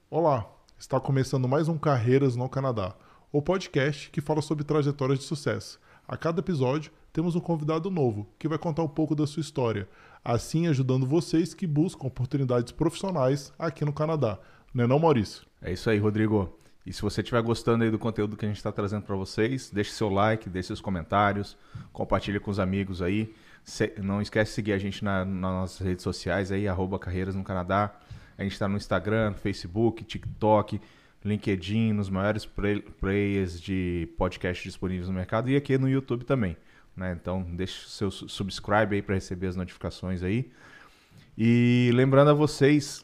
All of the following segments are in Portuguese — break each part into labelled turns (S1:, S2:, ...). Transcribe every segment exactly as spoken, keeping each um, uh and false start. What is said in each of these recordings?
S1: Olá, está começando mais um Carreiras no Canadá, o podcast que fala sobre trajetórias de sucesso. A cada episódio, temos um convidado novo que vai contar um pouco da sua história, assim ajudando vocês que buscam oportunidades profissionais aqui no Canadá. Não é não, Maurício?
S2: É isso aí, Rodrigo. E se você estiver gostando aí do conteúdo que a gente está trazendo para vocês, deixe seu like, deixe seus comentários, compartilhe com os amigos aí. Se, não esquece de seguir a gente na, nas nossas redes sociais aí, arroba Carreiras no Canadá. A gente está no Instagram, Facebook, TikTok, LinkedIn, nos maiores play, players de podcast disponíveis no mercado e aqui no YouTube também. Né? Então deixe o seu subscribe aí para receber as notificações aí. E lembrando a vocês,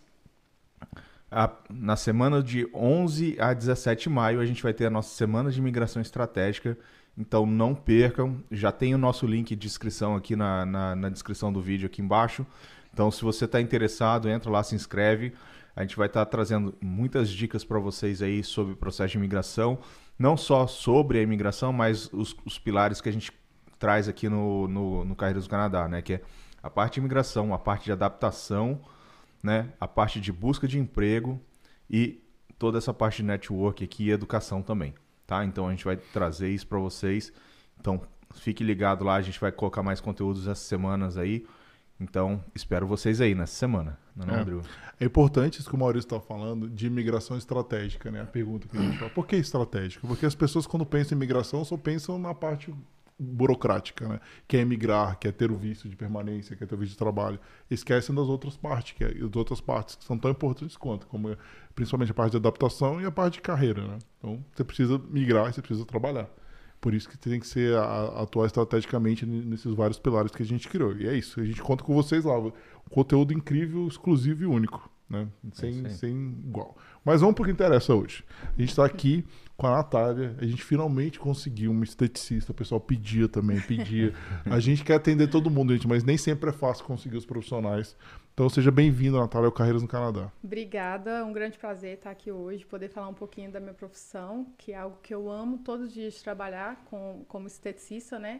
S2: a, na semana de onze a dezessete de maio a gente vai ter a nossa semana de imigração estratégica. Então não percam, já tem o nosso link de inscrição aqui na, na, na descrição do vídeo aqui embaixo. Então, se você está interessado, entra lá, se inscreve. A gente vai estar tá trazendo muitas dicas para vocês aí sobre o processo de imigração. Não só sobre a imigração, mas os, os pilares que a gente traz aqui no, no, no Carreiras do Canadá, né? Que é a parte de imigração, a parte de adaptação, né? A parte de busca de emprego e toda essa parte de network aqui e educação também, tá? Então, a gente vai trazer isso para vocês. Então, fique ligado lá, a gente vai colocar mais conteúdos essas semanas aí. Então, espero vocês aí nessa semana. Não é, não, Rodrigo?
S1: É importante isso que o Maurício está falando de imigração estratégica, né? A pergunta que a gente fala. Por que estratégica? Porque as pessoas, quando pensam em imigração, só pensam na parte burocrática, né? Que é emigrar, que é ter o visto de permanência, que é ter o visto de trabalho. Esquecem das outras partes, que é, as outras partes que são tão importantes quanto, como principalmente a parte de adaptação e a parte de carreira, né? Então, você precisa migrar e você precisa trabalhar. Por isso que tem que ser a, atuar estrategicamente nesses vários pilares que a gente criou. E é isso, a gente conta com vocês lá. Um conteúdo incrível, exclusivo e único, né? Sem,
S2: é
S1: sem igual. Mas vamos para o que interessa hoje. A gente está aqui com a Natália, a gente finalmente conseguiu uma esteticista, o pessoal pedia também, pedia. A gente quer atender todo mundo, gente, mas nem sempre é fácil conseguir os profissionais. Então seja bem-vindo, Natália, ao Carreiras no Canadá.
S3: Obrigada, um grande prazer estar aqui hoje, poder falar um pouquinho da minha profissão, que é algo que eu amo todos os dias de trabalhar com, como esteticista, né?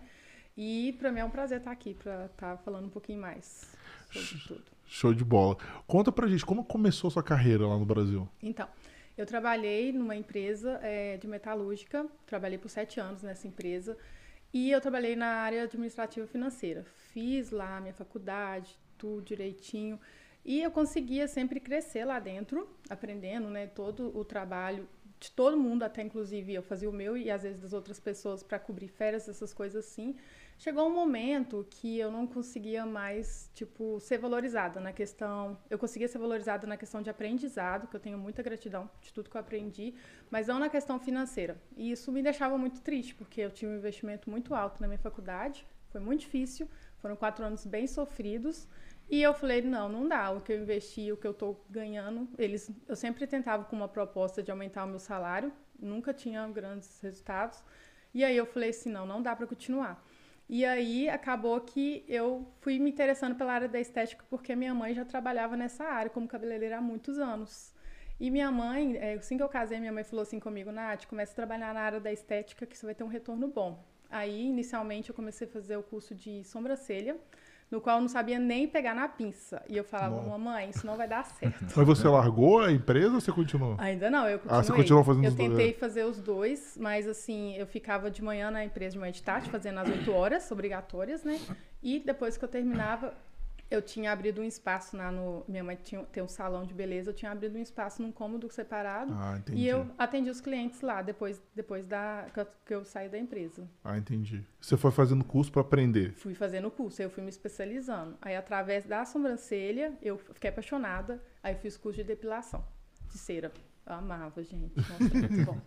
S3: E para mim é um prazer estar aqui para estar falando um pouquinho mais sobre tudo.
S1: Show de bola. Conta pra gente, como começou a sua carreira lá no Brasil?
S3: Então, eu trabalhei numa empresa é, de metalúrgica, trabalhei por sete anos nessa empresa, e eu trabalhei na área administrativa financeira. Fiz lá a minha faculdade, tudo direitinho, e eu conseguia sempre crescer lá dentro, aprendendo, né, todo o trabalho de todo mundo, até inclusive eu fazia o meu e às vezes das outras pessoas para cobrir férias, essas coisas assim. Chegou um momento que eu não conseguia mais, tipo, ser valorizada na questão... Eu conseguia ser valorizada na questão de aprendizado, que eu tenho muita gratidão de tudo que eu aprendi, mas não na questão financeira. E isso me deixava muito triste, porque eu tinha um investimento muito alto na minha faculdade, foi muito difícil, foram quatro anos bem sofridos, e eu falei, não, não dá, o que eu investi, o que eu estou ganhando, eles, eu sempre tentava com uma proposta de aumentar o meu salário, nunca tinha grandes resultados, e aí eu falei assim, não, não dá para continuar. E aí acabou que eu fui me interessando pela área da estética porque minha mãe já trabalhava nessa área como cabeleireira há muitos anos. E minha mãe, assim que eu casei, minha mãe falou assim comigo, Nath, comece a trabalhar na área da estética que você vai ter um retorno bom. Aí, inicialmente, eu comecei a fazer o curso de sobrancelha, no qual eu não sabia nem pegar na pinça. E eu falava, Bom. mamãe, isso não vai dar certo.
S1: Mas você largou a empresa ou você continuou?
S3: Ainda não, eu continuei.
S1: Ah, você continuou fazendo
S3: eu
S1: os dois?
S3: Eu tentei fazer os dois, mas assim, eu ficava de manhã na empresa, de manhã de tarde, fazendo as oito horas obrigatórias, né? E depois que eu terminava, eu tinha abrido um espaço lá no... Minha mãe tinha, tem um salão de beleza, eu tinha abrido um espaço num cômodo separado.
S1: Ah, entendi.
S3: E eu atendi os clientes lá, depois, depois da, que eu saí da empresa.
S1: Ah, entendi. Você foi fazendo curso para aprender?
S3: Fui fazendo curso, aí eu fui me especializando. Aí, através da sobrancelha, eu fiquei apaixonada, aí eu fiz curso de depilação, de cera. Eu amava, gente. Nossa, muito bom.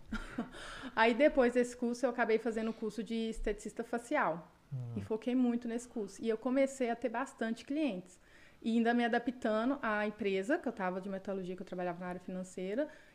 S3: Aí, depois desse curso, eu acabei fazendo o curso de esteticista facial. Hum. E foquei muito nesse curso. E eu comecei a ter bastante clientes. E ainda me adaptando à empresa, que eu estava de metalurgia, que eu trabalhava na área financeira,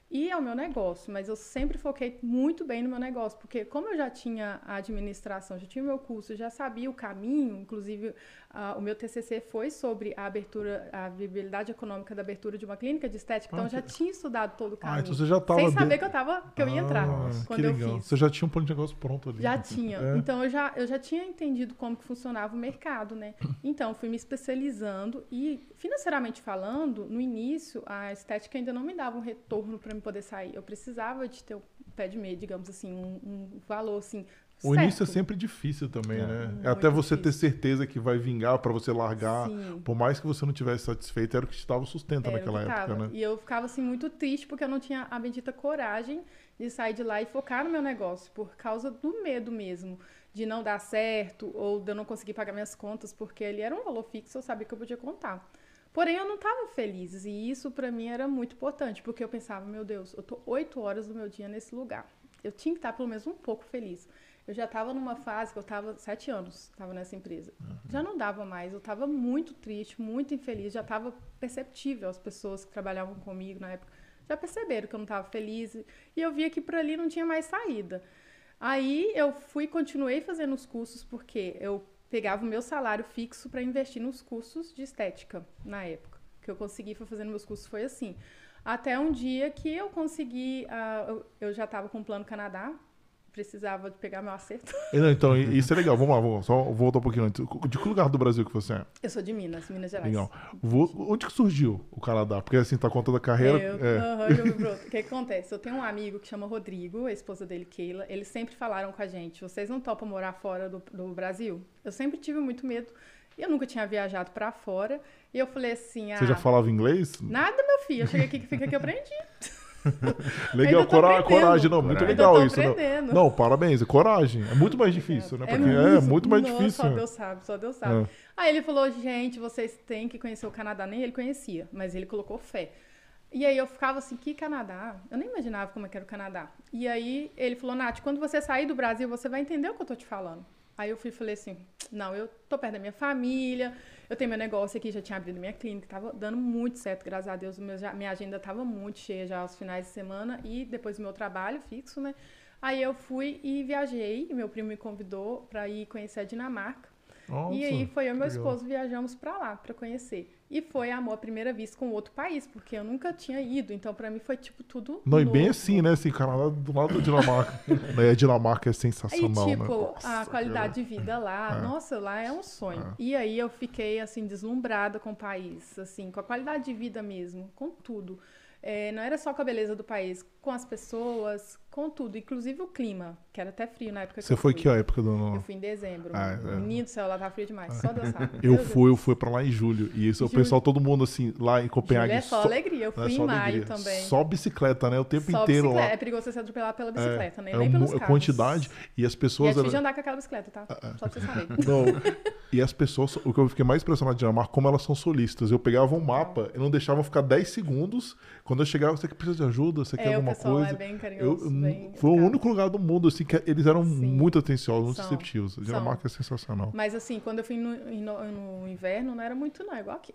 S3: E é o meu negócio, mas eu sempre foquei muito bem no meu negócio, porque como eu já tinha a administração, já tinha o meu curso, já sabia o caminho, inclusive uh, o meu T C C foi sobre a abertura, a viabilidade econômica da abertura de uma clínica de estética, então
S1: Ah,
S3: eu já
S1: que...
S3: tinha estudado todo o caminho.
S1: Ah, então você já tava
S3: sem saber
S1: de...
S3: que eu, tava, que eu ia entrar
S1: ah,
S3: quando
S1: que
S3: eu
S1: legal.
S3: fiz.
S1: Você já tinha um plano de negócio pronto ali.
S3: Já tinha.
S1: É.
S3: Então eu já, eu já tinha entendido como que funcionava o mercado, né? Então fui me especializando e, financeiramente falando, no início a estética ainda não me dava um retorno para me poder sair. Eu precisava de ter um pé de meia, digamos assim, um, um valor assim.
S1: O
S3: certo.
S1: início é sempre difícil também,
S2: É.
S1: né?
S3: Muito
S1: É até você
S3: difícil.
S1: ter certeza que vai vingar para você largar.
S3: Sim.
S1: Por mais que você não tivesse satisfeito, era o que te dava sustento
S3: Era
S1: naquela
S3: o que
S1: época,
S3: tava.
S1: né?
S3: E eu ficava assim muito triste porque eu não tinha a bendita coragem de sair de lá e focar no meu negócio por causa do medo mesmo de não dar certo ou de eu não conseguir pagar minhas contas, porque ali era um valor fixo, eu sabia que eu podia contar. Porém, eu não estava feliz e isso para mim era muito importante, porque eu pensava, meu Deus, eu tô oito horas do meu dia nesse lugar. Eu tinha que estar pelo menos um pouco feliz. Eu já estava numa fase que eu estava sete anos, estava nessa empresa. Uhum. Já não dava mais, eu estava muito triste, muito infeliz, já estava perceptível as pessoas que trabalhavam comigo na época. Já perceberam que eu não estava feliz e eu via que por ali não tinha mais saída. Aí eu fui, continuei fazendo os cursos porque eu pegava o meu salário fixo para investir nos cursos de estética na época. O que eu consegui foi fazendo meus cursos foi assim. Até um dia que eu consegui, uh, eu, eu já estava com o Plano Canadá, precisava de pegar meu acerto.
S1: Não, então, isso é legal. Vamos lá, vamos só voltar um pouquinho antes. De que lugar do Brasil que você é?
S3: Eu sou de Minas, Minas Gerais.
S1: Legal. Vou, onde que surgiu o Canadá? Porque assim, tá contando a carreira.
S3: Eu,
S1: é.
S3: uhum, eu, o que acontece? Eu tenho um amigo que chama Rodrigo, a esposa dele, Keila. Eles sempre falaram com a gente, vocês não topam morar fora do, do Brasil? Eu sempre tive muito medo. Eu nunca tinha viajado pra fora. E eu falei assim...
S1: Você
S3: ah,
S1: já falava inglês?
S3: Nada, meu filho. Eu cheguei aqui, que fica aqui, eu aprendi.
S1: Legal, cora coragem, não, muito legal isso.
S3: Não.
S1: não, parabéns, coragem. É muito mais difícil, né?
S3: É,
S1: Porque
S3: muito,
S1: é muito mais
S3: nossa,
S1: difícil.
S3: Só Deus sabe, só Deus sabe.
S1: É.
S3: Aí ele falou, gente, vocês têm que conhecer o Canadá. Nem ele conhecia, mas ele colocou fé. E aí eu ficava assim, que Canadá? Eu nem imaginava como é que era o Canadá. E aí ele falou, Nath, quando você sair do Brasil, você vai entender o que eu tô te falando. Aí eu fui e falei assim, não, eu tô perto da minha família, eu tenho meu negócio aqui, já tinha abrido minha clínica, tava dando muito certo, graças a Deus, meu, já, minha agenda tava muito cheia já aos finais de semana e depois do meu trabalho fixo, né? Aí eu fui e viajei, meu primo me convidou para ir conhecer a Dinamarca.
S1: Nossa,
S3: e aí foi eu e meu
S1: legal.
S3: esposo viajamos para lá para conhecer. E foi amor à primeira vista com outro país, porque eu nunca tinha ido, então para mim foi tipo tudo
S1: Não, e
S3: novo.
S1: bem assim, né? Assim, Canadá do lado da Dinamarca. Né? A Dinamarca é sensacional,
S3: E, tipo,
S1: né? Nossa,
S3: a qualidade
S1: cara.
S3: de vida lá,
S1: É.
S3: nossa, lá é um sonho.
S1: É.
S3: E aí eu fiquei, assim, deslumbrada com o país, assim, com a qualidade de vida mesmo, com tudo. É, não era só com a beleza do país, com as pessoas, com tudo, inclusive o clima, que era até frio na época que
S1: Você
S3: eu
S1: foi
S3: fui.
S1: que época do ano?
S3: Eu fui em dezembro.
S1: Ah, é.
S3: Menino do céu, lá tava frio demais, só Deus sabe.
S1: Eu
S3: Deus
S1: fui, eu
S3: Deus.
S1: fui pra lá em julho. E isso, o
S3: Julho.
S1: pessoal, todo mundo assim, lá em Copenhague.
S3: Julho é só alegria, eu
S1: não é
S3: fui
S1: só
S3: em maio
S1: alegria,
S3: também.
S1: Só bicicleta, né? O tempo
S3: Só
S1: inteiro
S3: bicicleta.
S1: lá.
S3: É perigoso você se atropelar pela bicicleta, né?
S1: É,
S3: Nem
S1: é
S3: pelos
S1: mu-
S3: carros.
S1: quantidade. E as
S3: E é
S1: pessoas.
S3: difícil de
S1: era-
S3: andar com aquela bicicleta, tá? Só pra você saber.
S1: Não, e as pessoas, o que eu fiquei mais impressionado de Dinamarca, como elas são solistas. Eu pegava um mapa e não deixava ficar dez segundos. Quando eu chegava, você precisa de ajuda, você quer
S3: É, o
S1: alguma
S3: pessoal
S1: coisa.
S3: é bem
S1: Eu,
S3: carinhoso, bem
S1: foi o
S3: educado.
S1: único lugar do mundo assim que eles eram
S3: Sim.
S1: muito atenciosos, muito
S3: São,
S1: receptivos. A Dinamarca é sensacional.
S3: Mas assim, quando eu fui no, no- no inverno, não era muito não, igual aqui.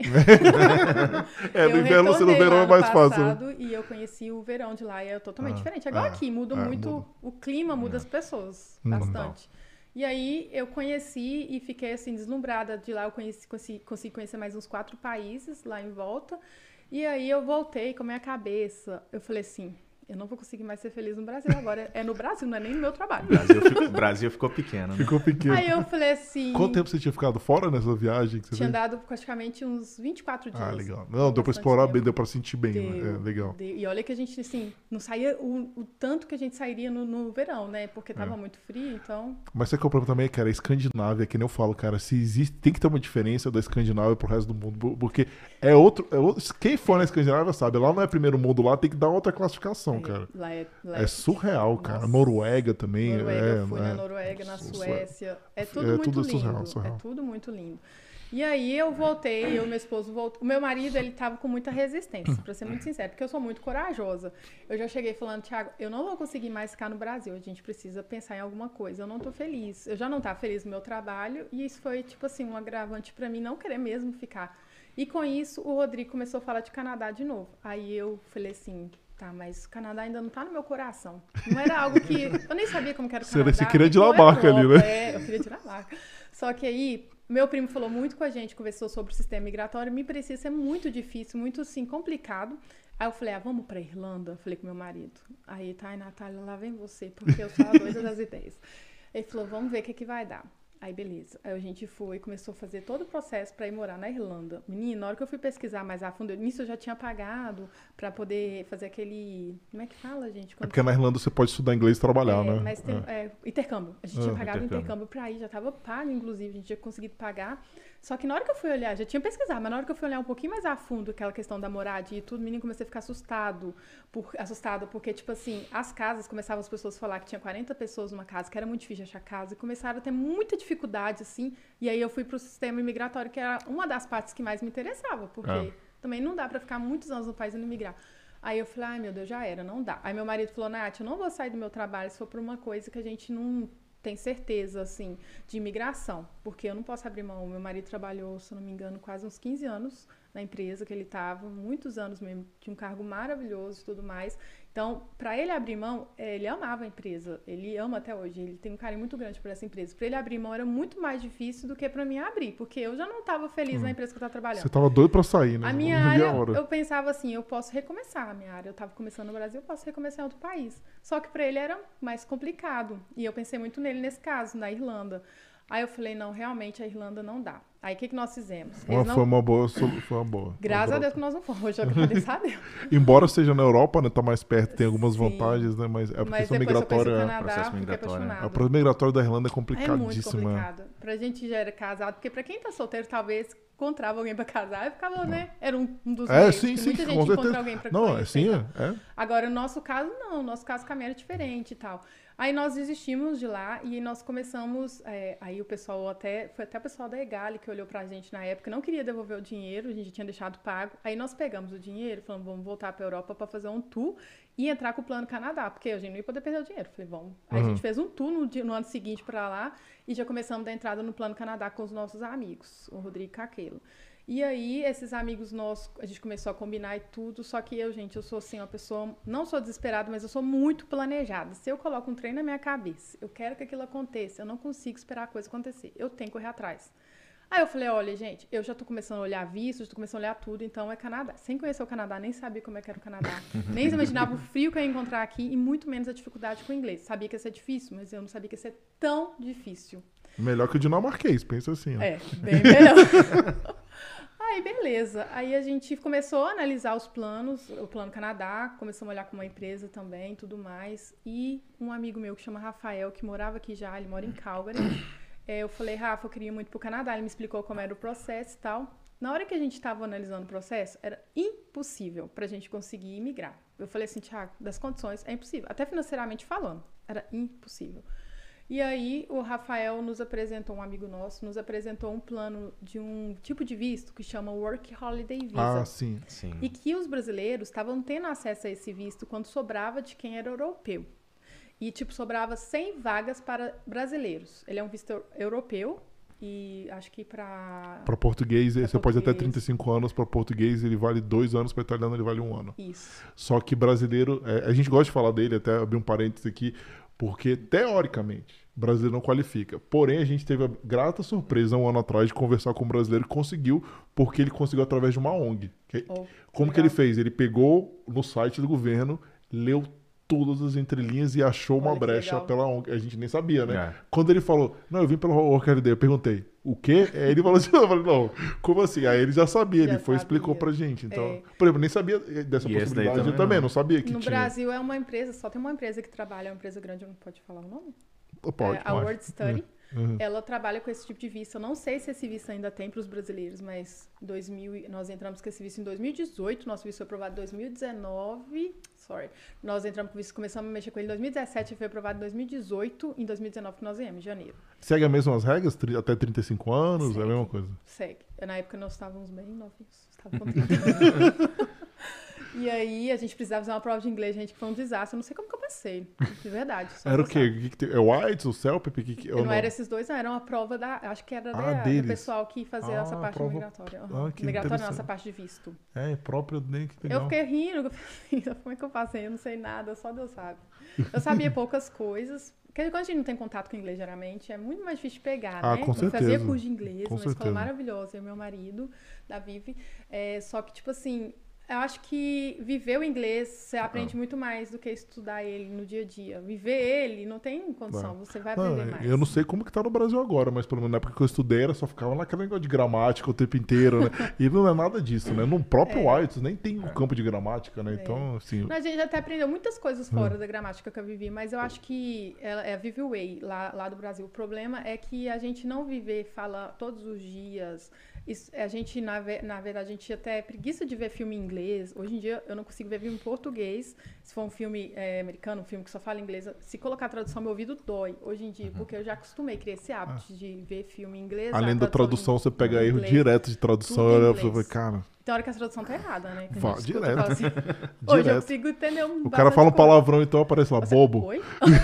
S1: É, no
S3: Eu
S1: inverno, você no
S3: retornei
S1: verão
S3: lá
S1: é
S3: no
S1: mais fácil. né?
S3: passado E eu conheci o verão de lá e é totalmente
S1: Ah,
S3: diferente. É igual
S1: ah,
S3: aqui, muda
S1: ah,
S3: muito,
S1: muda.
S3: o clima muda as pessoas
S1: Hum,
S3: bastante. E aí eu conheci e fiquei assim deslumbrada de lá. Eu conheci, consegui, consegui conhecer mais uns quatro países lá em volta. E aí eu voltei com a minha cabeça. Eu falei assim, eu não vou conseguir mais ser feliz no Brasil agora. É no Brasil, não é nem no meu trabalho.
S2: O Brasil, ficou- o Brasil ficou pequeno, né?
S1: Ficou pequeno.
S3: Aí eu falei assim...
S1: Quanto tempo você tinha ficado fora nessa viagem? Que você
S3: Tinha
S1: fez?
S3: dado praticamente uns vinte e quatro dias.
S1: Ah, legal. Não, deu pra
S3: Bastante
S1: explorar
S3: tempo.
S1: bem, deu pra sentir bem.
S3: Deu,
S1: né? É, legal.
S3: deu. E olha que a gente, assim, não saía o, o tanto que a gente sairia no, no verão, né? Porque tava
S1: É.
S3: muito frio, então...
S1: Mas sabe qual é o problema também, cara? A Escandinávia, que nem eu falo, cara, se existe, tem que ter uma diferença da Escandinávia pro resto do mundo, porque é outro, é outro. Quem for na Escandinávia sabe, lá não é primeiro mundo, lá tem que dar outra classificação,
S3: é,
S1: cara.
S3: Lá é, lá
S1: É surreal, cara.
S3: Nossa.
S1: Noruega também.
S3: Noruega,
S1: é,
S3: eu fui
S1: é.
S3: na Noruega, na
S1: Su-
S3: Suécia. É tudo
S1: é
S3: muito
S1: tudo
S3: lindo.
S1: surreal, surreal.
S3: É tudo muito lindo. E aí eu voltei, eu e meu esposo voltou. O meu marido, ele tava com muita resistência, pra ser muito sincero, porque eu sou muito corajosa. Eu já cheguei falando, Thiago, eu não vou conseguir mais ficar no Brasil, a gente precisa pensar em alguma coisa. Eu não tô feliz. Eu já não tava feliz no meu trabalho e isso foi, tipo assim, um agravante pra mim não querer mesmo ficar. E com isso, o Rodrigo começou a falar de Canadá de novo. Aí eu falei assim, tá, mas o Canadá ainda não tá no meu coração. Não era algo que... Eu nem sabia como que era o Canadá.
S1: Você queria tirar a barca ali, né?
S3: É, eu queria tirar a barca. Só que aí, meu primo falou muito com a gente, conversou sobre o sistema migratório, me parecia ser muito difícil, muito, assim, complicado. Aí eu falei, ah, vamos pra Irlanda? Falei com meu marido. Aí, tá, Natália, lá vem você, porque eu sou a doida das ideias. Ele falou, vamos ver o que, que vai dar. Aí, beleza. Aí a gente foi e começou a fazer todo o processo para ir morar na Irlanda. Menina, na hora que eu fui pesquisar mais a fundo, nisso eu já tinha pagado para poder fazer aquele... Como é que fala, gente?
S1: É
S3: Quando
S1: porque na Irlanda você pode estudar inglês e trabalhar,
S3: é,
S1: né?
S3: Mas tem,
S1: é.
S3: É, intercâmbio. A gente
S1: Ah,
S3: tinha pagado
S2: intercâmbio.
S3: intercâmbio para ir, já estava pago, inclusive, a gente tinha conseguido pagar. Só que na hora que eu fui olhar, já tinha pesquisado, mas na hora que eu fui olhar um pouquinho mais a fundo aquela questão da moradia e tudo, menino, comecei a ficar assustado, por, assustado, porque, tipo assim, as casas, começavam as pessoas a falar que tinha quarenta pessoas numa casa, que era muito difícil de achar casa, e começaram a ter muita dificuldade, assim, e aí eu fui pro sistema imigratório, que era uma das partes que mais me interessava, porque
S2: Ah.
S3: também não dá pra ficar muitos anos no país e não migrar. Aí eu falei, ai meu Deus, já era, não dá. Aí meu marido falou, Nath, eu não vou sair do meu trabalho se for por uma coisa que a gente não tem certeza, assim, de imigração, porque eu não posso abrir mão. Meu marido trabalhou, se eu não me engano, quase uns quinze anos na empresa que ele estava, muitos anos mesmo, tinha um cargo maravilhoso e tudo mais. Então, para ele abrir mão, ele amava a empresa, ele ama até hoje, ele tem um carinho muito grande por essa empresa. Para ele abrir mão era muito mais difícil do que para mim abrir, porque eu já não estava feliz hum. na empresa que eu estava trabalhando.
S1: Você tava doido para sair, né?
S3: A minha área, eu pensava assim, eu posso recomeçar a minha área. Eu estava começando no Brasil, eu posso recomeçar em outro país. Só que para ele era mais complicado. E eu pensei muito nele nesse caso, na Irlanda. Aí eu falei, não, realmente a Irlanda não dá. Aí o que, que nós fizemos?
S1: Uma,
S3: não...
S1: Foi uma boa, foi uma boa.
S3: Graças a Deus que nós não fomos, já agradeço a Deus.
S1: Embora seja na Europa, né, tá mais perto, tem algumas
S3: Sim.
S1: vantagens, né, mas é a
S3: Mas
S1: questão migratória,
S3: o
S1: é...
S3: Canadá,
S2: processo migratório,
S3: né?
S1: O processo migratório da Irlanda é
S3: É
S1: complicadíssimo.
S3: muito complicado. Pra gente já era casado, porque pra quem tá solteiro, talvez encontrava alguém pra casar e ficava, né? Era um, um dos
S1: É,
S3: meios,
S1: sim,
S3: que
S1: sim,
S3: muita
S1: com
S3: gente
S1: certeza.
S3: encontra alguém pra
S1: Não, é
S3: conhecer.
S1: sim,
S3: Então.
S1: é.
S3: Agora, no nosso caso, não. O nosso caso, caminho era diferente e tal. Aí nós desistimos de lá e nós começamos, é, aí o pessoal até, foi até o pessoal da Egali que olhou pra gente na época, não queria devolver o dinheiro, a gente tinha deixado pago. Aí nós pegamos o dinheiro, falamos, vamos voltar pra Europa pra fazer um tour e entrar com o Plano Canadá, porque a gente não ia poder perder o dinheiro. Falei, vamos. Aí uhum. a gente fez um tour no, dia, no ano seguinte pra lá e já começamos a entrada no Plano Canadá com os nossos amigos, o Rodrigo Caquelo. E aí, esses amigos nossos, a gente começou a combinar e tudo, só que eu, gente, eu sou assim, uma pessoa, não sou desesperada, mas eu sou muito planejada. Se eu coloco um trem na minha cabeça, eu quero que aquilo aconteça, eu não consigo esperar a coisa acontecer, eu tenho que correr atrás. Aí eu falei, olha, gente, eu já tô começando a olhar visto, já tô começando a olhar tudo, então é Canadá. Sem conhecer o Canadá, nem sabia como é que era o Canadá, nem imaginava o frio que eu ia encontrar aqui e muito menos a dificuldade com o inglês. Sabia que ia ser difícil, mas eu não sabia que ia ser tão difícil.
S1: Melhor que o dinamarquês, pensa assim. Ó.
S3: É, bem melhor. Aí, beleza. Aí a gente começou a analisar os planos, o Plano Canadá, começamos a olhar com uma empresa também, tudo mais. E um amigo meu que chama Rafael, que morava aqui já, ele mora em Calgary. É, eu falei, Rafa, eu queria ir muito pro Canadá. Ele me explicou como era o processo e tal. Na hora que a gente estava analisando o processo, era impossível pra gente conseguir imigrar. Eu falei assim, Thiago, das condições, é impossível. Até financeiramente falando, era impossível. E aí o Rafael nos apresentou, um amigo nosso, nos apresentou um plano de um tipo de visto que chama Work Holiday Visa.
S1: Ah, sim.
S2: sim.
S3: E que os brasileiros estavam tendo acesso a esse visto quando sobrava de quem era europeu. E, tipo, sobrava cem vagas para brasileiros. Ele é um visto europeu e acho que para...
S1: Para português, pra você português. Pode até trinta e cinco anos. Para português, ele vale dois anos. Para italiano, ele vale um ano.
S3: Isso.
S1: Só que brasileiro... É, a gente gosta de falar dele, até abrir um parênteses aqui, porque, teoricamente, o brasileiro não qualifica. Porém, a gente teve a grata surpresa um ano atrás de conversar com um brasileiro que conseguiu, porque ele conseguiu através de uma O N G. Que, oh, como que, que ele fez? Ele pegou no site do governo, leu todas as entrelinhas e achou Olha uma brecha legal. Pela O N G. A gente nem sabia, né? É. Quando ele falou, não, eu vim pela Work Holiday, eu perguntei, o quê? Aí ele falou assim, eu falei, não, como assim? Aí ele já sabia, já ele foi e explicou pra gente. Então, é. Por exemplo, nem sabia dessa e possibilidade, também eu também não, não sabia que
S3: no
S1: tinha.
S3: No Brasil é uma empresa, só tem uma empresa que trabalha, é uma empresa grande, não pode falar o nome?
S1: Pode,
S3: é, a
S1: pode.
S3: World Study.
S1: Uhum.
S3: Ela trabalha com esse tipo de visto. Eu não sei se esse visto ainda tem para os brasileiros, mas dois mil, nós entramos com esse visto em dois mil e dezoito, nosso visto foi aprovado em dois mil e dezenove. Sorry. Nós entramos com o visto, começamos a mexer com ele em dois mil e dezessete, foi aprovado em dois mil e dezoito, em dois mil e dezenove que nós viemos, em janeiro.
S1: Segue as mesmas regras? Até trinta e cinco anos?
S3: Segue,
S1: é a mesma coisa?
S3: Segue. Na época nós estávamos bem novinhos. Estava com trinta. E aí a gente precisava fazer uma prova de inglês, gente, que foi um desastre. Eu não sei como que eu passei, de verdade.
S1: Era o quê? Que que tem- É o Whites, o CELPEP? Que, que,
S3: Não, não era esses dois, não. Era uma prova da... Acho que era
S1: Ah,
S3: da, do
S1: deles.
S3: pessoal que fazia
S1: Ah,
S3: essa parte
S1: prova-
S3: migratória.
S1: Ah,
S3: Uhum.
S1: que
S3: Migratória não,
S1: interessante.
S3: essa parte de visto.
S1: É, próprio nem que legal.
S3: Eu fiquei rindo, como é que eu passei? Eu não sei nada, só Deus sabe. Eu sabia poucas coisas, porque quando a gente não tem contato com inglês, geralmente, é muito mais difícil de pegar,
S1: Ah,
S3: né?
S1: com
S3: Eu fazia
S1: certeza.
S3: curso de inglês,
S1: Com
S3: uma escola
S1: certeza.
S3: maravilhosa, eu e meu marido, da Vivi. É, só que, tipo assim, eu acho que viver o inglês, você aprende
S1: Ah.
S3: muito mais do que estudar ele no dia a dia. Viver ele não tem condição,
S1: Não.
S3: você vai
S1: Não,
S3: aprender mais.
S1: eu não sei como que tá no Brasil agora, mas pelo menos na época que eu estudei era só ficava naquele negócio de gramática o tempo inteiro, né? E não é nada disso, né? No próprio
S3: É.
S1: Whites nem tem o campo de gramática, né? Então, assim...
S3: Não, a gente até aprendeu muitas coisas fora
S1: Hum.
S3: da gramática que eu vivi, mas eu acho que ela é a Vivi Way, lá, lá do Brasil. O problema é que a gente não viver, fala todos os dias. Isso, a gente, na, ve- na verdade, a gente até é preguiça de ver filme em inglês. Hoje em dia, eu não consigo ver filme em português. Se for um filme é, americano, um filme que só fala inglês, se colocar a tradução, meu ouvido dói. Hoje em dia, porque eu já acostumei, criei esse hábito de ver filme em inglês.
S1: Além
S3: a
S1: da tradução,
S3: em-
S1: você pega
S3: em
S1: erro
S3: inglês.
S1: direto de tradução.
S3: Tudo em
S1: Olha,
S3: inglês.
S1: você vai, cara,
S3: Tem hora que a tradução tá errada, né? Que a
S1: Vá,
S3: gente escuta e
S1: direto.
S3: fala assim, Hoje eu
S1: direto.
S3: consigo entender um
S1: O cara fala um palavrão, então aparece lá,
S3: Você-
S1: bobo.
S3: Oi?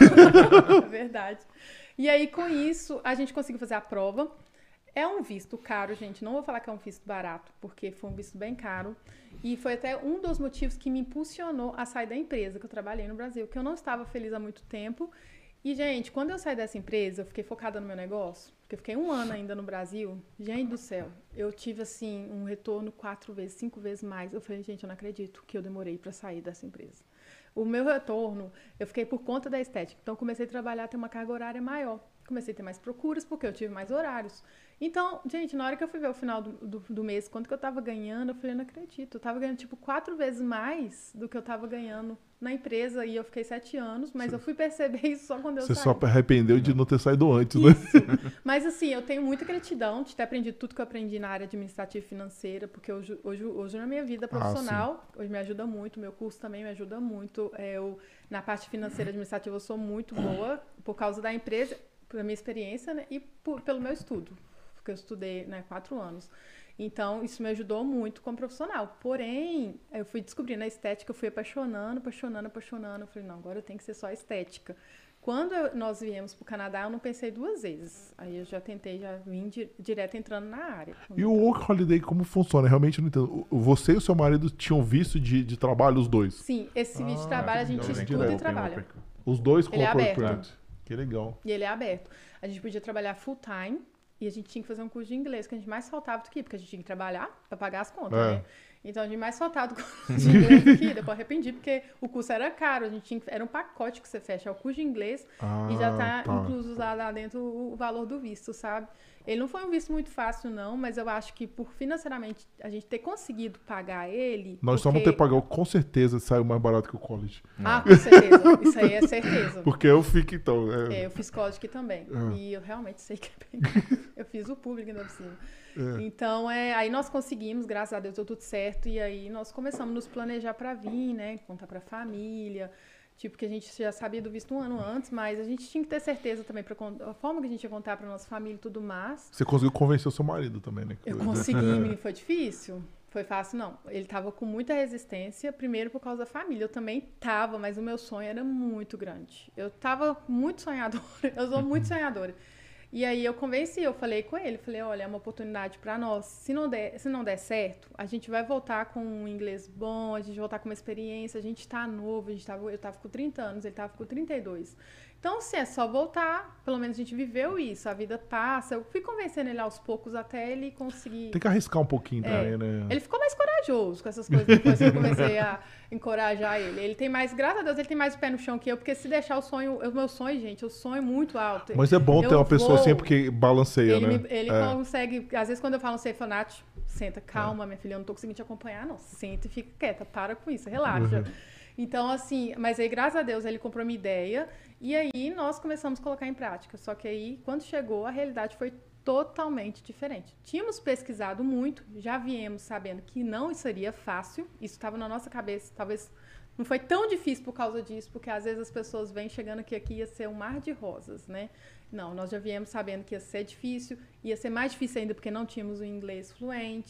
S3: Verdade. E aí, com isso, a gente conseguiu fazer a prova. É um visto caro, gente. Não vou falar que é um visto barato, porque foi um visto bem caro. E foi até um dos motivos que me impulsionou a sair da empresa que eu trabalhei no Brasil, que eu não estava feliz há muito tempo. E, gente, quando eu saí dessa empresa, eu fiquei focada no meu negócio, porque eu fiquei um ano ainda no Brasil. Gente do céu, eu tive, assim, um retorno quatro vezes, cinco vezes mais. Eu falei, gente, eu não acredito que eu demorei para sair dessa empresa. O meu retorno, eu fiquei por conta da estética. Então, comecei a trabalhar, ter uma carga horária maior. Comecei a ter mais procuras, porque eu tive mais horários. Então, gente, na hora que eu fui ver o final do, do, do mês, quanto que eu tava ganhando, eu falei, não acredito. Eu tava ganhando, tipo, quatro vezes mais do que eu tava ganhando na empresa. E eu fiquei sete anos, mas eu fui perceber isso só quando eu
S1: Você
S3: saí.
S1: só arrependeu de não ter saído antes, né?
S3: Isso. Mas, assim, eu tenho muita gratidão de ter aprendido tudo que eu aprendi na área administrativa e financeira, porque hoje, hoje, hoje na minha vida profissional, hoje me ajuda muito, meu curso também me ajuda muito. É, eu, na parte financeira e administrativa eu sou muito boa, por causa da empresa, pela minha experiência, né, e por, pelo meu estudo, porque eu estudei, né, quatro anos. Então, isso me ajudou muito como profissional. Porém, eu fui descobrindo a estética, eu fui apaixonando, apaixonando, apaixonando. Eu falei, não, agora tem que ser só estética. Quando eu- nós viemos para o Canadá, eu não pensei duas vezes. Aí eu já tentei, já vim di- direto entrando na área.
S1: E o Work Holiday, como funciona? Realmente não entendo. O- Você e o seu marido tinham visto de, de trabalho os dois?
S3: Sim, esse vídeo de
S1: Ah,
S3: trabalho a
S1: que
S3: gente
S1: legal.
S3: estuda
S1: Direto.
S3: e trabalha.
S1: Os dois com
S3: Ele é
S1: o Work
S3: aberto.
S1: Permit. Que legal.
S3: E ele é aberto. A gente podia trabalhar full time e a gente tinha que fazer um curso de inglês, que a gente mais faltava do que, porque a gente tinha que trabalhar para pagar as contas,
S1: É.
S3: né? Então a gente mais faltava do curso de inglês do que, depois eu arrependi, porque o curso era caro, a gente tinha que, era um pacote que você fecha, é o curso de inglês
S1: Ah,
S3: e já tá,
S1: tá.
S3: incluso lá, lá dentro o valor do visto, sabe? Ele não foi um visto muito fácil, não, mas eu acho que por financeiramente a gente ter conseguido pagar ele.
S1: Nós só não
S3: porque...
S1: ter pago, com certeza saiu mais barato que o college.
S3: Ah, com certeza. Isso aí é certeza.
S1: Porque eu fico, então. É,
S3: É, eu fiz college aqui também.
S1: Ah.
S3: E eu realmente sei que é bem caro. Eu fiz o público ainda por cima.
S1: é.
S3: Então, é, aí nós conseguimos, graças a Deus, deu tudo certo. E aí nós começamos a nos planejar para vir, né? Contar para a família. Tipo, que a gente já sabia do visto um ano antes, mas a gente tinha que ter certeza também para a forma que a gente ia contar para nossa família e tudo mais.
S1: Você conseguiu convencer o seu marido também, né?
S3: Eu consegui, menino, foi difícil. Foi fácil, não. Ele tava com muita resistência, primeiro por causa da família. Eu também tava, mas o meu sonho era muito grande. Eu tava muito sonhadora, eu sou muito sonhadora. E aí eu convenci, eu falei com ele, falei, olha, é uma oportunidade para nós. Se não der, se não der certo, a gente vai voltar com um inglês bom, a gente vai voltar com uma experiência, a gente tá novo, a gente tava, eu tava com trinta anos, ele tava com trinta e dois. Então, se é só voltar, pelo menos a gente viveu isso, a vida passa. Eu fui convencendo ele aos poucos até ele conseguir...
S1: Tem que arriscar um pouquinho
S3: É.
S1: também, né?
S3: Ele ficou mais corajoso com essas coisas depois que eu comecei a encorajar ele. Ele tem mais, graças a Deus, ele tem mais o pé no chão que eu, porque se deixar o sonho, o meu sonho, gente, eu sonho muito alto.
S1: Mas é bom
S3: Eu
S1: ter uma pessoa
S3: vou-
S1: sempre que balanceia,
S3: Ele,
S1: né?
S3: me- ele
S1: É.
S3: consegue, às vezes quando eu falo, não sei, Nath, senta, calma, minha filha, eu não tô conseguindo te acompanhar, não. Senta e fica quieta, para com isso, relaxa.
S1: Uhum.
S3: Então, assim, mas aí, graças a Deus, ele comprou minha ideia e aí nós começamos a colocar em prática. Só que aí, quando chegou, a realidade foi totalmente diferente. Tínhamos pesquisado muito, já viemos sabendo que não seria fácil, isso estava na nossa cabeça, talvez não foi tão difícil por causa disso, porque às vezes as pessoas vêm chegando que aqui ia ser um mar de rosas, né? Não, nós já viemos sabendo que ia ser difícil, ia ser mais difícil ainda porque não tínhamos o inglês fluente.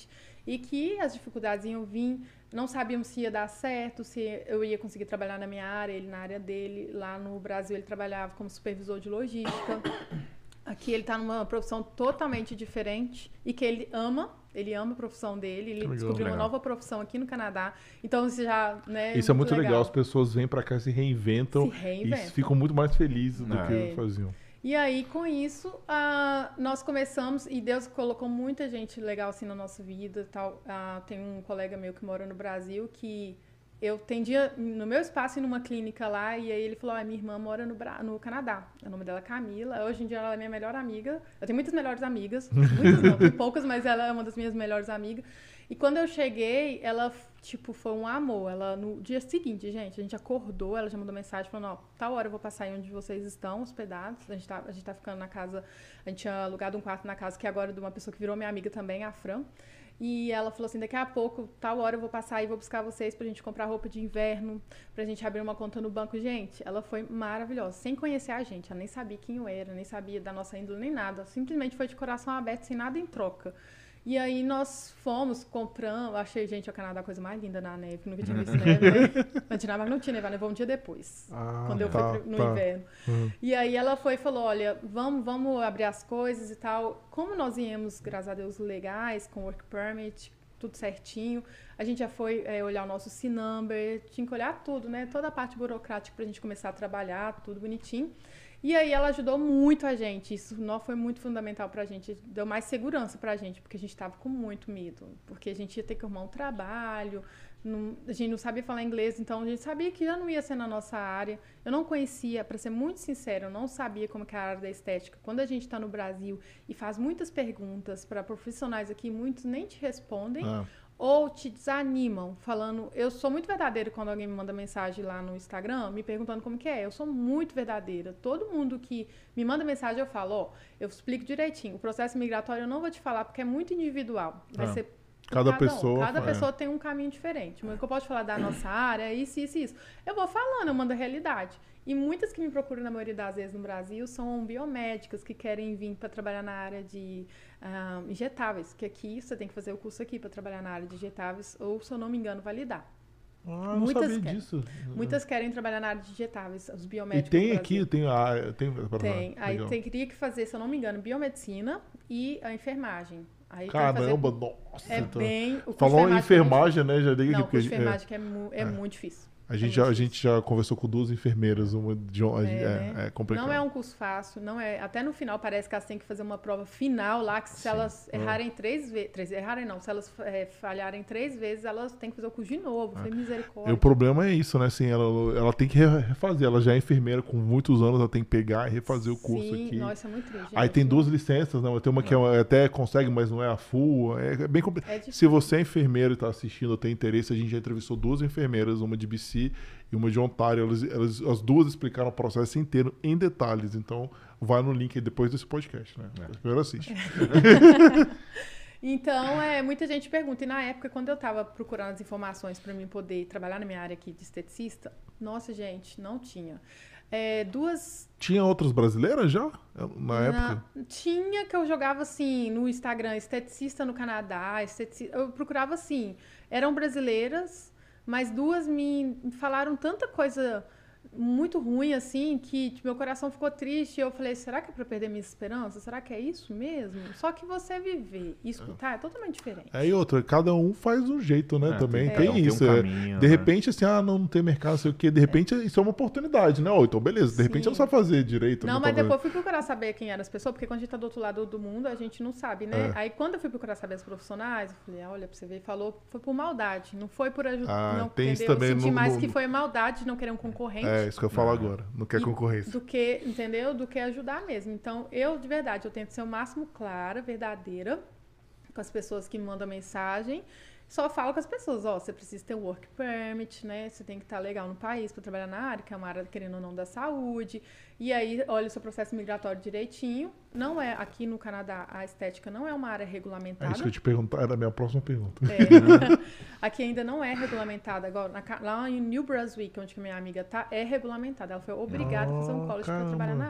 S3: e que as dificuldades iam vir, não sabíamos se ia dar certo, se eu ia conseguir trabalhar na minha área, ele na área dele. Lá no Brasil ele trabalhava como supervisor de logística. Aqui ele está numa profissão totalmente diferente e que ele ama, ele ama a profissão dele, ele
S1: Legal,
S3: descobriu
S2: legal.
S3: uma nova profissão aqui no Canadá. Então, isso já, né,
S1: Isso é muito legal. As pessoas vêm pra cá, se reinventam,
S3: Se reinventam.
S1: e ficam muito mais felizes do
S2: É.
S1: que faziam.
S3: E aí, com isso, ah, nós começamos, e Deus colocou muita gente legal assim na nossa vida e tal. Ah, tem um colega meu que mora no Brasil que eu tendia no meu espaço e numa clínica lá, e aí ele falou, ah, minha irmã mora no, Bra- no Canadá. O nome dela é Camila. Hoje em dia ela é minha melhor amiga. Eu tenho muitas melhores amigas. Muitas não, tem poucas, mas ela é uma das minhas melhores amigas. E quando eu cheguei, ela, tipo, foi um amor. Ela, no dia seguinte, gente, a gente acordou, ela já mandou mensagem falando, ó, tal hora eu vou passar aí onde vocês estão hospedados. A gente tá, a gente tá ficando na casa, a gente tinha alugado um quarto na casa que agora é de uma pessoa que virou minha amiga também, a Fran. E ela falou assim, daqui a pouco, tal hora eu vou passar e vou buscar vocês pra gente comprar roupa de inverno, pra gente abrir uma conta no banco. Gente, ela foi maravilhosa, sem conhecer a gente, ela nem sabia quem eu era, nem sabia da nossa índole, nem nada. Simplesmente foi de coração aberto, sem nada em troca. E aí nós fomos, compramos, achei, gente, o Canadá a coisa mais linda na neve, nunca tinha visto neve, né? Na Dinamarca não tinha neve, levou um dia depois,
S1: Ah,
S3: quando eu
S1: tá,
S3: fui pro- no
S1: tá.
S3: inverno.
S1: Uhum.
S3: E aí ela foi e falou, olha, vamos, vamos abrir as coisas e tal. Como nós íamos, graças a Deus, legais, com work permit, tudo certinho, a gente já foi é, olhar o nosso C number, tinha que olhar tudo, né? Toda a parte burocrática pra gente começar a trabalhar, tudo bonitinho. E aí ela ajudou muito a gente, isso não foi muito fundamental pra gente, deu mais segurança pra gente, porque a gente tava com muito medo, porque a gente ia ter que arrumar um trabalho, não- a gente não sabia falar inglês, então a gente sabia que já não ia ser na nossa área. Eu não conhecia, pra ser muito sincera, eu não sabia como que é a área da estética. Quando a gente tá no Brasil e faz muitas perguntas pra profissionais aqui, muitos nem te respondem,
S1: Ah,
S3: ou te desanimam, falando... Eu sou muito verdadeira quando alguém me manda mensagem lá no Instagram, me perguntando como que é. Eu sou muito verdadeira. Todo mundo que me manda mensagem, eu falo, ó, eu explico direitinho. O processo migratório eu não vou te falar, porque é muito individual. Vai
S1: Ah.
S3: ser por
S1: Cada
S3: um.
S1: pessoa
S3: Cada
S1: é.
S3: pessoa tem um caminho diferente. Mas o que eu posso falar da nossa área é isso, isso, isso. Eu vou falando, eu mando a realidade. E muitas que me procuram, na maioria das vezes, no Brasil, são biomédicas que querem vir para trabalhar na área de ah, injetáveis. Que aqui, você tem que fazer o curso aqui para trabalhar na área de injetáveis, ou, se eu não me engano, validar.
S1: Ah, não
S3: Muitas
S1: sabia
S3: querem.
S1: disso.
S3: Muitas querem trabalhar na área de injetáveis, os
S1: E
S3: biomédicos
S1: tem
S3: do
S1: aqui,
S3: Brasil.
S1: tem a... Tem,
S3: Tem. Aí
S1: legal.
S3: tem, teria que fazer, se eu não me engano, biomedicina e a enfermagem. Aí tem que fazer-
S1: Caramba, nossa.
S3: É
S1: então-
S3: bem... O curso
S1: Falou em
S3: de enfermagem
S1: enfermagem, né? Já liga
S3: Não, o
S1: aqui.
S3: curso de
S1: porque a gente-
S3: enfermagem que é, mu- é
S1: é.
S3: muito difícil.
S1: A gente,
S3: É
S1: já, a
S3: muito
S1: gente já conversou com duas enfermeiras, uma de um,
S3: É,
S1: é,
S3: né?
S1: é complicado.
S3: Não é um curso fácil, não é. Até no final parece que elas têm que fazer uma prova final lá, que se
S2: Sim.
S3: elas
S1: Ah.
S3: errarem três vezes. Três, errarem não, se elas é, falharem três vezes, elas têm que fazer o curso de novo. Eu falei,
S1: E
S3: misericórdia.
S1: o problema é isso, né? Assim, ela, ela tem que re- refazer. Ela já é enfermeira com muitos anos, ela tem que pegar e refazer o curso
S3: Sim,
S1: aqui.
S3: nossa, é muito triste.
S1: Aí
S3: gente.
S1: tem duas licenças, né? Tem uma que é- até consegue, mas não é a full. É bem complicado.
S3: É difícil.
S1: Se você é enfermeiro e está assistindo ou tem interesse, a gente já entrevistou duas enfermeiras, uma de B C e uma de Ontário. Elas, elas- as duas explicaram o processo inteiro em detalhes. Então, vai no link aí depois desse podcast, né?
S2: É.
S1: Primeiro assiste.
S3: Então, é, muita gente pergunta. E na época, quando eu tava procurando as informações para mim poder trabalhar na minha área aqui de esteticista, nossa, gente, não tinha. É, duas
S1: Tinha outras brasileiras já? Na época?
S3: Tinha, que eu jogava assim no Instagram, esteticista no Canadá, esteticista, eu procurava assim, eram brasileiras, mas duas me falaram tanta coisa muito ruim assim, que tipo, meu coração ficou triste, e eu falei, será que é pra perder minha esperança? Será que é isso mesmo? Só que você viver e escutar é totalmente diferente.
S1: É, e outra, cada um faz um jeito, né?
S2: É,
S1: também
S2: tem-
S1: tem,
S2: tem um
S1: isso. é.
S2: caminho,
S1: De
S2: né?
S1: repente, assim, ah, não, não tem mercado, sei o quê. De repente, isso é uma oportunidade, né? Ou então, beleza. De repente,
S3: Sim.
S1: ela sabe fazer direito.
S3: Não,
S1: tá
S3: mas
S1: fazendo.
S3: depois eu fui procurar saber quem eram as pessoas, porque quando a gente tá do outro lado do mundo, a gente não sabe, né?
S1: É.
S3: Aí quando eu fui procurar saber as profissionais, eu falei, olha, pra você ver, falou, foi por maldade, não foi por ajudar,
S1: Ah,
S3: não,
S1: tem isso
S3: entendeu?
S1: também
S3: Eu senti
S1: no-
S3: mais
S1: no-
S3: que foi maldade de não querer um concorrente.
S1: É, isso que eu falo
S2: Ah.
S1: agora. Não quer
S3: E-
S1: concorrência.
S3: Do que, entendeu? Do que ajudar mesmo. Então, eu, de verdade, eu tento ser o máximo clara, verdadeira, com as pessoas que me mandam mensagem. Só falo com as pessoas, ó, você precisa ter um work permit, né? Você tem que estar legal no país para trabalhar na área, que é uma área, querendo ou não, da saúde. E aí, olha o seu processo migratório direitinho. Não é, aqui no Canadá, a estética não é uma área
S1: É
S3: regulamentada.
S1: isso que eu te perguntar, era a minha próxima pergunta.
S3: É. Aqui ainda não é regulamentada. Agora, na ca- lá em New Brunswick, onde que minha amiga tá, é regulamentada. Ela foi obrigada a fazer um
S1: Oh,
S3: college para
S1: caramba.
S3: trabalhar na área.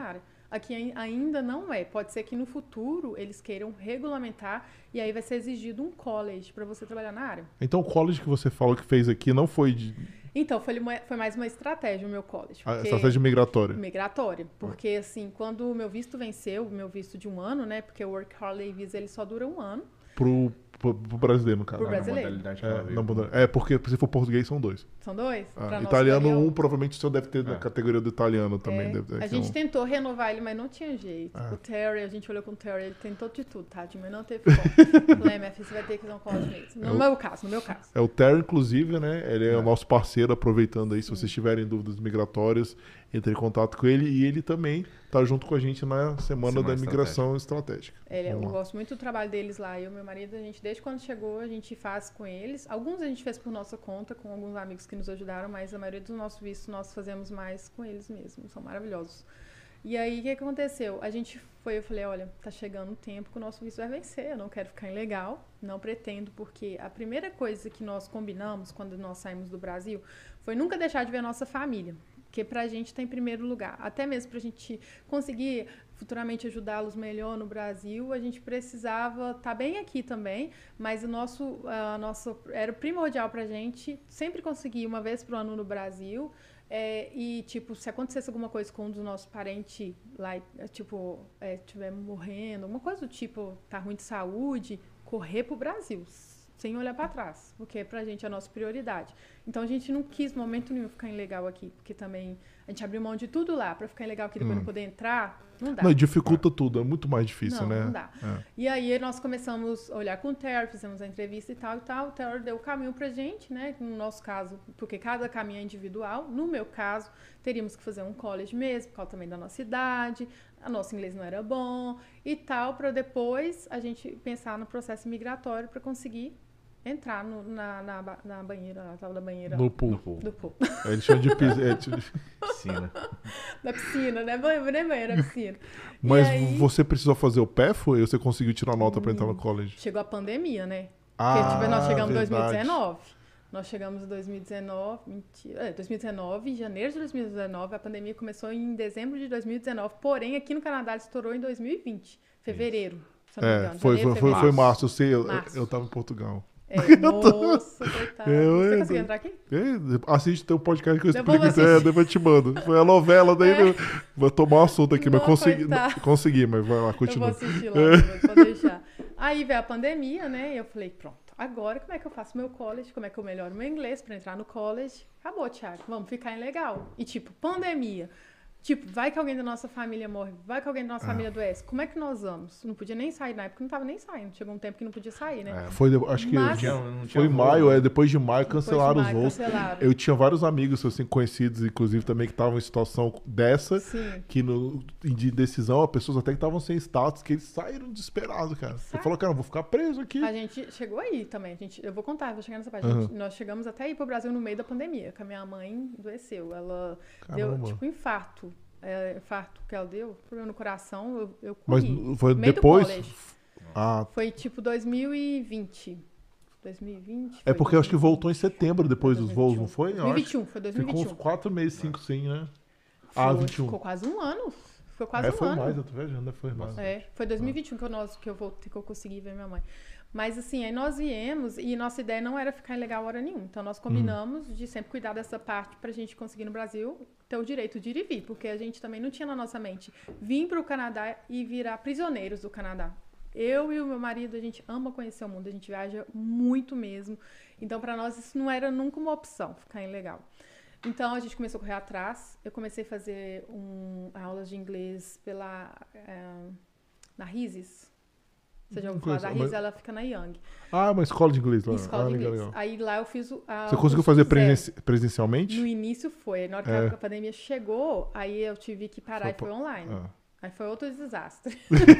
S3: Aqui ainda não é. Pode ser que no futuro eles queiram regulamentar e aí vai ser exigido um college para você trabalhar na área.
S1: Então o college que você falou que fez aqui não foi de...
S3: Então, foi, uma, foi mais uma estratégia o meu college.
S1: A estratégia migratória.
S3: Migratória. Porque, assim, quando o meu visto venceu, o meu visto de um ano, né? Porque o Work Holiday Visa, ele só dura um ano.
S1: Pro, pro, pro brasileiro, no caso.
S3: Pro brasileiro.
S2: Na modalidade que
S1: É,
S2: ela veio.
S1: na moda- é, porque se for português são dois.
S3: São dois?
S1: Ah,
S3: Pra nós
S1: italiano,
S3: daria
S1: um, provavelmente o senhor deve ter na
S2: É.
S1: categoria do italiano também.
S3: É,
S1: Deve,
S3: a
S1: que
S3: gente
S1: é um-
S3: tentou renovar ele, mas não tinha jeito.
S1: Ah.
S3: O Terry, a gente olhou com o Terry, ele tentou de tudo, tadinho, mas não teve como. Falei, minha filha, você vai ter que fazer um college mesmo. No
S1: É o-
S3: meu caso, no meu caso.
S1: É o Terry, inclusive, né? Ele é,
S2: É.
S1: o nosso parceiro, aproveitando aí. Se vocês tiverem dúvidas migratórias, entre em contato com ele. E ele também tá junto com a gente na Semana,
S2: Semana
S1: da Migração Estratégica.
S3: Ele, eu
S1: Vamos lá.
S3: gosto muito do trabalho deles lá. Eu e meu marido, a gente, desde quando chegou, a gente faz com eles. Alguns a gente fez por nossa conta, com alguns amigos que nos ajudaram, mas a maioria dos nossos vistos nós fazemos mais com eles mesmos. São maravilhosos. E aí, o que aconteceu? A gente foi, eu falei, olha, tá chegando o tempo que o nosso visto vai vencer, eu não quero ficar ilegal, não pretendo, porque a primeira coisa que nós combinamos quando nós saímos do Brasil foi nunca deixar de ver a nossa família. Porque pra gente tá em primeiro lugar. Até mesmo pra gente conseguir futuramente ajudá-los melhor no Brasil, a gente precisava estar tá bem aqui também, mas o nosso, a nossa, era primordial pra gente sempre conseguir uma vez pro ano no Brasil. É, e, tipo, se acontecesse alguma coisa com um dos nossos parentes lá, tipo, é, estiver morrendo, alguma coisa do tipo, tá ruim de saúde, correr pro Brasil, sem olhar para trás, porque pra gente é a nossa prioridade. Então a gente não quis, em momento nenhum, ficar ilegal aqui, porque também a gente abriu mão de tudo lá pra ficar ilegal aqui, depois
S1: Hum.
S3: não poder entrar, não dá.
S1: Não, e dificulta tudo, é muito mais difícil,
S3: Não,
S1: né?
S3: não dá.
S1: É.
S3: E aí nós começamos a olhar com o Terry, fizemos a entrevista e tal e tal. O Terry deu o caminho pra gente, né? No nosso caso, porque cada caminho é individual. No meu caso, teríamos que fazer um college mesmo, por causa também da nossa idade. A nosso inglês não era bom e tal, para depois a gente pensar no processo migratório para conseguir entrar no, na, na, ba- na banheira, na tal da banheira
S1: No pool.
S2: No pool.
S3: do pool.
S1: Aí eles chamam de pis- é, tipo-
S2: Piscina.
S3: Da piscina, né? Banheira, nem banheira, é piscina. E
S1: Mas
S3: aí,
S1: você precisou fazer o P E F ou você conseguiu tirar nota pra entrar no college?
S3: chegou a pandemia, né?
S1: Ah,
S3: Porque tipo, nós chegamos em dois mil e
S1: verdade.
S3: dezenove. Nós chegamos em dois mil e dezenove, mentira, é, dois mil e dezenove, em janeiro de dois mil e dezenove, a pandemia começou em dezembro de dois mil e dezenove, porém aqui no Canadá ela estourou em dois mil e vinte, fevereiro, se eu não me
S1: É,
S3: engano.
S1: foi,
S3: Janeiro,
S1: foi, foi, foi
S3: fevereiro.
S1: março, eu sei, eu,
S3: Março.
S1: eu tava em Portugal.
S3: É, nossa, coitado.
S1: Eu-
S3: Você
S1: eu-
S3: conseguiu entrar aqui?
S1: É, assiste teu podcast que eu
S3: Depois
S1: explico,
S3: eu
S1: é,
S3: assisto.
S1: depois eu te mando. Foi a novela, daí
S3: É.
S1: eu vou tomar um assunto aqui, mas
S3: Não,
S1: consegui,
S3: coitado.
S1: não, consegui, mas vai lá,
S3: Eu vou
S1: continua.
S3: assistir lá, depois, pode deixar. Aí veio a pandemia, né? E eu falei, pronto, agora como é que eu faço meu college? Como é que eu melhoro meu inglês pra entrar no college? Acabou, Thiago, vamos ficar em legal. E tipo, pandemia. Tipo, vai que alguém da nossa família morre, vai que alguém da nossa
S1: Ah.
S3: família adoece. Como é que nós vamos? Não podia nem sair, na época não tava nem saindo. Chegou um tempo que não podia sair, né?
S2: É.
S1: Foi, de- acho que
S3: Mas-
S2: Tinha- não tinha
S1: foi em
S2: voo,
S1: maio,
S2: né?
S1: é, depois de maio
S3: Depois de
S1: cancelaram os
S3: maio,
S1: voos.
S3: cancelaram.
S1: Eu tinha vários amigos, assim, conhecidos, inclusive, também que estavam em situação dessa,
S3: Sim.
S1: que no, de decisão, as pessoas até que estavam sem status, que eles saíram desesperados, cara. Você
S3: Sai.
S1: falou, cara, eu vou ficar preso aqui.
S3: A gente chegou aí também. A gente, eu vou contar, vou chegar nessa parte. A
S1: Aham.
S3: gente- nós chegamos até aí pro Brasil no meio da pandemia, que a minha mãe adoeceu. Ela deu,
S1: Caramba.
S3: tipo, infarto. É, infarto que ela deu, problema no coração, eu, eu
S1: Mas
S3: corri.
S1: foi
S3: No meio do
S1: depois.
S3: college.
S1: Ah,
S3: Foi tipo dois mil e vinte. dois mil e vinte?
S1: é porque eu acho que voltou em setembro depois dos voos, não foi? Eu
S3: dois mil e
S1: acho.
S3: vinte e um, foi
S1: Ficou uns
S3: dois mil e vinte e um.
S1: quatro meses, cinco sim, né?
S3: Foi,
S1: Ah, vinte e um.
S3: Ficou quase um ano. Ficou quase
S1: É,
S3: um
S1: foi
S3: ano.
S1: mais, eu tô viajando, né? Foi mais.
S3: É, foi dois mil e vinte e um que eu, nós, que, eu voltei, que eu consegui ver minha mãe. Mas assim, aí nós viemos e nossa ideia não era ficar ilegal hora nenhuma. Então nós combinamos de sempre cuidar dessa parte pra gente conseguir no Brasil ter o direito de ir e vir. Porque a gente também não tinha na nossa mente vir pro Canadá e virar prisioneiros do Canadá. Eu e o meu marido, a gente ama conhecer o mundo, a gente viaja muito mesmo. Então pra nós isso não era nunca uma opção, ficar ilegal. Então a gente começou a correr atrás. Eu comecei a fazer um, aulas de inglês pela eh, na Rises. Você já
S1: Não
S3: ouviu falar da
S1: conheço,
S3: Rises?
S1: mas-
S3: Ela fica na Young.
S1: Ah, uma escola de inglês lá.
S3: Escola
S1: ah,
S3: de
S1: legal,
S3: inglês.
S1: legal.
S3: Aí lá eu fiz o. a-
S1: Você
S3: o
S1: conseguiu
S3: curso
S1: fazer
S3: do zero.
S1: presenci- presencialmente?
S3: No início foi. Na hora que
S1: É.
S3: a pandemia chegou, aí eu tive que parar
S1: Foi
S3: e foi
S1: pa-
S3: online.
S1: Ah.
S3: Aí foi outro desastre.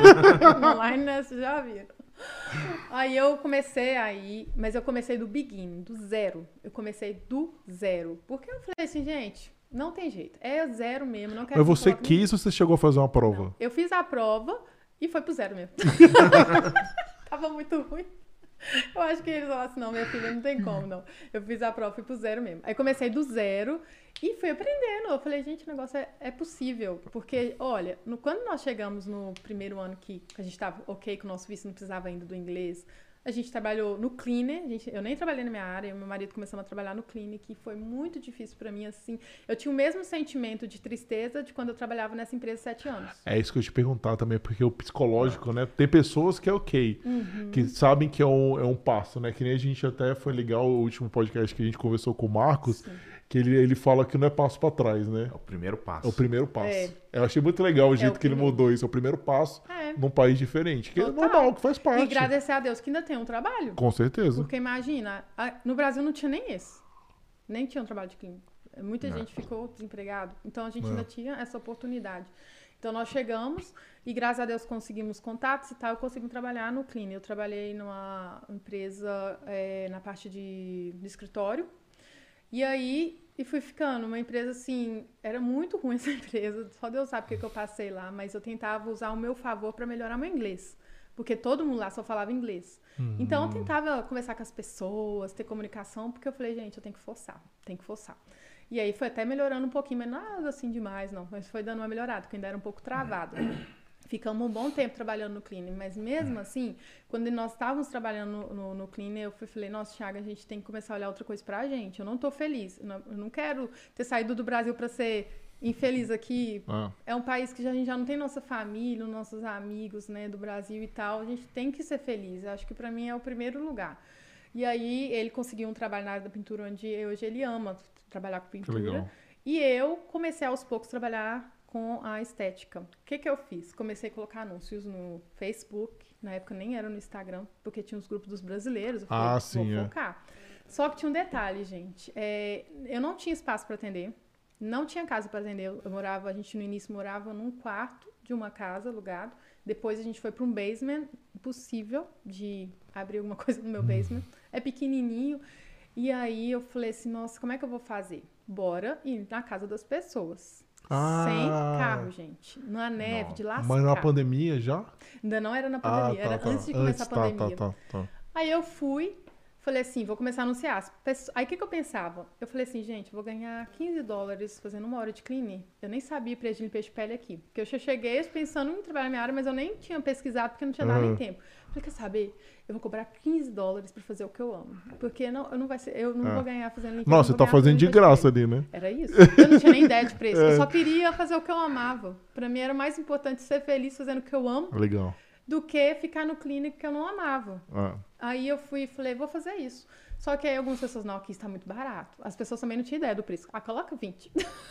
S3: Online, né? Vocês já viram. Aí eu comecei aí, mas eu comecei do beginning, do zero. Eu comecei do zero. Porque eu falei assim, gente, não tem jeito. É zero mesmo, não quero
S1: Mas
S3: que
S1: você
S3: coloque
S1: quis ou você chegou a fazer uma prova?
S3: Não, eu fiz a prova e foi pro zero mesmo. Tava muito ruim. Eu acho que eles falaram assim, não, minha filha, não tem como, não. Eu fiz a prova e fui pro zero mesmo. Aí comecei do zero E fui aprendendo. Eu falei, gente, o negócio é, é possível. Porque, olha, no, quando nós chegamos no primeiro ano que a gente estava ok com o nosso visto, não precisava ainda do inglês, a gente trabalhou no Cleaner. A gente, eu nem trabalhei na minha área, eu e meu marido começamos a trabalhar no Cleaner, que foi muito difícil pra mim, assim. Eu tinha o mesmo sentimento de tristeza de quando eu trabalhava nessa empresa há sete anos.
S1: É isso que eu te perguntar também, porque o psicológico, né? Tem pessoas que é ok,
S3: Uhum.
S1: que sabem que é um, é um passo, né? Que nem a gente até foi legal o último podcast que a gente conversou com o Marcos,
S3: Sim.
S1: que ele, ele fala que não é passo pra trás, né?
S2: É o primeiro passo.
S1: É o primeiro passo.
S3: É.
S1: Eu achei muito legal o jeito
S3: o
S1: que ele
S3: primeiro.
S1: mudou isso. É o primeiro passo
S3: É.
S1: num país diferente. Que
S3: Total.
S1: é normal, que faz
S3: E
S1: parte.
S3: agradecer a Deus que ainda tem um trabalho.
S1: Com certeza.
S3: Porque imagina, a- no Brasil não tinha nem esse. Nem tinha um trabalho de clínico. Muita
S2: Não.
S3: gente ficou desempregado. Então a gente
S1: Não.
S3: ainda tinha essa oportunidade. Então nós chegamos e graças a Deus conseguimos contatos e tal, eu consegui trabalhar no Clean. Eu trabalhei numa empresa é, na parte de, de escritório. E aí, e fui ficando, uma empresa assim, era muito ruim essa empresa, só Deus sabe o que, que eu passei lá, mas eu tentava usar o meu favor para melhorar meu inglês, porque todo mundo lá só falava inglês.
S1: Hum.
S3: Então eu tentava conversar com as pessoas, ter comunicação, porque eu falei, gente, eu tenho que forçar, tenho que forçar. E aí foi até melhorando um pouquinho, mas nada assim demais não, mas foi dando uma melhorada, porque ainda era um pouco travado. Ficamos um bom tempo trabalhando no Cleaner, mas mesmo assim, quando nós estávamos trabalhando no, no, no Cleaner, eu fui, falei, nossa, Thiago, a gente tem que começar a olhar outra coisa pra gente. Eu não tô feliz, eu não, eu não quero ter saído do Brasil pra ser infeliz aqui.
S1: Ah.
S3: É um país que já, a gente já não tem nossa família, nossos amigos, né, do Brasil e tal. A gente tem que ser feliz. Eu acho que pra mim é o primeiro lugar. E aí ele conseguiu um trabalho na área da pintura, onde hoje ele ama trabalhar com
S1: Que
S3: pintura.
S1: legal.
S3: E eu comecei aos poucos a trabalhar com a estética. O que que eu fiz? Comecei a colocar anúncios no Facebook, na época nem era no Instagram, porque tinha os grupos dos brasileiros, eu falei,
S1: Ah,
S3: vou
S1: sim, é.
S3: focar. Só que tinha um detalhe, gente, é, eu não tinha espaço para atender, não tinha casa para atender, eu morava, a gente no início morava num quarto de uma casa alugado, depois a gente foi para um basement, impossível de abrir alguma coisa no meu basement, é pequenininho, e aí eu falei assim, nossa, como é que eu vou fazer? Bora ir na casa das pessoas.
S1: Ah.
S3: Sem carro, gente. Na neve,
S2: Não.
S3: de lascar.
S1: Mas na pandemia já?
S3: Ainda não era na pandemia,
S1: Ah, tá,
S3: era
S1: tá.
S3: antes de começar
S1: Antes,
S3: a pandemia.
S1: Tá, tá, tá, tá.
S3: Aí eu fui, falei assim, vou começar a anunciar. As pesso- Aí o que, que eu pensava? Eu falei assim, gente, vou ganhar quinze dólares fazendo uma hora de cleaning. Eu nem sabia preço de limpeza de pele aqui. Porque eu já cheguei pensando em trabalhar na minha área, mas eu nem tinha pesquisado porque não tinha dado
S1: Uhum.
S3: nem tempo. Falei, quer saber? Eu vou cobrar quinze dólares pra fazer o que eu amo. Porque não, eu não, vai ser, eu não
S1: É.
S3: vou ganhar fazendo limpeza.
S1: Nossa,
S3: não
S1: você
S3: vou
S1: tá
S3: ganhar
S1: fazendo de
S3: limpeza pele.
S1: graça ali, né?
S3: Era isso. Eu não tinha nem ideia de preço.
S1: É.
S3: Eu só queria fazer o que eu amava. Pra mim era mais importante ser feliz fazendo o que eu amo
S1: Legal.
S3: do que ficar no clínico que eu não amava.
S1: Ah.
S3: Aí eu fui e falei, vou fazer isso. Só que aí algumas pessoas, não, aqui está muito barato. As pessoas também não tinham ideia do preço. Ah, coloca vinte.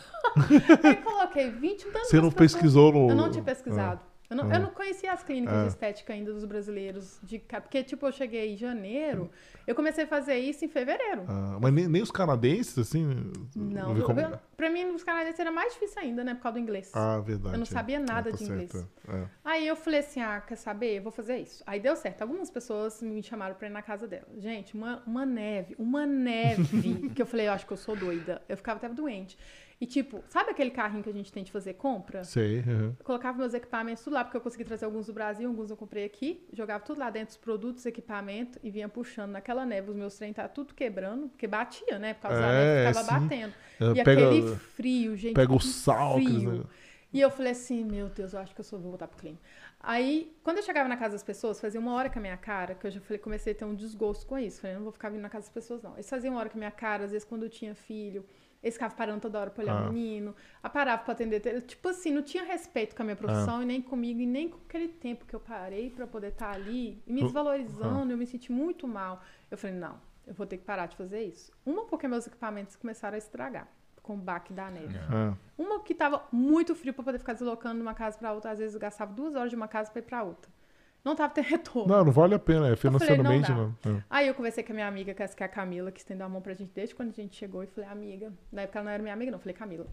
S3: Aí coloquei vinte. Dando
S1: Você não
S3: pras pessoas.
S1: pesquisou no...
S3: Eu não tinha pesquisado. Eu não,
S1: Ah.
S3: eu não conhecia as clínicas
S1: Ah.
S3: de estética ainda dos brasileiros. De, ca- porque, tipo, eu cheguei em janeiro, eu comecei a fazer isso em fevereiro.
S1: Ah, mas nem, nem os canadenses, assim?
S3: Não,
S1: eu vi
S3: eu,
S1: como-
S3: eu, pra mim, nos canadenses era mais difícil ainda, né? Por causa do inglês.
S1: Ah, verdade.
S3: Eu não
S1: é.
S3: sabia nada
S1: É, tá
S3: de
S1: certo,
S3: inglês.
S1: é. É.
S3: Aí eu falei assim, ah, quer saber? Eu vou fazer isso. Aí deu certo. Algumas pessoas me chamaram pra ir na casa dela. Gente, uma, uma neve, uma neve, que eu falei, eu acho que eu sou doida. Eu ficava até doente. E tipo, sabe aquele carrinho que a gente tem de fazer compra?
S1: Sei. uhum.
S3: Eu colocava meus equipamentos tudo lá, porque eu consegui trazer alguns do Brasil, alguns eu comprei aqui. Jogava tudo lá dentro, os produtos, equipamento, e vinha puxando naquela neve. Os meus trem tá tudo quebrando, porque batia, né? Por causa da
S1: É,
S3: neve, ficava
S1: sim.
S3: batendo.
S1: É,
S3: E
S1: pega-
S3: aquele frio, gente.
S1: Pega o
S3: que
S1: sal. aqueles
S3: frio.
S1: negócios.
S3: E eu falei assim, meu Deus, eu acho que eu só vou voltar pro clean. Aí, quando eu chegava na casa das pessoas, fazia uma hora com a minha cara, que eu já falei, comecei a ter um desgosto com isso. Falei, eu não vou ficar vindo na casa das pessoas, não. Eles faziam uma hora com a minha cara, às vezes quando eu tinha filho, eles ficavam parando toda hora pra olhar
S1: Ah.
S3: o menino, a parava pra atender. Tipo assim, não tinha respeito com a minha profissão, e nem comigo, e nem com aquele tempo que eu parei pra poder estar ali, e me
S1: Tu-
S3: desvalorizando, eu me senti muito mal. Eu falei, não, eu vou ter que parar de fazer isso. Uma, porque meus equipamentos começaram a estragar, com o baque da neve.
S1: É.
S3: Uma que tava muito frio pra poder ficar deslocando de uma casa pra outra. Às vezes eu gastava duas horas de uma casa pra ir pra outra. Não tava tendo retorno.
S1: Não, não vale a pena. É financeiramente,
S3: não
S1: não. É.
S3: Aí eu conversei com a minha amiga, que é a Camila, que estendeu a mão pra gente desde quando a gente chegou. E falei, amiga. Na época ela não era minha amiga, não. Falei, Camila.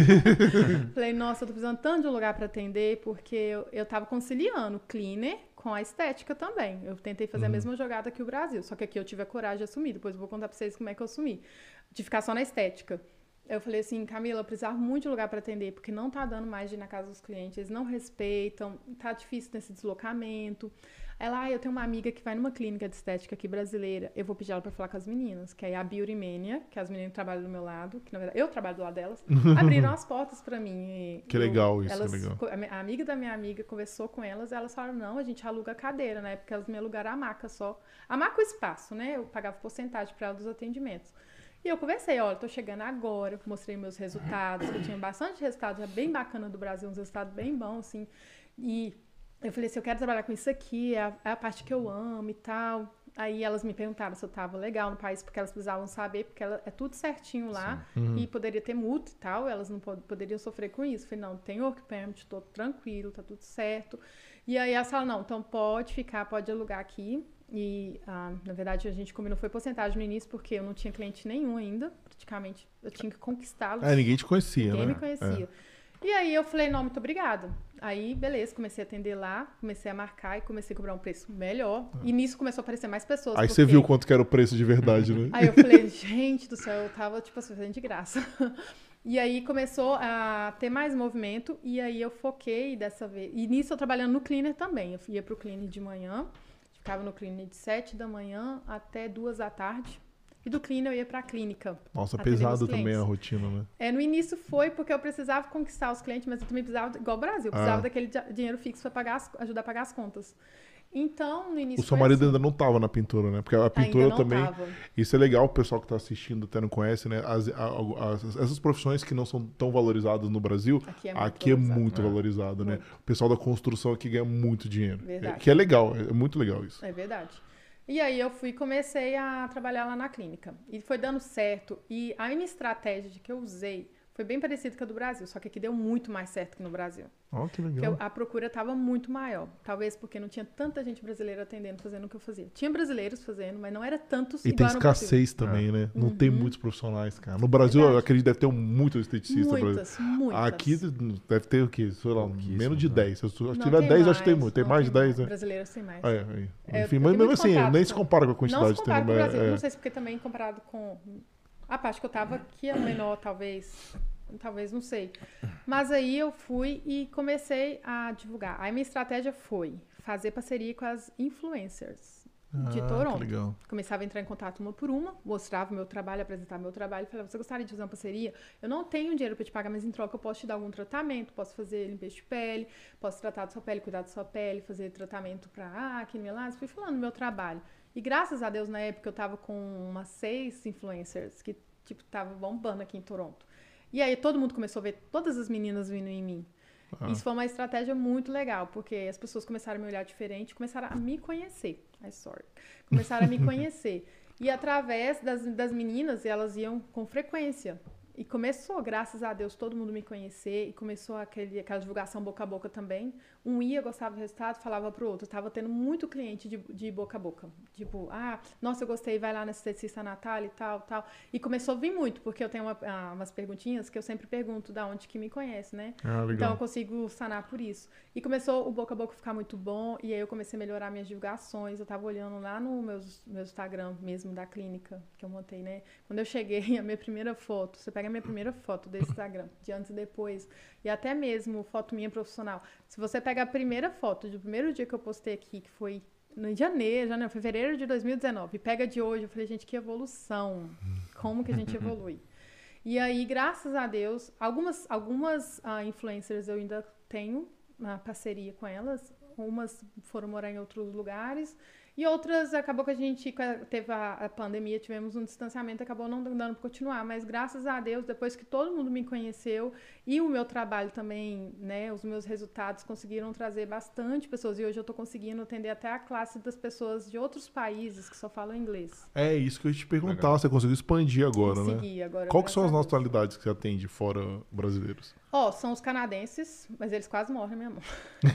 S3: Falei, nossa, eu tô precisando tanto de um lugar pra atender, porque eu, eu tava conciliando cleaner com a estética também. Eu tentei fazer a mesma jogada que o Brasil. Só que aqui eu tive a coragem de assumir. Depois eu vou contar pra vocês como é que eu assumi. De ficar só na estética. Eu falei assim, Camila, eu precisava muito de lugar para atender, porque não tá dando mais de ir na casa dos clientes, eles não respeitam, tá difícil nesse deslocamento. Ela, ah, eu tenho uma amiga que vai numa clínica de estética aqui brasileira, eu vou pedir ela pra falar com as meninas, que é a Beauty Mania, que as meninas que trabalham do meu lado, que na verdade eu trabalho do lado delas, abriram as portas pra mim. E
S1: Que
S3: eu,
S1: legal isso,
S3: elas,
S1: que legal.
S3: A amiga da minha amiga conversou com elas, e elas falaram, não, a gente aluga a cadeira, né? Porque elas me alugaram a maca só. A maca o espaço, né? Eu pagava porcentagem pra ela dos atendimentos. E eu conversei, olha, tô chegando agora, mostrei meus resultados, eu tinha bastante resultado já bem bacana do Brasil, uns resultados bem bons, assim, e eu falei assim, eu quero trabalhar com isso aqui, é a, é a parte que eu amo e tal. Aí elas me perguntaram se eu tava legal no país, porque elas precisavam saber, porque ela, é tudo certinho lá,
S1: Uhum.
S3: e poderia ter multa e tal, elas não pod- poderiam sofrer com isso. Eu falei, não, tem work permit, tô tranquilo, tá tudo certo. E aí elas falaram, não, então pode ficar, pode alugar aqui. E, ah, na verdade, a gente combinou, foi porcentagem no início, porque eu não tinha cliente nenhum ainda, praticamente, eu tinha que conquistá-los.
S1: É, ninguém te conhecia,
S3: Ninguém
S1: né?
S3: me conhecia. E aí eu falei, não, muito obrigada. Aí, beleza, comecei a atender lá, comecei a marcar e comecei a cobrar um preço melhor. E nisso começou a aparecer mais pessoas.
S1: É. Aí
S3: porque...
S1: você viu quanto que era o preço de verdade, né?
S3: Aí eu falei, gente do céu, eu tava, tipo assim, fazendo de graça. E aí começou a ter mais movimento, e aí eu foquei dessa vez. E nisso eu trabalhando no cleaner também. Eu ia pro cleaner de manhã, ficava no cleaner de sete da manhã até duas da tarde. E do cleaner eu ia pra clínica.
S1: Nossa,
S3: atender
S1: pesado
S3: meus
S1: também
S3: clientes.
S1: a rotina, né?
S3: É, no início foi porque eu precisava conquistar os clientes, mas eu também precisava, igual o Brasil, eu precisava
S1: Ah.
S3: daquele di- dinheiro fixo para pagar as- ajudar a pagar as contas. Então, no início
S1: O seu
S3: foi
S1: marido
S3: assim.
S1: ainda não tava na pintura, né? Porque a pintura
S3: Ainda não
S1: também.
S3: tava.
S1: Isso é legal, o pessoal que tá assistindo até não conhece, né? As, a- as- essas profissões que não são tão valorizadas no Brasil,
S3: Aqui é muito
S1: aqui é
S3: valorizado.
S1: muito valorizado, né?
S3: Muito.
S1: O pessoal da construção aqui ganha muito dinheiro.
S3: Verdade.
S1: É, que é legal, é muito legal isso.
S3: É verdade. E aí eu fui e comecei a trabalhar lá na clínica. E foi dando certo. E a minha estratégia que eu usei foi bem parecida com a do Brasil, só que aqui deu muito mais certo que no Brasil.
S1: Ó, que
S3: Porque
S1: legal.
S3: eu- a procura estava muito maior. Talvez porque não tinha tanta gente brasileira atendendo, fazendo o que eu fazia. Tinha brasileiros fazendo, mas não era tantos
S1: E tem
S3: igual no Brasil.
S1: escassez também, né? Não tem muitos profissionais, cara. No Brasil, eu
S3: Verdade.
S1: acredito que deve ter um, muito esteticista.
S3: Muitas, muitas.
S1: Aqui deve ter o quê? Sei lá,
S2: Pouquíssimo,
S1: menos de
S2: né?
S1: dez. Se eu
S3: Não,
S1: tiver
S3: tem
S1: dez, acho que tem
S3: mais,
S1: muito. Tem
S3: não
S1: mais de dez, né?
S3: Brasileiros tem mais.
S1: É, é.
S3: É, eu-
S1: Enfim,
S3: eu
S1: mas
S3: tenho
S1: mesmo
S3: muito
S1: assim,
S3: contato
S1: nem se
S3: com-
S1: compara com a
S3: Não
S1: quantidade
S3: se
S1: de
S3: compara com o
S1: tem,
S3: Brasil.
S1: é,
S3: Não sei se porque também comparado com a parte que eu tava aqui é menor, talvez. Talvez, não sei. Mas aí eu fui e comecei a divulgar. Aí minha estratégia foi fazer parceria com as influencers de
S1: Ah,
S3: Toronto.
S1: que legal.
S3: Começava a entrar em contato uma por uma, mostrava o meu trabalho, apresentava meu trabalho, falava, você gostaria de fazer uma parceria? Eu não tenho dinheiro para te pagar, mas em troca eu posso te dar algum tratamento, posso fazer limpeza de pele, posso tratar da sua pele, cuidar da sua pele, fazer tratamento para acne, melasma. Fui falando do meu trabalho. E graças a Deus, na época, eu tava com umas seis influencers que, tipo, tava bombando aqui em Toronto. E aí todo mundo começou a ver todas as meninas vindo em mim.
S1: Ah.
S3: Isso foi uma estratégia muito legal, porque as pessoas começaram a me olhar diferente, começaram a me conhecer. Ai, sorry. Começaram a me conhecer. E através das, das meninas, elas iam com frequência. E começou, graças a Deus, todo mundo me conhecer. E começou aquele, aquela divulgação boca a boca também. Um ia, gostava do resultado, falava pro outro. Eu tava tendo muito cliente de, de boca a boca. Tipo, ah, nossa, eu gostei, vai lá na esteticista Natália e tal, tal. E começou a vir muito, porque eu tenho uma, ah, umas perguntinhas que eu sempre pergunto da onde que me conhece, né?
S1: Ah, legal.
S3: Então eu consigo sanar por isso. E começou o boca a boca ficar muito bom. E aí eu comecei a melhorar minhas divulgações. Eu tava olhando lá no meu, meu Instagram mesmo da clínica que eu montei, né? Quando eu cheguei, a minha primeira foto, você pega a minha primeira foto do Instagram, de antes e depois, e até mesmo foto minha profissional. Se você pega a primeira foto do primeiro dia que eu postei aqui, que foi no janeiro, janeiro, fevereiro de dois mil e dezenove, e pega de hoje, eu falei, gente, que evolução. Como que a gente evolui? E aí, graças a Deus, algumas, algumas uh, influencers eu ainda tenho uma parceria com elas, umas foram morar em outros lugares, e outras, acabou que a gente teve a, a pandemia, tivemos um distanciamento, acabou não dando para continuar, mas graças a Deus, depois que todo mundo me conheceu e o meu trabalho também, né, os meus resultados conseguiram trazer bastante pessoas, e hoje eu estou conseguindo atender até a classe das pessoas de outros países que só falam inglês.
S1: É isso que eu ia te perguntar.
S2: Legal.
S1: Você conseguiu expandir agora,
S3: Consegui,
S1: né?
S3: agora.
S1: Qual que são as
S3: graças a Deus.
S1: nacionalidades que você atende fora brasileiros?
S3: Ó, são os canadenses, mas eles quase morrem na minha mão.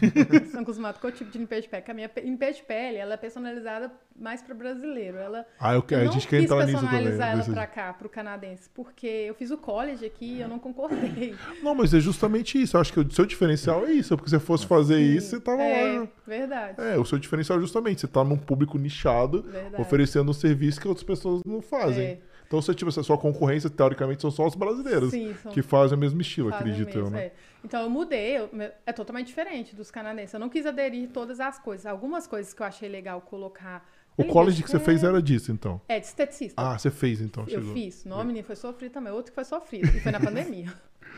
S3: São acostumados com o tipo de limpeza de pele. Que a minha pe- limpeza de pele, ela é personalizada mais para brasileiro. Ela,
S1: Ah, eu,
S3: eu
S1: a
S3: não
S1: gente quer
S3: quis
S1: entrar nisso também.
S3: personalizar ela
S1: nesse-
S3: para cá, para o canadense, porque eu fiz o college aqui e eu não concordei.
S1: Não, mas é justamente isso. Eu acho que o seu diferencial é isso. Porque se você fosse fazer
S3: Sim,
S1: isso, você tava
S3: é,
S1: lá.
S3: verdade.
S1: É, o seu diferencial é justamente você tá num público nichado,
S3: Verdade.
S1: oferecendo um serviço que outras pessoas não fazem.
S3: É.
S1: Então, você, tipo, a sua concorrência, teoricamente, são só os brasileiros
S3: Sim, são-
S1: que fazem o mesmo estilo,
S3: fazem
S1: acredito
S3: mesmo,
S1: eu, né?
S3: é. Então eu mudei, eu- meu- é totalmente diferente dos canadenses. Eu não quis aderir todas as coisas. Algumas coisas que eu achei legal colocar.
S1: O
S3: Falei,
S1: college
S3: deixa
S1: que você
S3: eu-
S1: fez era disso, então.
S3: É, de esteticista.
S1: Ah, você fez, então.
S3: Eu
S1: chegou.
S3: fiz. Não, menino, foi sofrido também. Outro que foi sofrido. E foi na pandemia.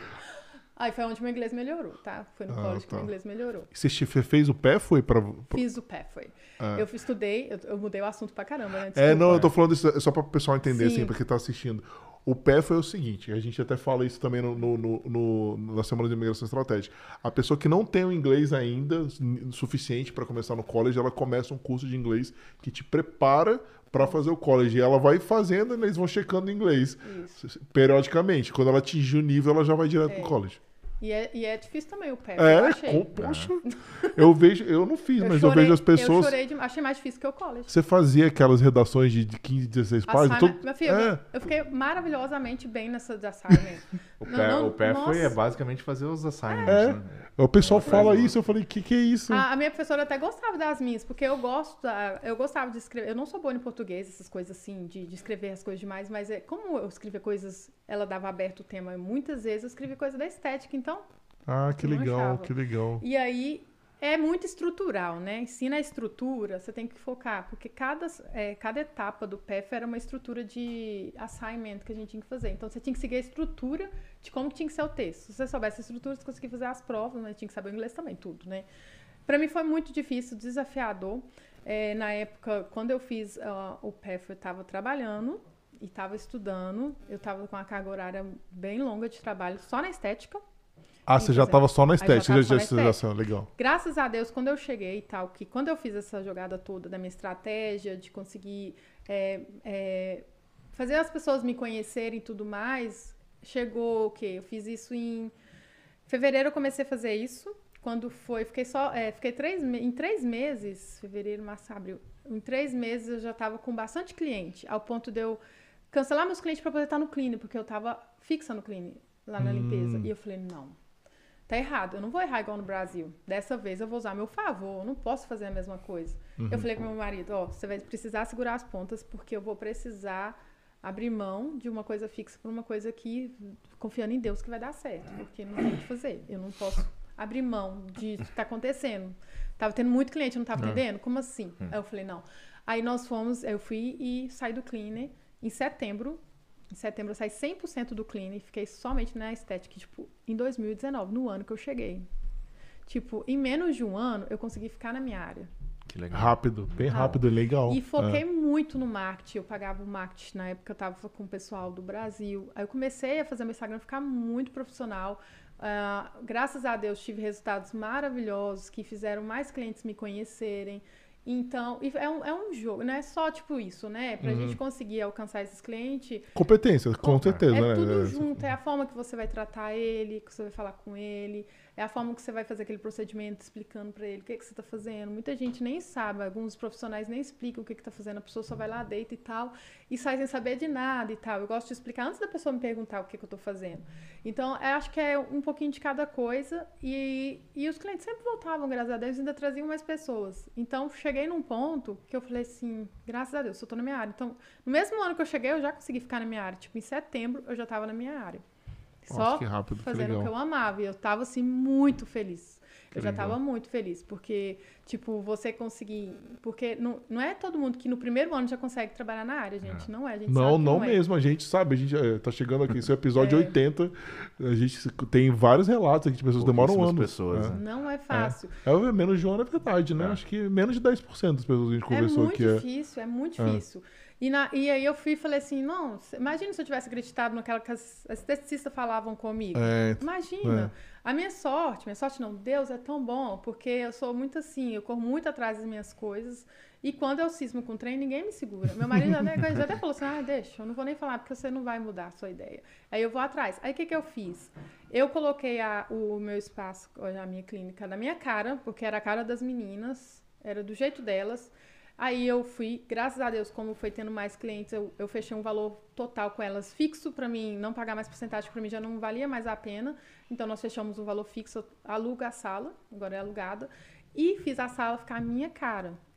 S3: Aí foi onde meu inglês melhorou, tá? Foi no
S1: Ah,
S3: college que
S1: tá.
S3: meu inglês melhorou.
S1: Você che- fez o pé, foi pra... pra-
S3: Fiz o Pathway.
S1: Ah.
S3: Eu estudei, eu, eu mudei o assunto pra caramba, né?
S1: É,
S3: Desculpa.
S1: não, eu tô falando isso só para o pessoal entender,
S3: Sim.
S1: assim, pra quem tá assistindo. O pé foi o seguinte, a gente até fala isso também no, no, no- no- na Semana de Imigração Estratégica. A pessoa que não tem o inglês ainda suficiente para começar no college, ela começa um curso de inglês que te prepara para fazer o college. E ela vai fazendo, e eles vão checando o inglês
S3: Isso.
S1: periodicamente. Quando ela atingir o nível, ela já vai direto
S3: É.
S1: pro college.
S3: E é, e é difícil também o Pathway, eu
S1: É,
S3: achei.
S1: com, poxa. Eu vejo, eu não fiz,
S3: Eu
S1: mas eu
S3: chorei-
S1: vejo as pessoas.
S3: Eu chorei, de, achei mais difícil que o college.
S1: Você fazia aquelas redações de, de quinze, dezesseis páginas?
S3: Assignment-
S1: Todo-
S3: Meu filho,
S1: é.
S3: eu fiquei maravilhosamente bem nessa de assignment.
S2: O
S3: Não,
S2: pé,
S3: não,
S2: o pé foi é
S3: nossa.
S2: basicamente fazer os assignments,
S1: É.
S2: né?
S1: O pessoal fala
S2: Atrás do-
S1: isso, eu falei, que que é isso?
S3: A, a minha professora até gostava das minhas, porque eu gosto, da- eu gostava de escrever. Eu não sou boa em português, essas coisas assim, de, de escrever as coisas demais, mas é, como eu escrevia coisas, ela dava aberto o tema, muitas vezes eu escrevi coisa da estética, então.
S1: Ah, que
S3: eu não
S1: legal,
S3: achava.
S1: que legal.
S3: E aí é muito estrutural, né? Ensina a estrutura, você tem que focar, porque cada, é, cada etapa do P E F era uma estrutura de assignment que a gente tinha que fazer. Então você tinha que seguir a estrutura de como que tinha que ser o texto. Se você soubesse a estrutura, você conseguia fazer as provas, mas tinha que saber o inglês também, tudo, né? Para mim foi muito difícil, desafiador. É, na época, quando eu fiz uh, o P E F, eu estava trabalhando e estava estudando. Eu estava com uma carga horária bem longa de trabalho, só na estética.
S1: Ah,
S3: Sim,
S1: você já
S3: pois é.
S1: tava só na
S3: Aí já
S1: estética,
S3: tava
S1: já,
S3: só na
S1: já, já,
S3: estética.
S1: já, legal.
S3: Graças a Deus, quando eu cheguei e tal, que quando eu fiz essa jogada toda da minha estratégia, de conseguir é, é, fazer as pessoas me conhecerem e tudo mais, chegou o quê? Eu fiz isso em fevereiro, eu comecei a fazer isso. Quando foi, fiquei só, é, fiquei três, me- em três meses, fevereiro, março, abril, em três meses eu já estava com bastante cliente, ao ponto de eu cancelar meus clientes para poder estar no clean, porque eu estava fixa no clean, lá na limpeza. E eu falei, não, tá errado, eu não vou errar igual no Brasil. Dessa vez eu vou usar a meu favor, eu não posso fazer a mesma coisa. Eu falei com meu marido, ó, você vai precisar segurar as pontas, porque eu vou precisar abrir mão de uma coisa fixa por uma coisa que, confiando em Deus que vai dar certo, porque não tem o que fazer. Eu não posso abrir mão de que tá acontecendo. Tava tendo muito cliente, eu não tava entendendo? Como assim? Aí eu falei, não. Aí nós fomos, eu fui e saí do cleaner em setembro. Em setembro eu saí cem por cento do clean e fiquei somente na estética, tipo, em dois mil e dezenove, no ano que eu cheguei. Tipo, em menos de um ano, eu consegui ficar na minha área.
S2: Que legal.
S1: Rápido, bem rápido, legal.
S3: E foquei
S1: É.
S3: muito no marketing. Eu pagava o marketing, na época eu tava com o pessoal do Brasil. Aí eu comecei a fazer meu Instagram ficar muito profissional. Ah, graças a Deus, tive resultados maravilhosos que fizeram mais clientes me conhecerem. Então, e é um, é um jogo, não é só tipo isso, né? Pra gente conseguir alcançar esses clientes,
S1: Competência, com certeza,
S3: é
S1: né?
S3: tudo
S1: É,
S3: junto, é a forma que você vai tratar ele, que você vai falar com ele, é a forma que você vai fazer aquele procedimento explicando pra ele o que, que você tá fazendo. Muita gente nem sabe, alguns profissionais nem explicam o que que tá fazendo, a pessoa só vai lá, deita e tal, e sai sem saber de nada e tal. Eu gosto de explicar antes da pessoa me perguntar o que que eu tô fazendo. Então, eu acho que é um pouquinho de cada coisa e, e os clientes sempre voltavam, graças a Deus, e ainda traziam mais pessoas. Então, cheguei num ponto que eu falei assim, graças a Deus, eu tô na minha área. Então, no mesmo ano que eu cheguei, eu já consegui ficar na minha área. Tipo, em setembro, eu já tava na minha área.
S1: Nossa,
S3: Só
S1: que rápido, que
S3: fazendo o que
S1: legal.
S3: eu amava. E eu tava, assim, muito feliz.
S1: Que
S3: eu já
S1: legal.
S3: tava muito feliz. Porque, tipo, você conseguir... Porque não, não é todo mundo que no primeiro ano já consegue trabalhar na área, gente. Não é, a gente
S1: Não,
S3: sabe que
S1: não
S3: é.
S1: mesmo, a gente sabe, a gente é, tá chegando aqui, esse é o episódio
S3: É.
S1: oitenta, a gente tem vários relatos aqui de pessoas que demoram
S2: Pouquíssimas
S1: anos.
S2: pessoas,
S1: É.
S2: né?
S3: Não é fácil.
S1: É, é menos de um ano é verdade, né?
S2: É.
S1: Acho que menos de dez por cento das pessoas que a gente
S3: É
S1: conversou
S3: muito
S1: aqui. É.
S3: difícil, é muito
S1: É.
S3: difícil. E, na, e aí eu fui e falei assim, não, se- imagina se eu tivesse acreditado naquela que as as esteticistas falavam comigo.
S1: É,
S3: Imagina. A minha sorte, minha sorte não, Deus é tão bom, porque eu sou muito assim, eu corro muito atrás das minhas coisas, e quando eu cismo com o trem, ninguém me segura. Meu marido já até, já até falou assim, ah, deixa, eu não vou nem falar, porque você não vai mudar a sua ideia. Aí eu vou atrás. Aí o que que eu fiz? Eu coloquei a, o meu espaço, a minha clínica, na minha cara, porque era a cara das meninas, era do jeito delas. Aí eu fui, graças a Deus, como foi tendo mais clientes, eu, eu fechei um valor total com elas fixo para mim, não pagar mais porcentagem para mim já não valia mais a pena. Então nós fechamos um valor fixo, aluga a sala, agora é alugada, e fiz a sala ficar a minha cara.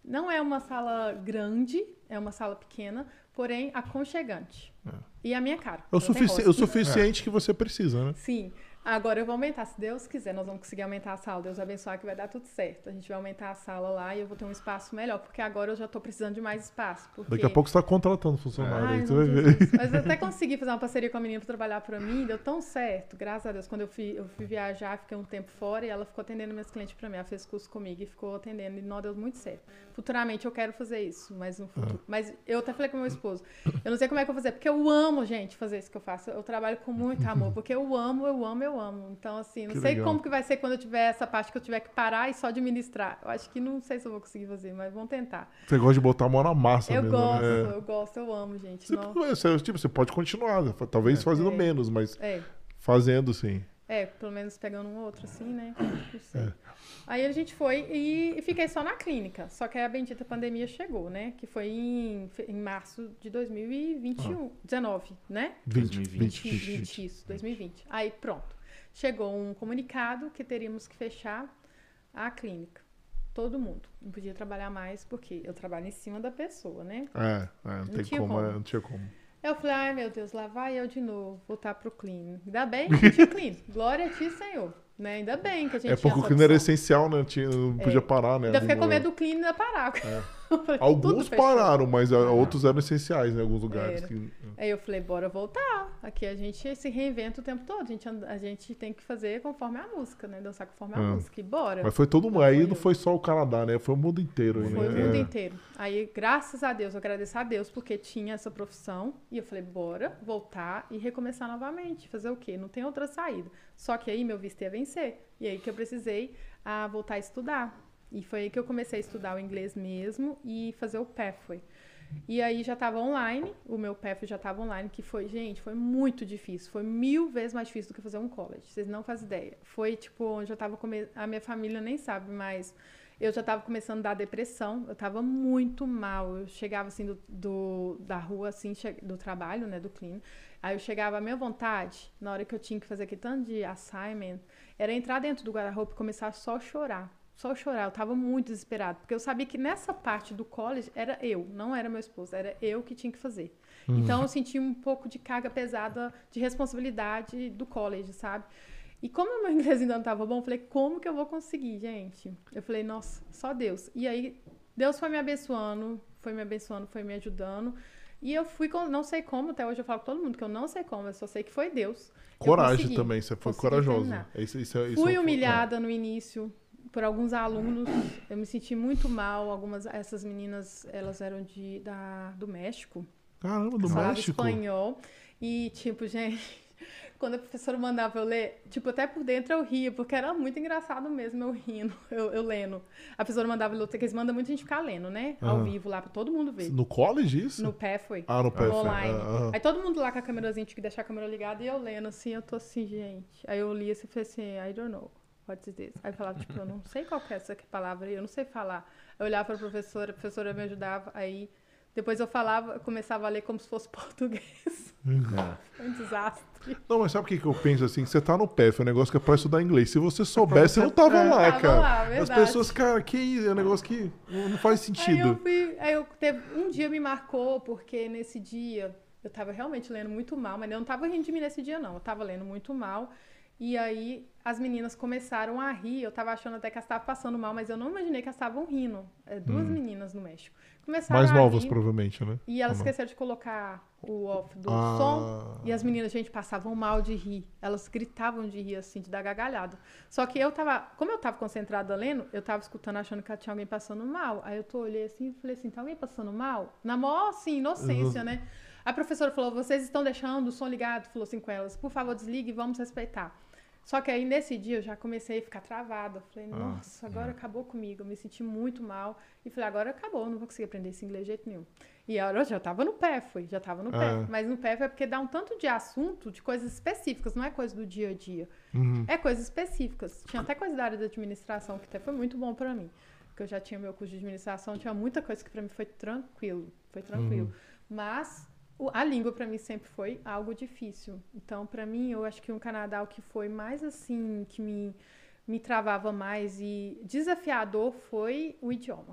S3: Não é uma sala grande, é uma sala pequena, porém aconchegante. É. E a minha cara.
S1: É o, sufici o suficiente é. que você precisa, né?
S3: Sim. Agora eu vou aumentar, se Deus quiser, nós vamos conseguir aumentar a sala. Deus abençoe que vai dar tudo certo. A gente vai aumentar a sala lá e eu vou ter um espaço melhor, porque agora eu já tô precisando de mais espaço. Porque...
S1: Daqui a pouco você tá contratando funcionário.
S3: Ai,
S1: aí,
S3: você vai ver. Mas eu até consegui fazer uma parceria com a menina pra trabalhar pra mim, deu tão certo, graças a Deus. Quando eu fui, eu fui viajar, fiquei um tempo fora e ela ficou atendendo meus clientes pra mim. Ela fez curso comigo e ficou atendendo e não deu muito certo. Futuramente eu quero fazer isso, mas no futuro. Ah. Mas eu até falei com meu esposo, eu não sei como é que eu vou fazer, porque eu amo, gente, fazer isso que eu faço. Eu trabalho com muito amor, porque eu amo, eu amo, eu amo. Então, assim, Assim, não que sei legal. Como que vai ser quando eu tiver essa parte que eu tiver que parar e só administrar. Eu acho que não sei se eu vou conseguir fazer, mas vamos tentar.
S1: Você gosta de botar a mão na massa
S3: eu
S1: mesmo,
S3: gosto,
S1: né?
S3: Eu gosto, eu amo, gente.
S1: Você, você, tipo, você pode continuar, talvez é. fazendo é. menos, mas é. fazendo sim.
S3: É, pelo menos pegando um outro assim, né? Não sei. É. Aí a gente foi e fiquei só na clínica. Só que aí a bendita pandemia chegou, né? Que foi em, em março de dois mil e vinte e um, ah. dezenove, né?
S1: vinte,
S3: vinte, vinte, vinte, vinte, isso, dois mil e vinte. Aí pronto. Chegou um comunicado que teríamos que fechar a clínica. Todo mundo. Não podia trabalhar mais porque eu trabalho em cima da pessoa, né?
S1: É, é não, não tem como, como. É, não tinha como.
S3: Eu falei, ai meu Deus, lá vai eu de novo, voltar pro clean. Ainda bem que tinha clean. Glória a ti, Senhor. Né? Ainda bem que a gente
S1: É porque o clean era essencial, né? Tinha, não podia é. parar, né?
S3: Ainda fiquei com medo do clean e ainda parar.
S1: É. Falei, alguns pararam, mas ah. outros eram essenciais em alguns lugares. Que...
S3: Aí eu falei, bora voltar. Aqui a gente se reinventa o tempo todo. A gente, a gente tem que fazer conforme a música, né? Dançar conforme a ah. música. E bora.
S1: Mas foi todo mundo. Aí foi não foi só o Canadá, né? Foi o mundo inteiro.
S3: Foi
S1: né?
S3: o mundo é. inteiro. Aí, graças a Deus, eu agradeço a Deus porque tinha essa profissão. E eu falei, bora voltar e recomeçar novamente. Fazer o quê? Não tem outra saída. Só que aí meu visto ia vencer. E aí que eu precisei a voltar a estudar. E foi aí que eu comecei a estudar o inglês mesmo e fazer o Pathway. E aí já estava online, o meu Pathway já estava online, que foi, gente, foi muito difícil. Foi mil vezes mais difícil do que fazer um college. Vocês não fazem ideia. Foi, tipo, onde eu estava... Come... A minha família nem sabe, mas eu já estava começando a dar depressão. Eu estava muito mal. Eu chegava, assim, do, do, da rua, assim, do trabalho, né, do clean. Aí eu chegava, a minha vontade, na hora que eu tinha que fazer aquele tanto de assignment, era entrar dentro do guarda-roupa e começar só a chorar. Só chorar, eu tava muito desesperada, porque eu sabia que nessa parte do college era eu, não era meu esposo, era eu que tinha que fazer. Uhum. Então eu senti um pouco de carga pesada de responsabilidade do college, sabe? E como o meu inglês ainda não tava bom, eu falei, como que eu vou conseguir, gente? Eu falei, nossa, só Deus. E aí, Deus foi me abençoando, foi me abençoando, foi me ajudando. E eu fui, com, não sei como, até hoje eu falo com todo mundo que eu não sei como, eu só sei que foi Deus.
S1: Coragem também, você foi corajosa. Isso, isso, isso
S3: fui humilhada no início por alguns alunos, eu me senti muito mal. Algumas, essas meninas, elas eram de, da, do México.
S1: Caramba, do México?
S3: Espanhol. E, tipo, gente, quando a professora mandava eu ler, tipo, até por dentro eu ria, porque era muito engraçado mesmo eu rindo, eu, eu lendo. A professora mandava eu ler, porque eles mandam muito a gente ficar lendo, né? Ao uhum. vivo lá, pra todo mundo ver.
S1: No college, isso?
S3: No Pathway.
S1: Ah, no Pathway.
S3: Online.
S1: Uhum.
S3: Aí todo mundo lá com a câmerazinha, tinha que deixar a câmera ligada, e eu lendo, assim, eu tô assim, gente. Aí eu li assim, e falei assim, I don't know. What is this? Aí eu falava, tipo, eu não sei qual que é essa palavra aí, eu não sei falar. Eu olhava pra professora, a professora me ajudava, aí depois eu falava, eu começava a ler como se fosse português. Uhum. Foi um desastre.
S1: Não, mas sabe o que, que eu penso assim? Você tá no P E F, é um negócio que é pra estudar inglês. Se você soubesse, você não tava lá, tava cara. Lá, verdade. As pessoas, cara, que isso? É um negócio que não faz sentido.
S3: Aí eu fui, aí eu teve, um dia me marcou, porque nesse dia eu tava realmente lendo muito mal, mas eu não tava rindo de mim nesse dia, não. Eu tava lendo muito mal. E aí as meninas começaram a rir, eu tava achando até que elas estavam passando mal, mas eu não imaginei que elas estavam rindo. É, duas hum. meninas no México. Começaram
S1: Mais
S3: a
S1: novas,
S3: rir,
S1: provavelmente, né?
S3: E elas esqueceram de colocar o off do ah. som. E as meninas, gente, passavam mal de rir. Elas gritavam de rir, assim, de dar gargalhada. Só que eu tava, como eu tava concentrada lendo, eu tava escutando, achando que tinha alguém passando mal. Aí eu tô, olhei assim e falei assim, tá alguém passando mal? Na maior, assim, inocência, uhum. né? A professora falou, vocês estão deixando o som ligado? Falou assim com elas, por favor, desligue e vamos respeitar. Só que aí, nesse dia, eu já comecei a ficar travada. Falei, nossa, agora acabou comigo. Eu me senti muito mal. E falei, agora acabou, eu não vou conseguir aprender esse inglês de jeito nenhum. E agora eu já tava no pé, foi, já tava no pé. Ah. Mas no pé é porque dá um tanto de assunto, de coisas específicas, não é coisa do dia a dia. Uhum. É coisas específicas. Tinha até coisa da área da administração, que até foi muito bom pra mim. Porque eu já tinha meu curso de administração, tinha muita coisa que pra mim foi tranquilo. Foi tranquilo. Uhum. Mas a língua para mim sempre foi algo difícil. Então, para mim, eu acho que um Canadá o que foi mais assim, que me, me travava mais e desafiador foi o idioma.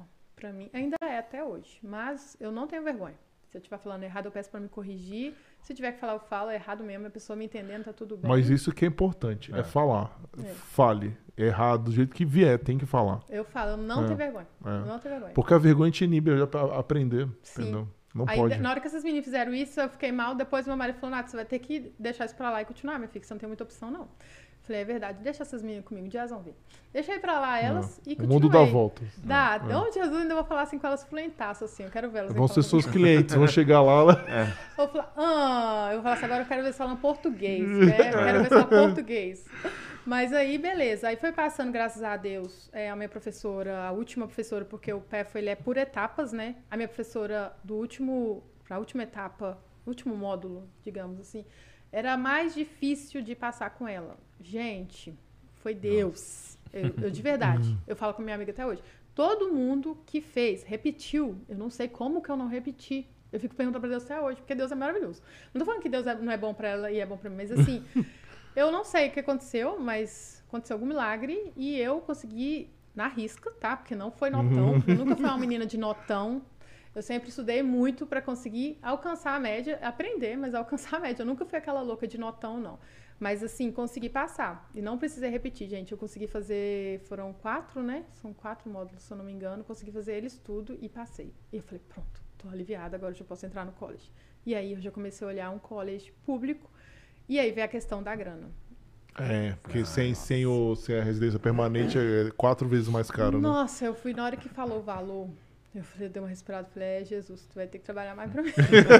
S3: pra mim. Ainda é até hoje, mas eu não tenho vergonha. Se eu estiver falando errado, eu peço pra me corrigir. Se tiver que falar, eu falo. É errado mesmo, a pessoa me entendendo, tá tudo bem.
S1: Mas isso que é importante, é,
S2: É.
S1: falar.
S3: É.
S1: Fale. Errado, do jeito que vier, tem que falar.
S3: Eu falo, eu não
S1: É.
S3: tenho vergonha.
S1: É.
S3: Não tenho vergonha.
S1: Porque a vergonha te inibe a aprender,
S3: Sim.
S1: entendeu? Não
S3: Aí,
S1: pode.
S3: na hora que essas meninas fizeram isso, eu fiquei mal. Depois meu marido falou, Nath, você vai ter que deixar isso pra lá e continuar, minha filha, que você não tem muita opção, não. Falei, é verdade, deixa essas meninas comigo, de vão ver. Deixei pra lá elas
S1: Não.
S3: e
S1: O
S3: continuei.
S1: mundo dá voltas.
S3: Dá,
S1: É.
S3: onde Jesus ainda vou falar assim com elas fluentaço, assim, eu quero ver elas.
S1: Vão ser
S3: enquanto-
S1: seus clientes, vão chegar lá. lá.
S3: Eu vou falar, ah, eu vou falar assim, agora eu quero ver se falam português, né? Eu quero ver se falam português. Mas aí, beleza. Aí foi passando, graças a Deus, é, a minha professora, a última professora, porque o P E F ele é por etapas, né? A minha professora do último, pra última etapa, último módulo, digamos assim, era mais difícil de passar com ela. Gente, foi Deus. Eu, eu de verdade. Eu falo com minha amiga até hoje. Todo mundo que fez, repetiu. Eu não sei como que eu não repeti. Eu fico perguntando pra Deus até hoje, porque Deus é maravilhoso. Não tô falando que Deus é- não é bom pra ela e é bom pra mim, mas assim, eu não sei o que aconteceu, mas aconteceu algum milagre e eu consegui na risca, tá? Porque não foi notão. Eu nunca fui uma menina de notão. Eu sempre estudei muito pra conseguir alcançar a média, aprender, mas alcançar a média. Eu nunca fui aquela louca de notão, não. Mas assim, consegui passar. E não precisei repetir, gente. Eu consegui fazer, foram quatro, né? São quatro módulos, se eu não me engano. Consegui fazer eles tudo e passei. E eu falei, pronto, tô aliviada, agora eu já posso entrar no college. E aí eu já comecei a olhar um college público. E aí veio a questão da grana.
S1: É, porque sem, sem, o, sem a residência permanente é quatro vezes mais caro, né?
S3: Nossa, eu fui na hora que falou o valor. Eu falei, eu dei uma respirada, falei, é, Jesus, tu vai ter que trabalhar mais pra mim.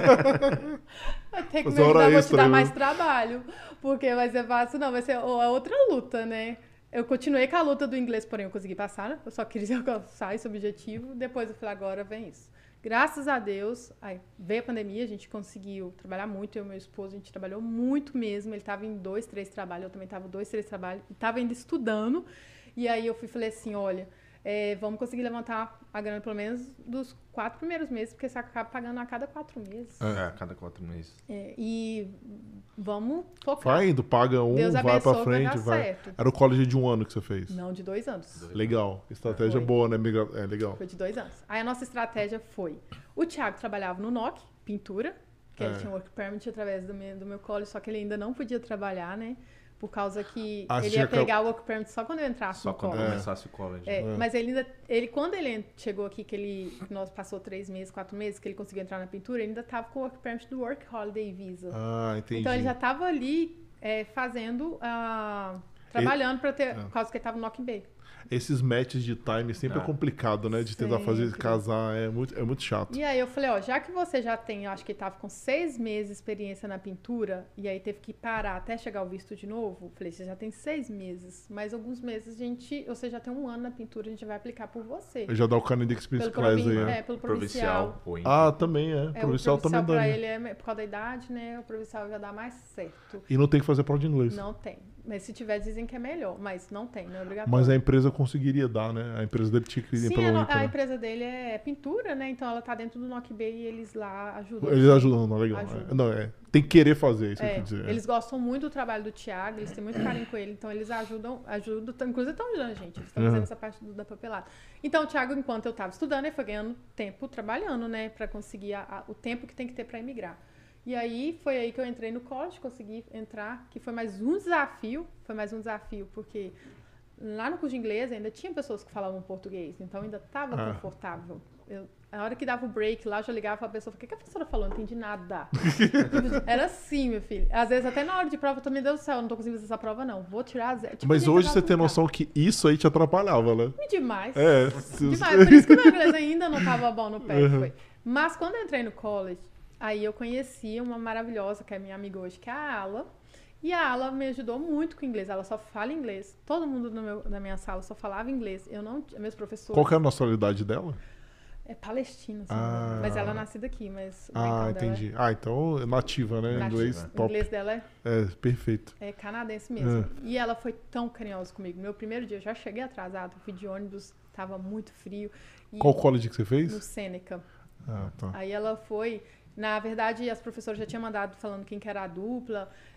S3: Vai ter que me
S1: Fazer hora
S3: ajudar, vou te
S1: extra,
S3: dar
S1: né?
S3: mais trabalho. Porque vai ser fácil, não, vai ser a outra luta, né? Eu continuei com a luta do inglês, porém eu consegui passar, né? Eu só queria alcançar esse objetivo. Depois eu falei, agora vem isso. Graças a Deus, aí veio a pandemia, a gente conseguiu trabalhar muito, eu e meu esposo, a gente trabalhou muito mesmo. Ele estava em dois, três trabalhos, eu também estava em dois, três trabalhos, e estava ainda estudando. E aí eu fui falei assim, olha, é, vamos conseguir levantar a grana pelo menos dos quatro primeiros meses, porque você acaba pagando a cada quatro meses.
S2: É, a cada quatro meses.
S3: É, e vamos focar.
S1: Vai indo, paga um,
S3: Deus
S1: vai pra
S3: abençoe, vai
S1: frente,
S3: dar
S1: vai.
S3: certo.
S1: Era o college de um ano que você fez.
S3: Não, de dois anos.
S1: Legal. Estratégia
S3: Foi.
S1: boa, né? Migra- É legal.
S3: Foi de dois anos. Aí a nossa estratégia foi... O Thiago trabalhava no N O C, pintura, que ele
S1: É.
S3: tinha um work permit através do meu, do meu college, só que ele ainda não podia trabalhar, né? Por causa que
S1: Ah,
S3: ele
S1: tinha
S3: ia
S1: que-
S3: pegar o work permit só quando eu entrasse
S2: Só
S3: no
S2: quando
S3: college.
S2: começasse o college.
S3: É,
S1: É.
S3: Mas ele ainda, ele, quando ele chegou aqui, que ele que nós passou três meses, quatro meses, que ele conseguiu entrar na pintura, ele ainda estava com o work permit do Work Holiday Visa.
S1: Ah, entendi.
S3: Então ele já estava ali é, fazendo, ah, trabalhando para ter,
S1: É.
S3: por causa que ele estava no Knock Bay.
S1: Esses matches de time sempre é,
S2: É.
S1: complicado, né? De tentar fazer
S3: Sempre.
S1: casar, é muito, é muito chato.
S3: E aí eu falei, ó, já que você já tem, eu acho que ele tava com seis meses de experiência na pintura, e aí teve que parar até chegar o visto de novo, falei, você já tem seis meses, mas alguns meses a gente, você já tem um ano na pintura, a gente vai aplicar por você.
S1: Já dá o Canadian Experience
S3: Pelo,
S1: Class aí,
S3: provin-
S1: né?
S3: é, pelo provincial.
S2: Provincial. Ou em-
S1: Ah, também é.
S3: É,
S1: Provincial
S3: o provincial
S1: também dá.
S3: pra
S1: né?
S3: ele é por causa da idade, né? O provincial já dá mais certo.
S1: E não tem que fazer prova de inglês.
S3: Não tem. Mas se tiver, dizem que é melhor, mas não tem, não é obrigatório.
S1: Mas a empresa conseguiria dar, né? A empresa dele tinha que ir
S3: Sim,
S1: pelo
S3: a, no-
S1: INPE,
S3: a
S1: né?
S3: empresa dele é pintura, né? Então ela tá dentro do Knock Bay e eles lá ajudam.
S1: Eles ajudam, não, legal.
S3: Ajudam.
S1: É, não, é. Tem que querer fazer, isso que eu
S3: É,
S1: quis dizer.
S3: eles gostam muito do trabalho do Thiago, eles têm muito carinho com ele, então eles ajudam, ajudam, tão- inclusive estão ajudando a gente, eles estão
S1: Uhum.
S3: fazendo essa parte do- da papelada. Então o Thiago, enquanto eu estava estudando, ele foi ganhando tempo trabalhando, né, para conseguir a- a- o tempo que tem que ter para emigrar. E aí foi aí que eu entrei no college, consegui entrar, que foi mais um desafio, foi mais um desafio, porque lá no curso de inglês ainda tinha pessoas que falavam português, então ainda estava
S1: Ah.
S3: confortável. Eu, a hora que dava o break lá, eu já ligava pra pessoa, o que, que a professora falou? Não entendi nada. Era assim, meu filho. Às vezes, até na hora de prova, eu tô, meu Deus do céu, eu não tô conseguindo fazer essa prova, não. Vou tirar zero. Tipo,
S1: Mas
S3: gente,
S1: hoje
S3: eu
S1: você
S3: tava
S1: tem
S3: com
S1: noção que isso aí te atrapalhava, né?
S3: calma. Demais.
S1: É. se-
S3: Demais. Por isso que o meu inglês ainda não tava bom no pé.
S1: Uhum.
S3: Foi. Mas quando eu entrei no college, aí eu conheci uma maravilhosa, que é minha amiga hoje, que é a Ala. E a Ala me ajudou muito com inglês. Ela só fala inglês. Todo mundo no meu, na minha sala só falava inglês. Eu não, meus professores...
S1: Qual que é a nacionalidade dela?
S3: É palestina, assim,
S1: Ah.
S3: mas ela é nascida aqui, mas o
S1: Ah,
S3: então dela
S1: entendi. Ah, então é nativa, né?
S3: é nativa.
S1: Inglês
S3: O
S1: top.
S3: inglês dela é,
S1: É, perfeito.
S3: é canadense mesmo. E ela foi tão carinhosa comigo. Meu primeiro dia, eu já cheguei atrasado, fui de ônibus, tava muito frio. E
S1: Qual college que você
S3: no
S1: fez?
S3: Sêneca.
S1: Ah, tá.
S3: Aí ela foi... Na verdade, as professoras já tinham mandado falando quem que era a dupla.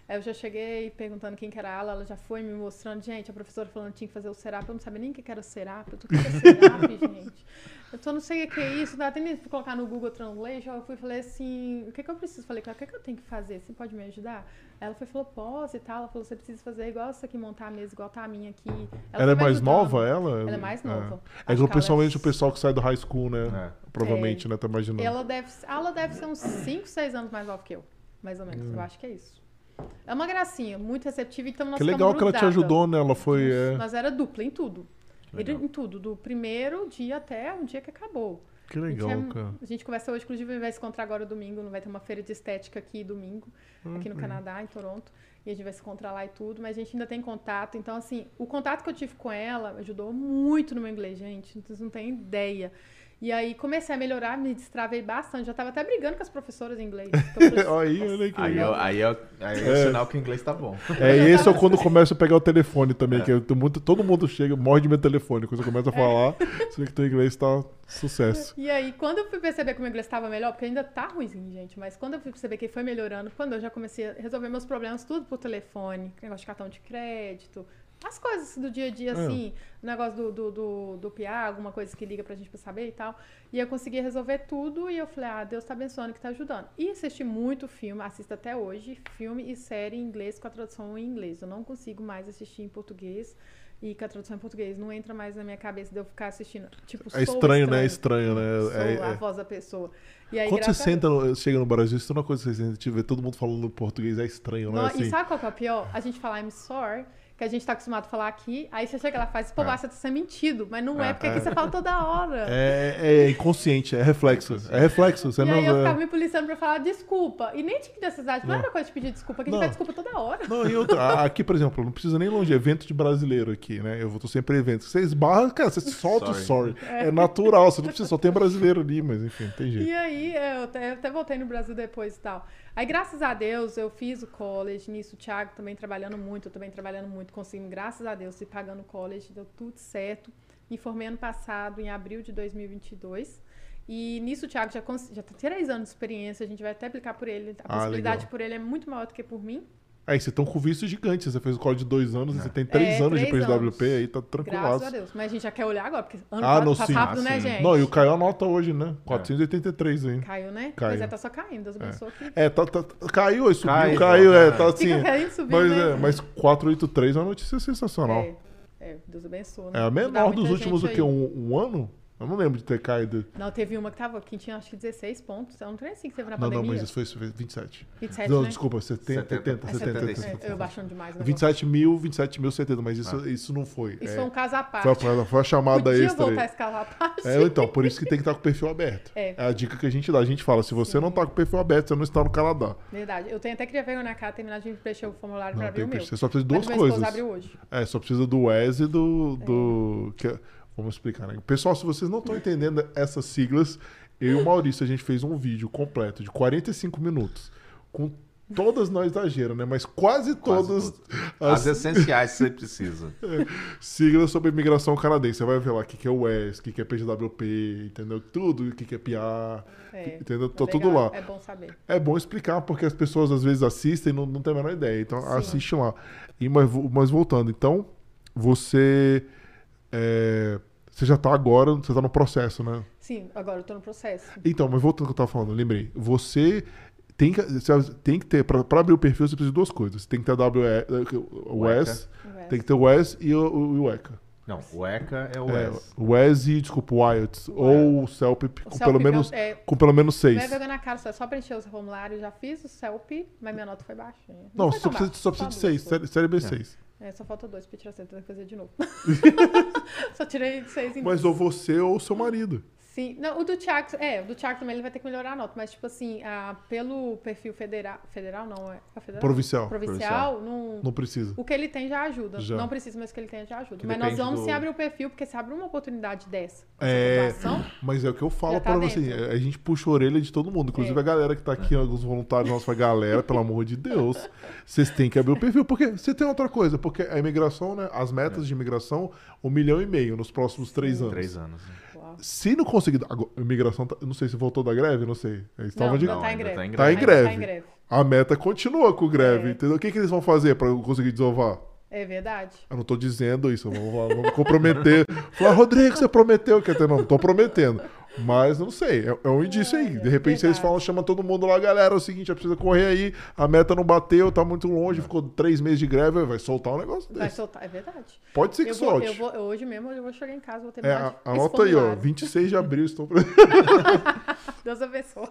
S3: Aí eu já cheguei perguntando quem que era ela, ela já foi me mostrando, gente, a professora falando que tinha que fazer o Serap, eu não sabia nem o que era Serap, eu tô com Serap, gente. Eu tô não sei o que é isso, dá até nem pra colocar no Google Translation, eu fui e falei assim, o que que eu preciso? Falei, o que que eu tenho que fazer? Você pode me ajudar? Ela foi e falou, posso e tal, ela falou, você precisa fazer igual essa aqui, montar a mesa, igual tá a minha aqui. Ela,
S1: ela é
S3: foi
S1: mais
S3: ajudando.
S1: nova, ela?
S3: Ela é mais nova.
S1: É, é
S3: Acho
S1: que
S3: que
S1: pessoalmente
S3: ela é-
S1: o pessoal que sai do high school, né?
S2: É.
S1: Provavelmente,
S3: É.
S1: né? Tá imaginando.
S3: Ela deve, ela deve ser uns cinco, seis anos mais nova que eu, mais ou menos, eu acho que é isso. É uma gracinha, muito receptiva, então nós
S1: Que legal
S3: ficamos
S1: que ela te
S3: grudadas.
S1: ajudou, né? Ela foi... é,
S3: Nós era dupla em tudo.
S2: Legal.
S3: Em tudo, do primeiro dia até o dia que acabou.
S1: Que
S3: A
S1: legal,
S3: gente, é-
S1: cara.
S3: a gente conversa hoje, inclusive vai se encontrar agora domingo, não vai ter uma feira de estética aqui domingo, aqui no Canadá, em Toronto, e a gente vai se encontrar lá e tudo, mas a gente ainda tem contato, então assim, o contato que eu tive com ela ajudou muito no meu inglês, gente, vocês não têm ideia. E aí comecei a melhorar, me destravei bastante, já tava até brigando com as professoras em inglês. Então,
S1: Aí, olha que
S2: Aí,
S1: legal.
S2: é, aí, é, aí é o sinal que o inglês tá bom.
S1: É, e esse é quando começa a pegar o telefone também, que eu tô muito, todo mundo chega, morre de meu telefone. Quando você começa a falar, você vê que teu inglês tá sucesso.
S3: E aí, quando eu fui perceber que o meu inglês estava melhor, porque ainda tá ruimzinho, gente, mas quando eu fui perceber que ele foi melhorando, quando eu já comecei a resolver meus problemas tudo por telefone, negócio de cartão de crédito, as coisas do dia a dia,
S1: É.
S3: assim, o negócio do, do, do, do P A, alguma coisa que liga pra gente pra saber e tal. E eu consegui resolver tudo e eu falei, ah, Deus tá abençoando que tá ajudando. E assisti muito filme, assisto até hoje, filme e série em inglês com a tradução em inglês. Eu não consigo mais assistir em português. E com a tradução em português não entra mais na minha cabeça de eu ficar assistindo. Tipo,
S1: É
S3: sou
S1: estranho, né? É estranho, né?
S3: Sou
S1: É-
S3: a
S1: é-
S3: voz da pessoa. E aí,
S1: Quando você
S3: graças a
S1: senta, no- chega no Brasil, isso é uma coisa que você sente, te ver todo mundo falando português, é estranho, né?
S3: Não,
S1: Assim,
S3: E sabe qual que é o pior? A gente fala I'm sorry, que a gente tá acostumado a falar aqui, aí você chega lá e faz, pô,
S2: É.
S3: você tá sendo mentido, mas não é,
S2: É.
S3: porque aqui você fala toda hora.
S1: é, é inconsciente, é reflexo. É reflexo. Você
S3: E
S1: não,
S3: aí eu
S1: é-
S3: ficava me policiando pra falar desculpa. E nem tinha necessidade, não,
S1: Não.
S3: era coisa de pedir desculpa, que a gente
S1: Não.
S3: pede desculpa toda hora.
S1: Não, e outra, a- aqui, por exemplo, não precisa nem longe, evento de brasileiro aqui, né? Eu tô sempre em evento. Você esbarra, cara, você solta o sorry. É natural, você não precisa, só tem brasileiro ali, mas enfim, tem jeito.
S3: E aí, é, eu até, eu até voltei no Brasil depois e tal. Aí, graças a Deus, eu fiz o college. Nisso, o Thiago também trabalhando muito, eu também trabalhando muito, conseguindo, graças a Deus, ir pagando o college, deu tudo certo. Me formei ano passado, em abril de dois mil e vinte e dois. E nisso o Thiago já, cons- já tem três anos de experiência, a gente vai até aplicar por ele. A
S1: Ah,
S3: possibilidade
S1: legal.
S3: por ele é muito maior do que por mim.
S1: Aí, vocês estão com visto gigante. Você fez o código de dois anos, você tem três
S3: É,
S1: anos de
S3: três
S1: P W P,
S3: anos.
S1: aí tá
S3: Graças a
S1: tranquilaço.
S3: Deus. Mas a gente já quer olhar agora, porque ano
S1: Ah, não,
S3: passa
S1: sim.
S3: rápido,
S2: Ah,
S3: né,
S2: sim.
S3: gente?
S1: Não, e o Caio anota hoje, né? quatrocentos e oitenta e três aí.
S3: Caiu, né?
S1: Caiu.
S3: Pois é, tá só caindo. Deus abençoe que
S1: É, tá, tá- caiu, aí subiu,
S2: Cai,
S1: caiu, é,
S2: volta,
S1: tá
S2: né?
S1: assim.
S3: fica caindo, subindo,
S1: Mas,
S3: né?
S1: é, mas quatrocentos e oitenta e três é uma notícia sensacional.
S3: É, é, Deus abençoe. né?
S1: É a
S3: Ajudar
S1: menor
S3: muita
S1: dos últimos, o
S3: gente
S1: quê?
S3: aí.
S1: Um, um ano? Eu não lembro de ter caído.
S3: Não, teve uma que tava, que tinha acho que dezesseis pontos. Eu não tenho assim que teve na
S1: Não, não,
S3: pandemia.
S1: mas isso foi, isso foi vinte e sete.
S3: vinte e sete,
S1: Não,
S3: né?
S1: desculpa, setenta, setenta,
S2: É,
S1: setenta,
S2: setenta,
S1: setenta.
S3: É, eu baixando demais. o negócio.
S1: vinte e sete mil, vinte e sete mil, setenta, mas isso, isso não foi.
S3: Isso
S1: É,
S3: foi um caso à parte.
S1: foi, a, foi a chamada
S3: Podia
S1: extra
S3: voltar a
S1: aí.
S3: escalar a parte.
S1: É, então, por isso que tem que estar com o perfil aberto.
S3: É.
S1: a dica que a gente dá. A gente fala, se você não tá com o perfil aberto, você não está no Canadá.
S3: Verdade. Eu tenho até que ver na cara, terminar de preencher o formulário pra
S1: Não,
S3: abrir
S1: tem
S3: o
S1: que-
S3: meu.
S1: você só precisa de
S3: Mas
S1: duas
S3: o meu esposo
S1: coisas.
S3: abriu hoje.
S1: É, só precisa do W E S e do... do que é- vamos explicar, né? Pessoal, se vocês não estão entendendo essas siglas, eu e o Maurício, a gente fez um vídeo completo de quarenta e cinco minutos, com todas nós da Gera, né? Mas quase,
S2: Quase
S1: todas
S2: tudo.
S1: as
S2: As essenciais que você precisa.
S1: siglas sobre imigração canadense. Você vai ver lá o que, que é o W E S, o que, que é P W P, entendeu? Tudo, o que, que é P R,
S3: É,
S1: entendeu?
S3: é
S1: Tá
S3: legal,
S1: tudo lá.
S3: É bom saber.
S1: É bom explicar, porque as pessoas às vezes assistem e não, não tem a menor ideia. Então,
S3: Sim.
S1: assiste lá. E, mas, vo- mas voltando, então, você... é, você já tá agora, você tá no processo, né?
S3: Sim, agora eu tô no processo.
S1: Então, mas voltando ao que eu tava falando, eu lembrei. Você tem que, você tem que ter, pra, pra abrir o perfil, você precisa de duas coisas. Você tem que ter a W E, o W E S, tem que ter o W E S e o, o, o ECA.
S2: Não, o ECA é o
S1: É,
S2: ES.
S1: o W E S e, desculpa, o I E L T S. Ou o CELP com,
S3: O
S1: pelo
S3: CELP,
S1: menos,
S3: eu- é,
S1: com pelo menos
S3: não é
S1: seis.
S3: vergonha na cara, só, é só preencher o seu formulário. Já fiz o CELP, mas minha nota foi baixinha.
S1: Não,
S3: foi
S1: só
S3: tão
S1: precisa,
S3: baixa,
S1: só precisa de
S3: duas,
S1: seis,
S3: foi.
S1: série, série B seis.
S3: É, só falta dois pra tirar seis, tem que fazer de novo. Só tirei seis em
S1: Mas ou você ou o seu marido.
S3: Sim, não, o do Thiago, é, o do Thiago também ele vai ter que melhorar a nota, mas tipo assim, a, pelo perfil federal, federal não, é, é federal?
S1: Provincial.
S3: Provincial, não,
S1: Não precisa.
S3: o que ele tem já ajuda.
S1: Já.
S3: Não precisa, mas o que ele tem já ajuda.
S2: Que
S3: Mas nós
S2: depende
S3: vamos
S2: do-
S3: sim abrir o perfil, porque se abre uma oportunidade dessa, essa
S1: É,
S3: situação,
S1: mas é o que eu falo
S3: Já tá
S1: pra você.
S3: dentro.
S1: A gente puxa a orelha de todo mundo. Inclusive
S3: É.
S1: a galera que tá aqui, alguns voluntários nossos, fala, galera, pelo amor de Deus, vocês têm que abrir o perfil. Porque você tem outra coisa, porque a imigração, né? As metas de imigração, um milhão e meio nos próximos três anos.
S2: Três anos. né?
S3: uau.
S1: Se não conseguir. Agora, a imigração, tá- eu não sei se voltou da greve, não sei. Eles estavam
S3: Não,
S1: de.
S3: não tá em
S2: ainda
S3: greve.
S2: tá em
S1: Tá em
S3: Ainda
S1: greve.
S3: Tá em greve.
S1: A meta continua com greve,
S3: É.
S1: entendeu? O que, que eles vão fazer pra conseguir desovar?
S3: É verdade.
S1: Eu não tô dizendo isso, vamos, vamos me comprometer. Falar, Rodrigo, você prometeu que até não, não tô prometendo. Mas não sei, é, é um indício aí. De repente
S3: verdade.
S1: eles falam, chama todo mundo lá, galera, é o seguinte, precisa correr aí, a meta não bateu, tá muito longe, ficou três meses de greve, vai soltar um negócio
S3: Vai
S1: desse.
S3: soltar, é verdade.
S1: Pode ser que
S3: Eu vou,
S1: solte.
S3: eu vou, eu hoje mesmo eu vou chegar em casa, vou ter
S1: É,
S3: mais
S1: a- anota aí, ó, vinte e seis de abril, estou...
S3: Deus abençoe.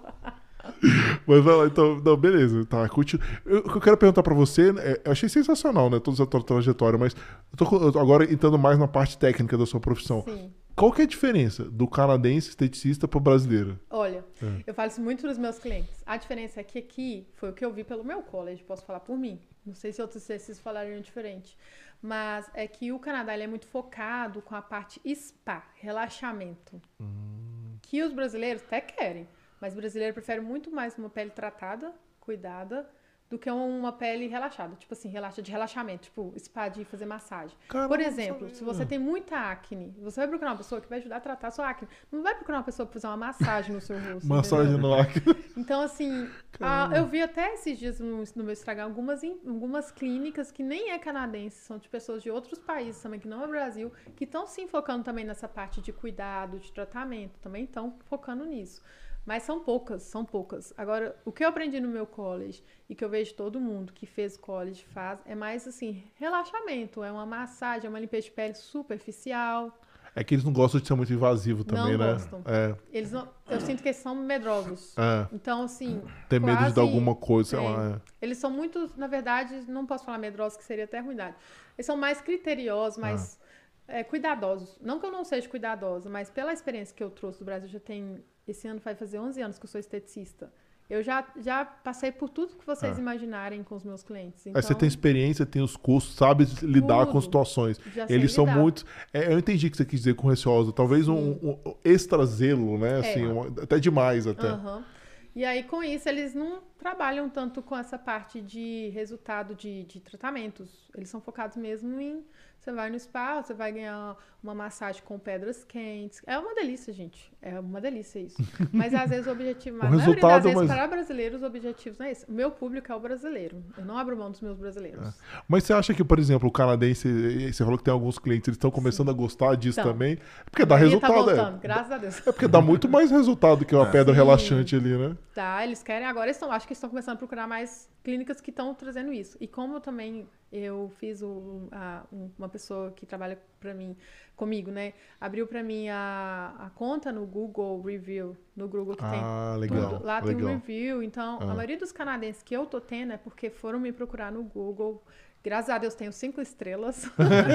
S1: Mas vai lá, então, não, beleza, tá, continua. Eu- O que eu quero perguntar pra você, é, eu achei sensacional, né, toda essa tua trajetória, mas eu tô, co- eu tô agora entrando mais na parte técnica da sua profissão.
S3: Sim.
S1: Qual que é a diferença do canadense esteticista pro brasileiro?
S3: Olha,
S1: É.
S3: eu falo isso muito para os meus clientes. A diferença é que aqui foi o que eu vi pelo meu college, posso falar por mim. Não sei se outros exercícios falariam diferente. Mas é que o Canadá ele é muito focado com a parte spa, relaxamento.
S1: Hum.
S3: Que os brasileiros até querem, mas o brasileiro prefere muito mais uma pele tratada, cuidada, do que uma pele relaxada. Tipo assim, relaxa de relaxamento, tipo spa de fazer massagem.
S1: Caramba,
S3: Por
S1: não
S3: exemplo,
S1: sabia.
S3: se você tem muita acne, você vai procurar uma pessoa que vai ajudar a tratar a sua acne. Não vai procurar uma pessoa para fazer uma massagem no seu rosto.
S1: Massagem
S3: entendeu?
S1: no acne.
S3: Então, assim, a- eu vi até esses dias no, no meu Instagram algumas, em- algumas clínicas que nem é canadense, são de pessoas de outros países também, que não é Brasil, que estão se focando também nessa parte de cuidado, de tratamento, também estão focando nisso. Mas são poucas, são poucas. Agora, o que eu aprendi no meu college e que eu vejo todo mundo que fez college faz é mais, assim, relaxamento. É uma massagem, é uma limpeza de pele superficial.
S1: É que eles não gostam de ser muito invasivo também,
S3: Não
S1: né?
S3: gostam.
S1: É,
S3: Eles não, eu sinto que eles são medrosos.
S1: é.
S3: Então, assim...
S1: Tem medo de
S3: quase-
S1: dar alguma coisa, sei
S3: é.
S1: lá. É.
S3: Eles são muito, na verdade, não posso falar medrosos, que seria até ruindade. Eles são mais criteriosos, mais é, cuidadosos. Não que eu não seja cuidadosa, mas pela experiência que eu trouxe do Brasil, já tem... Esse ano vai fazer onze anos que eu sou esteticista. Eu já, já passei por tudo que vocês
S1: Ah.
S3: imaginarem com os meus clientes. Então,
S1: Aí você tem experiência, tem os cursos, sabe lidar com
S3: Tudo.
S1: situações.
S3: já sei
S1: Eles são
S3: lidar.
S1: muito. é, eu entendi o que você quis dizer com receoso. Talvez um, um- um extra zelo, né? Assim,
S3: É.
S1: um- até demais, até.
S3: Aham. E aí, com isso, eles não trabalham tanto com essa parte de resultado de, de tratamentos. Eles são focados mesmo em... Você vai no spa, você vai ganhar uma massagem com pedras quentes. É uma delícia, gente. É uma delícia isso. Mas, às vezes, o objetivo...
S1: O
S3: A maioria
S1: resultado,
S3: das vezes,
S1: mas-
S3: para brasileiros, os objetivos não é esse. O meu público é o brasileiro. Eu não abro mão dos meus brasileiros.
S1: Mas você acha que, por exemplo, o canadense, você falou que tem alguns clientes, eles estão começando a gostar disso
S3: Então,
S1: também? É porque dá
S3: A maioria tá
S1: resultado,
S3: voltando,
S1: é.
S3: graças a Deus.
S1: É porque dá muito mais resultado que uma pedra
S3: Sim.
S1: relaxante ali, né?
S3: Tá, eles querem, agora eles estão, acho que estão começando a procurar mais clínicas que estão trazendo isso. E como eu também, eu fiz o, a- um- uma pessoa que trabalha pra mim, comigo, né, abriu pra mim a, a conta no Google Review, no Google que tem
S1: Ah, legal.
S3: tudo. Lá tem um
S1: legal.
S3: review, então
S1: Ah.
S3: a maioria dos canadenses que eu tô tendo é porque foram me procurar no Google. Graças a Deus tenho cinco estrelas.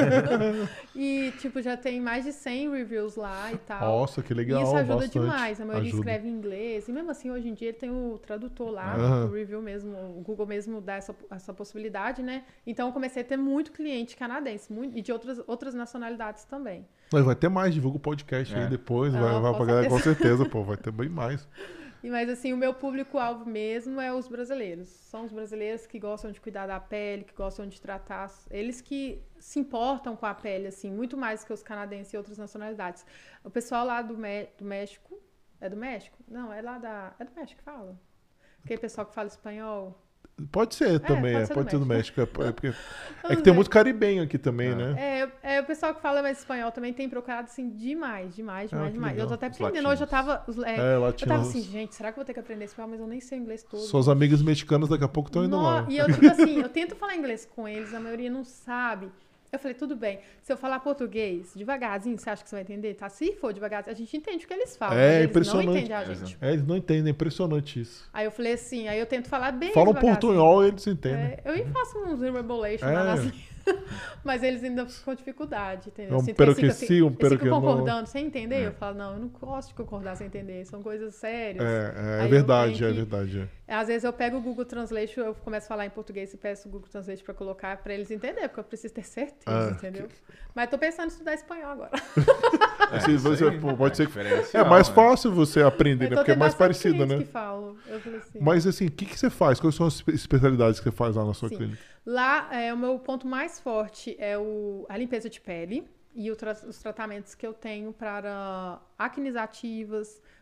S3: E, tipo, já tem mais de cem reviews lá e tal.
S1: Nossa, que legal.
S3: E isso ajuda
S1: bastante.
S3: demais. A maioria
S1: Ajuda.
S3: escreve em inglês. E mesmo assim, hoje em dia, ele tem o tradutor lá,
S1: Aham.
S3: o review mesmo, o Google mesmo dá essa, essa possibilidade, né? Então, eu comecei a ter muito cliente canadense muito, e de outras, outras nacionalidades também.
S1: Mas vai ter mais, divulga o podcast
S2: É.
S1: aí depois,
S3: Ah,
S1: vai, vai
S3: com
S1: pra galera, com
S3: certeza.
S1: certeza, pô, vai ter bem mais.
S3: E, mas assim, o meu público-alvo mesmo é os brasileiros. São os brasileiros que gostam de cuidar da pele, que gostam de tratar. Eles que se importam com a pele, assim, muito mais que os canadenses e outras nacionalidades. O pessoal lá do, Mé- do México. É do México? Não, é lá da. É do México que fala. Aquele pessoal que fala espanhol.
S1: Pode ser também,
S3: pode
S1: é,
S3: ser
S1: pode
S3: do
S1: ser do
S3: México.
S1: México. É, é porque, é
S3: Vamos
S1: que tem
S3: ver.
S1: muito caribenho aqui também, né?
S3: É, é, o pessoal que fala mais espanhol também tem procurado, assim, demais, demais,
S1: Ah,
S3: demais,
S1: que
S3: demais.
S1: legal.
S3: Eu tô até
S2: Os
S3: aprendendo. Hoje eu
S2: latinos.
S3: tava. os- é,
S1: É,
S3: eu
S1: latinos.
S3: tava assim, gente, será que eu vou ter que aprender espanhol? Mas eu nem sei o inglês todo.
S1: Suas amigas mexicanas daqui a pouco estão indo
S3: No-
S1: lá.
S3: E eu, tipo assim, eu tento falar inglês com eles, a maioria não sabe. Eu falei, tudo bem. Se eu falar português devagarzinho, você acha que você vai entender? Tá? Se for devagarzinho, a gente entende o que eles falam.
S1: É,
S3: mas eles
S1: impressionante.
S3: não entendem a gente.
S1: É, eles não entendem, é impressionante isso.
S3: Aí eu falei assim, aí eu tento falar bem
S1: Falam
S3: devagarzinho.
S1: portunhol, eles entendem.
S3: É, eu ainda faço uns rebolation
S1: É.
S3: lá nas línguas, mas eles ainda ficam com dificuldade, entendeu?
S1: É um
S3: Eu sinto que eles ficam
S1: peroqueci, um
S3: eles ficam
S1: peroquenô.
S3: concordando sem entender. Eu falo, não, eu não gosto de concordar sem entender. São coisas sérias.
S1: É, é, é
S3: Aí eu
S1: verdade,
S3: tenho
S1: é
S3: que-
S1: verdade. é.
S3: Às vezes eu pego o Google Translate, eu começo a falar em português e peço o Google Translate pra colocar pra eles entenderem, porque eu preciso ter certeza,
S1: Ah,
S3: entendeu? Mas tô pensando em estudar espanhol agora.
S2: É,
S1: Se
S2: isso
S1: você-
S2: aí
S1: pô, pode ser que-
S2: diferencial,
S1: É mais
S2: né?
S1: fácil você aprender,
S3: Eu
S1: né?
S3: tô
S1: Porque é
S3: tendo
S1: mais
S3: bastante
S1: parecido,
S3: clientes
S1: né?
S3: que falam. Eu falei assim,
S1: Mas assim, o que, que você faz? Quais são as espe- especialidades que você faz lá na sua
S3: Sim.
S1: clínica?
S3: lá é, o meu ponto mais forte é o, a limpeza de pele e o tra- os tratamentos que eu tenho para acnes ativas,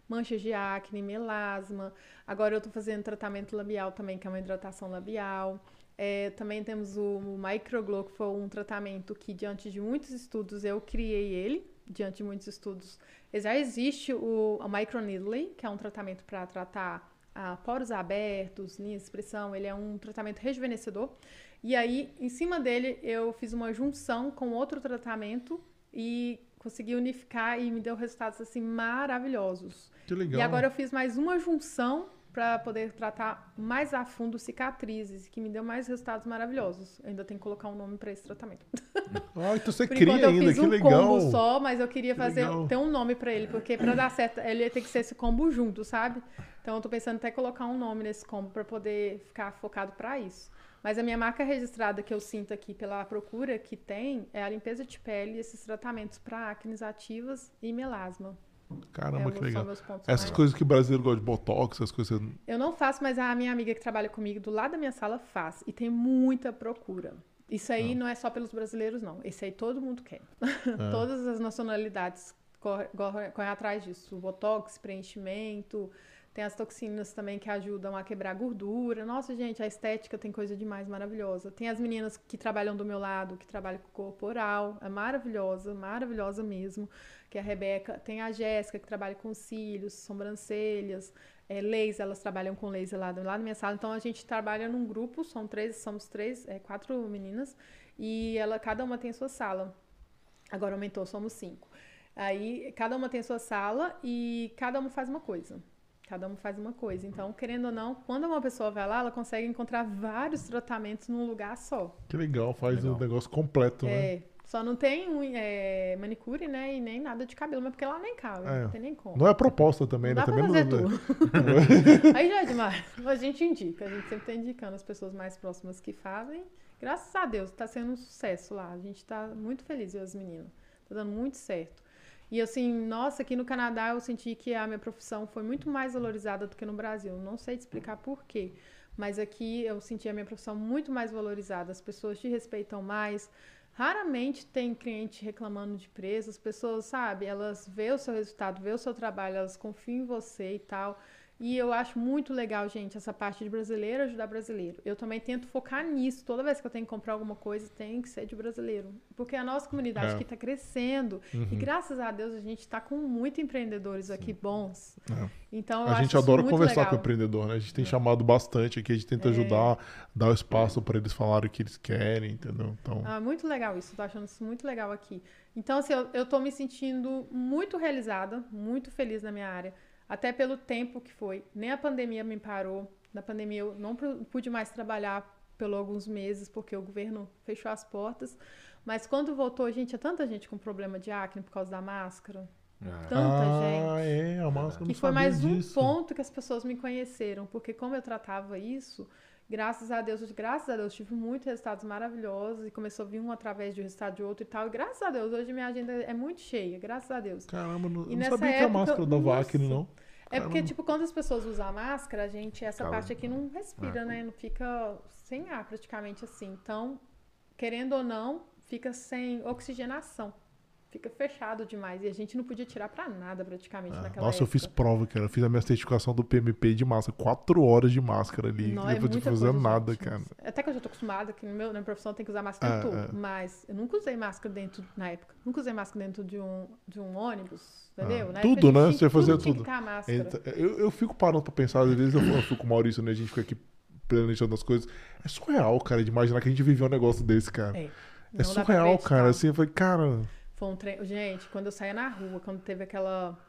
S3: manchas de acne, melasma. Agora eu tô fazendo tratamento labial também, que é uma hidratação labial. É, também temos o, o Microglow, que foi um tratamento que, diante de muitos estudos, eu criei ele. Diante de muitos estudos, já existe o, o Microneedling, que é um tratamento para tratar ah, poros abertos, linha de expressão. Ele é um tratamento rejuvenescedor. E aí, em cima dele, eu fiz uma junção com outro tratamento e consegui unificar e me deu resultados assim maravilhosos.
S1: Que legal.
S3: E agora eu fiz mais uma junção para poder tratar mais a fundo cicatrizes, que me deu mais resultados maravilhosos. Eu ainda tenho que colocar um nome para esse tratamento.
S1: Ah, então você
S3: Por
S1: cria
S3: enquanto,
S1: ainda,
S3: eu fiz
S1: que
S3: um
S1: legal.
S3: combo só, mas eu queria
S1: Que
S3: fazer
S1: legal.
S3: ter um nome para ele, porque para dar certo, ele ia ter que ser esse combo junto, sabe? Então eu tô pensando até colocar um nome nesse combo para poder ficar focado para isso. Mas a minha marca registrada que eu sinto aqui pela procura que tem é a limpeza de pele e esses tratamentos para acnes ativas e melasma.
S1: Caramba,
S3: É,
S1: que
S3: são
S1: legal.
S3: meus pontos
S1: Essas
S3: mais-
S1: coisas que o brasileiro gosta de botox, essas coisas.
S3: Eu não faço, mas a minha amiga que trabalha comigo do lado da minha sala faz. E tem muita procura. Isso aí não é só pelos brasileiros, não. Esse aí todo mundo quer. Todas as nacionalidades correm, correm, correm atrás disso. O botox, preenchimento. Tem as toxinas também que ajudam a quebrar gordura. Nossa, gente, a estética tem coisa demais, maravilhosa. Tem as meninas que trabalham do meu lado, que trabalham com corporal. É maravilhosa, maravilhosa mesmo. Que é a Rebeca. Tem a Jéssica, que trabalha com cílios, sobrancelhas. É, laser, elas trabalham com laser lá, lá na minha sala. Então, a gente trabalha num grupo, são três, somos três, é, quatro meninas. E ela, cada uma tem sua sala. Agora aumentou, somos cinco. Aí, cada uma tem sua sala e cada uma faz uma coisa. Cada um faz uma coisa. Então, querendo ou não, quando uma pessoa vai lá, ela consegue encontrar vários tratamentos num lugar só.
S1: Que legal, faz
S2: Legal.
S1: um negócio completo, né?
S3: É, só não tem um, é, manicure, né? E nem nada de cabelo, mas porque lá nem cabe,
S1: É.
S3: não tem nem como.
S1: Não é proposta também,
S3: Não
S1: né?
S3: dá pra
S1: Também
S3: fazer
S1: não-
S3: tudo. Aí já é demais. A gente indica, a gente sempre tá indicando as pessoas mais próximas que fazem. Graças a Deus, tá sendo um sucesso lá. A gente tá muito feliz, eu e as meninas. Tá dando muito certo. E assim, nossa, aqui no Canadá eu senti que a minha profissão foi muito mais valorizada do que no Brasil. Não sei te explicar por quê, mas aqui eu senti a minha profissão muito mais valorizada. As pessoas te respeitam mais. Raramente tem cliente reclamando de preço. As pessoas, sabe, elas vê o seu resultado, vê o seu trabalho, elas confiam em você e tal. E eu acho muito legal, gente, essa parte de brasileiro ajudar brasileiro. Eu também tento focar nisso. Toda vez que eu tenho que comprar alguma coisa, tem que ser de brasileiro. Porque a nossa comunidade
S1: É.
S3: aqui está crescendo. E graças a Deus a gente está com muitos empreendedores aqui bons.
S1: É.
S3: Então eu
S1: A
S3: acho
S1: gente
S3: isso
S1: adora
S3: muito
S1: conversar
S3: legal.
S1: com o empreendedor, né? A gente tem chamado bastante aqui, a gente tenta
S3: É.
S1: ajudar, dar o espaço para eles falarem o que eles querem, entendeu? Então,
S3: Ah, muito legal isso, tô achando isso muito legal aqui. Então, assim, eu, eu tô me sentindo muito realizada, muito feliz na minha área, até pelo tempo que foi. Nem a pandemia me parou. Na pandemia eu não pu- pude mais trabalhar por alguns meses, porque o governo fechou as portas. Mas quando voltou, gente, tinha tanta gente com problema de acne por causa da máscara.
S2: Ah,
S3: Tanta
S1: ah,
S3: gente.
S1: é, a máscara não
S3: E foi
S1: sabia
S3: mais um
S1: disso.
S3: ponto que as pessoas me conheceram, porque como eu tratava isso, graças a Deus, graças a Deus, tive muitos resultados maravilhosos e começou a vir um através de um resultado de outro e tal. E graças a Deus, hoje minha agenda é muito cheia, graças a Deus.
S1: Caramba, não,
S3: E
S1: não
S3: nessa
S1: sabia que a
S3: época,
S1: máscara dava
S3: nossa.
S1: acne, não.
S3: É porque,
S1: Caramba.
S3: tipo, quando as pessoas usam a máscara, a gente, essa
S2: Calma.
S3: parte aqui não respira,
S2: Ah.
S3: né? Não fica sem ar praticamente assim. Então, querendo ou não, fica sem oxigenação. Fica fechado demais. E a gente não podia tirar pra nada praticamente
S1: Ah,
S3: naquela
S1: nossa,
S3: época.
S1: eu fiz prova, cara. Eu fiz a minha certificação do P M P de máscara. Quatro horas de máscara ali.
S3: Não,
S1: Não
S3: é
S1: depois de
S3: muita
S1: fazer
S3: coisa,
S1: nada,
S3: gente.
S1: cara.
S3: Nossa. Até que eu já tô acostumada, que no meu, na minha profissão tem que usar máscara
S1: É,
S3: em tudo.
S1: é.
S3: Mas eu nunca usei máscara dentro, na época. Nunca usei máscara dentro de um, de um ônibus, entendeu?
S1: Ah,
S3: Na
S1: tudo,
S3: época, a
S1: né?
S3: gente tinha-
S1: Você fazia
S3: tudo. Tinha
S1: tudo.
S3: que ter a máscara.
S1: Então, eu, eu fico parando pra pensar, às vezes eu, eu fico com o Maurício, né? A gente fica aqui planejando as coisas. É surreal, cara, de imaginar que a gente viveu um negócio desse, cara.
S3: É,
S1: É,
S3: não dá pra
S1: surreal,
S3: acreditar.
S1: cara. Assim, eu falei, cara.
S3: Foi um trem. Gente, quando eu saía na rua, quando teve aquela.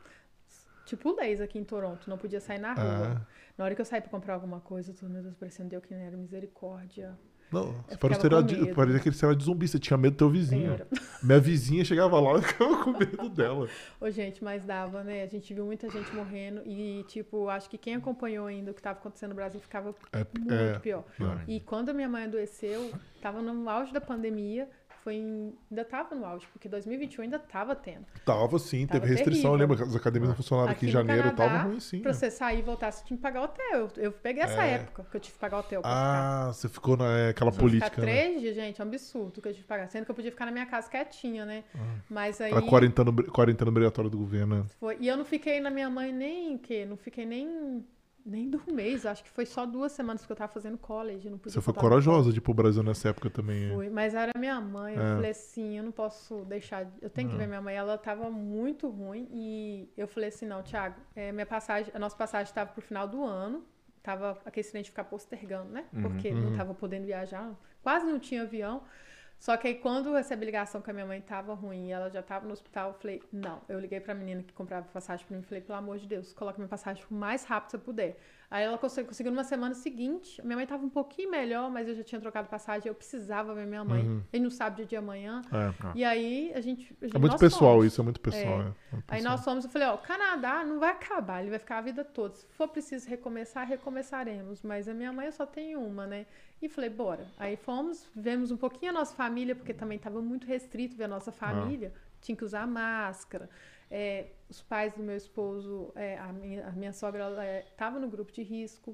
S3: Tipo leis aqui em Toronto, não podia sair na rua.
S1: Ah.
S3: Na hora que eu saí pra comprar alguma coisa, eu tô, meu Deus, parecendo Deus que não era misericórdia.
S1: Não,
S3: Eu
S1: parece,
S3: ficava
S1: que
S3: com
S1: era,
S3: medo.
S1: parecia que ele era de zumbi, você tinha medo do teu vizinho.
S3: Era.
S1: Minha vizinha chegava lá e ficava com medo dela.
S3: Ô, gente, mas dava, né? A gente viu muita gente morrendo e, tipo, acho que quem acompanhou ainda o que tava acontecendo no Brasil ficava
S1: É,
S3: muito
S1: é,
S3: pior.
S2: pior
S3: E quando a minha mãe adoeceu, tava no auge da pandemia, foi foi em, ainda tava no auge, porque dois mil e vinte e um ainda tava tendo.
S1: Tava sim,
S3: Tava
S1: teve restrição.
S3: terrível.
S1: Lembra que as academias não funcionaram aqui,
S3: Aqui
S1: em
S3: no
S1: janeiro,
S3: Canadá,
S1: tava ruim sim.
S3: Pra
S1: né?
S3: você sair e voltar, você tinha que pagar hotel. Eu, eu peguei essa
S1: É.
S3: época que eu tive que pagar hotel pra ficar.
S1: Ah, você ficou naquela
S3: Tive que ficar
S1: política, né?
S3: três dias, gente, é um absurdo que eu tive que pagar. Sendo que eu podia ficar na minha casa quietinha, né? Mas aí
S1: A quarentena, quarentena obrigatória do governo, né?
S3: foi. E eu não fiquei na minha mãe nem o quê? Não fiquei nem, nem do mês. Acho que foi só duas semanas que eu tava fazendo college. Não podia
S1: Você foi
S3: faltar no
S1: corajosa de ir pro Brasil nessa época também.
S3: Fui, mas era minha mãe. Eu
S1: É.
S3: falei assim, eu não posso deixar. Eu tenho que ver minha mãe. Ela tava muito ruim e eu falei assim, não, Thiago, é, minha passagem, a nossa passagem estava pro final do ano. Tava aquele acidente de ficar postergando, né? Porque não tava podendo viajar, quase não tinha avião. Só que aí quando eu recebi ligação que a minha mãe tava ruim e ela já tava no hospital, eu falei, não. Eu liguei pra menina que comprava passagem pra mim e falei, pelo amor de Deus, coloca minha passagem o mais rápido que você puder. Aí ela conseguiu, conseguiu numa semana seguinte. Minha mãe tava um pouquinho melhor, mas eu já tinha trocado passagem, eu precisava ver minha mãe.
S1: Uhum.
S3: Ele não sabe dia de amanhã.
S1: É.
S3: E aí a gente. A gente
S1: É muito
S3: nós
S1: pessoal
S3: fomos.
S1: isso, é muito pessoal.
S3: É.
S1: é. É muito
S3: Aí
S1: pessoal.
S3: nós fomos, eu falei, ó, o Canadá não vai acabar, ele vai ficar a vida toda. Se for preciso recomeçar, recomeçaremos. Mas a minha mãe eu só tenho uma, né? E falei, bora. Aí fomos, vemos um pouquinho a nossa família, porque também estava muito restrito ver a nossa família. Tinha que usar máscara. É, os pais do meu esposo, é, a, minha, a minha sogra, ela estava no grupo de risco,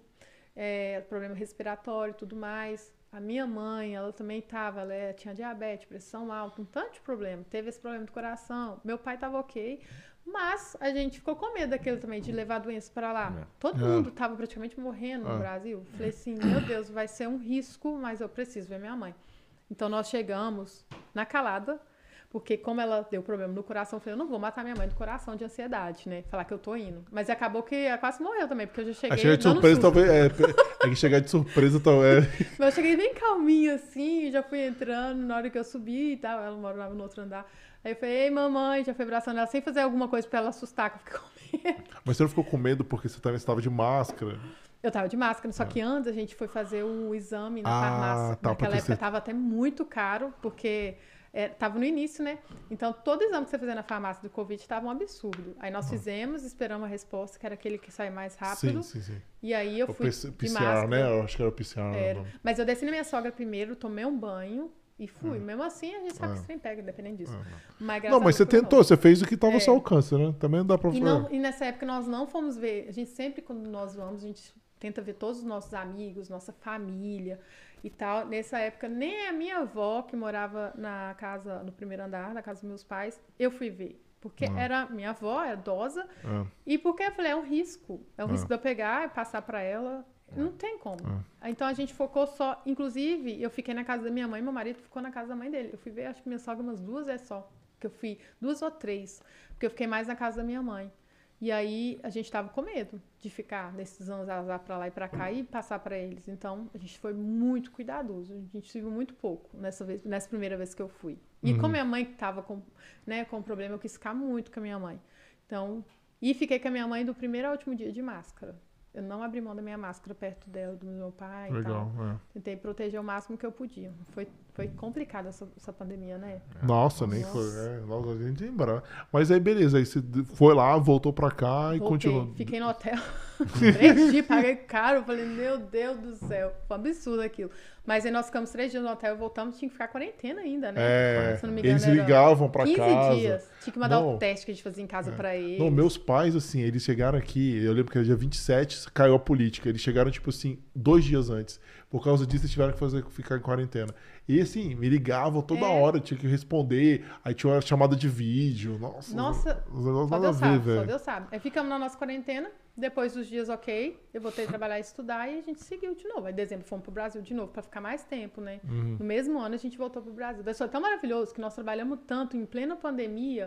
S3: é, problema respiratório e tudo mais. A minha mãe, ela também estava, ela é, tinha diabetes, pressão alta, um tanto de problema. Teve esse problema do coração. Meu pai estava ok, mas a gente ficou com medo daquilo também, de levar a doença para lá.
S2: É.
S3: Todo
S1: É.
S3: mundo estava praticamente morrendo no
S1: É.
S3: Brasil. Falei assim, meu Deus, vai ser um risco, mas eu preciso ver minha mãe. Então nós chegamos na calada, porque como ela deu problema no coração, eu falei, eu não vou matar minha mãe do coração de ansiedade, né? Falar que eu tô indo. Mas acabou que ela quase morreu também, porque eu já cheguei
S1: Aí chegar de
S3: dando
S1: surpresa,
S3: susto.
S1: talvez. É, é que chegar de surpresa, talvez.
S3: Mas eu cheguei bem calminha, assim, já fui entrando na hora que eu subi e tal. Ela morava no outro andar. Aí eu falei, ei, mamãe, já fui abraçando ela sem fazer alguma coisa pra ela assustar, que eu fiquei com medo.
S1: Mas você não ficou com medo porque você também estava de máscara?
S3: Eu tava de máscara, só que antes a gente foi fazer o exame na
S1: Ah,
S3: farmácia.
S1: tá,
S3: Naquela
S1: porque
S3: época
S1: você-
S3: tava até muito caro, porque é, tava no início, né? Então todo exame que você fazia na farmácia do Covid tava um absurdo. Aí nós fizemos, esperamos a resposta, que era aquele que sai mais rápido.
S1: Sim, sim, sim.
S3: E aí eu
S1: O
S3: fui
S1: P C
S3: de
S1: R,
S3: máscara.
S1: né? Eu acho que era o P C R.
S3: Era.
S1: não.
S3: Mas eu desci na minha sogra primeiro, tomei um banho e fui. Mesmo assim, a gente sabe que esse trem pega, independente disso. Mas, graças
S1: Não,
S3: a
S1: mas
S3: Deus,
S1: você
S3: foi
S1: tentou,
S3: bom.
S1: você fez o que estava ao
S3: É.
S1: seu alcance, né? Também não dá pra
S3: E,
S1: falar.
S3: não, e nessa época nós não fomos ver. A gente sempre, quando nós vamos, a gente tenta ver todos os nossos amigos, nossa família e tal. Nessa época, nem a minha avó, que morava na casa, no primeiro andar, na casa dos meus pais, eu fui ver. Porque era minha avó, era idosa,
S1: É.
S3: e porque eu falei, é um risco. É um
S1: É.
S3: risco de eu pegar e passar pra ela. Não tem como. Então a gente focou só. Inclusive, eu fiquei na casa da minha mãe, meu marido ficou na casa da mãe dele. Eu fui ver, acho que minha sogra umas duas vezes só. Que eu fui duas ou três. Porque eu fiquei mais na casa da minha mãe. E aí a gente tava com medo de ficar nesses anos azar pra lá e pra cá e passar pra eles. Então a gente foi muito cuidadoso. A gente se viu muito pouco nessa vez, nessa primeira vez que eu fui. E
S1: Uhum.
S3: como minha mãe tava com, né, com problema, eu quis ficar muito com a minha mãe. Então, e fiquei com a minha mãe do primeiro ao último dia de máscara. Eu não abri mão da minha máscara perto dela, do meu pai e
S1: Legal,
S3: tal.
S1: é.
S3: Tentei proteger o máximo que eu podia. Foi, foi complicada essa, essa pandemia, né?
S1: Nossa, nem
S3: Nossa.
S1: foi. É, logo a gente lembrar. Mas aí, beleza. Aí você foi lá, voltou pra cá e
S3: Voltei,
S1: continuou.
S3: fiquei no hotel. Três dias, paguei caro. Falei, meu Deus do céu. Foi um absurdo aquilo. Mas aí nós ficamos três dias no hotel e voltamos. Tinha que ficar quarentena ainda, né?
S1: É,
S3: Se não me engano,
S1: eles
S3: era
S1: ligavam pra
S3: quinze
S1: casa.
S3: dias. Tinha que mandar
S1: Não.
S3: o teste que a gente fazia em casa pra eles.
S1: Não, meus pais, assim, eles chegaram aqui, eu lembro que era dia vinte e sete, caiu a política. Eles chegaram, tipo assim, dois dias antes. Por causa disso, eles tiveram que fazer, ficar em quarentena. E assim, me ligavam toda
S3: É.
S1: hora, tinha que responder. Aí tinha uma chamada de vídeo. Nossa,
S3: Nossa,
S1: os negócios
S3: Só
S1: nada a
S3: Deus
S1: ver,
S3: sabe, só
S1: velho.
S3: Deus sabe. Aí ficamos na nossa quarentena, depois dos dias ok, eu voltei a trabalhar e estudar e a gente seguiu de novo. Aí em dezembro fomos pro Brasil de novo, pra ficar mais tempo, né?
S1: Uhum.
S3: No mesmo ano a gente voltou pro Brasil. Daí foi tão maravilhoso que nós trabalhamos tanto em plena pandemia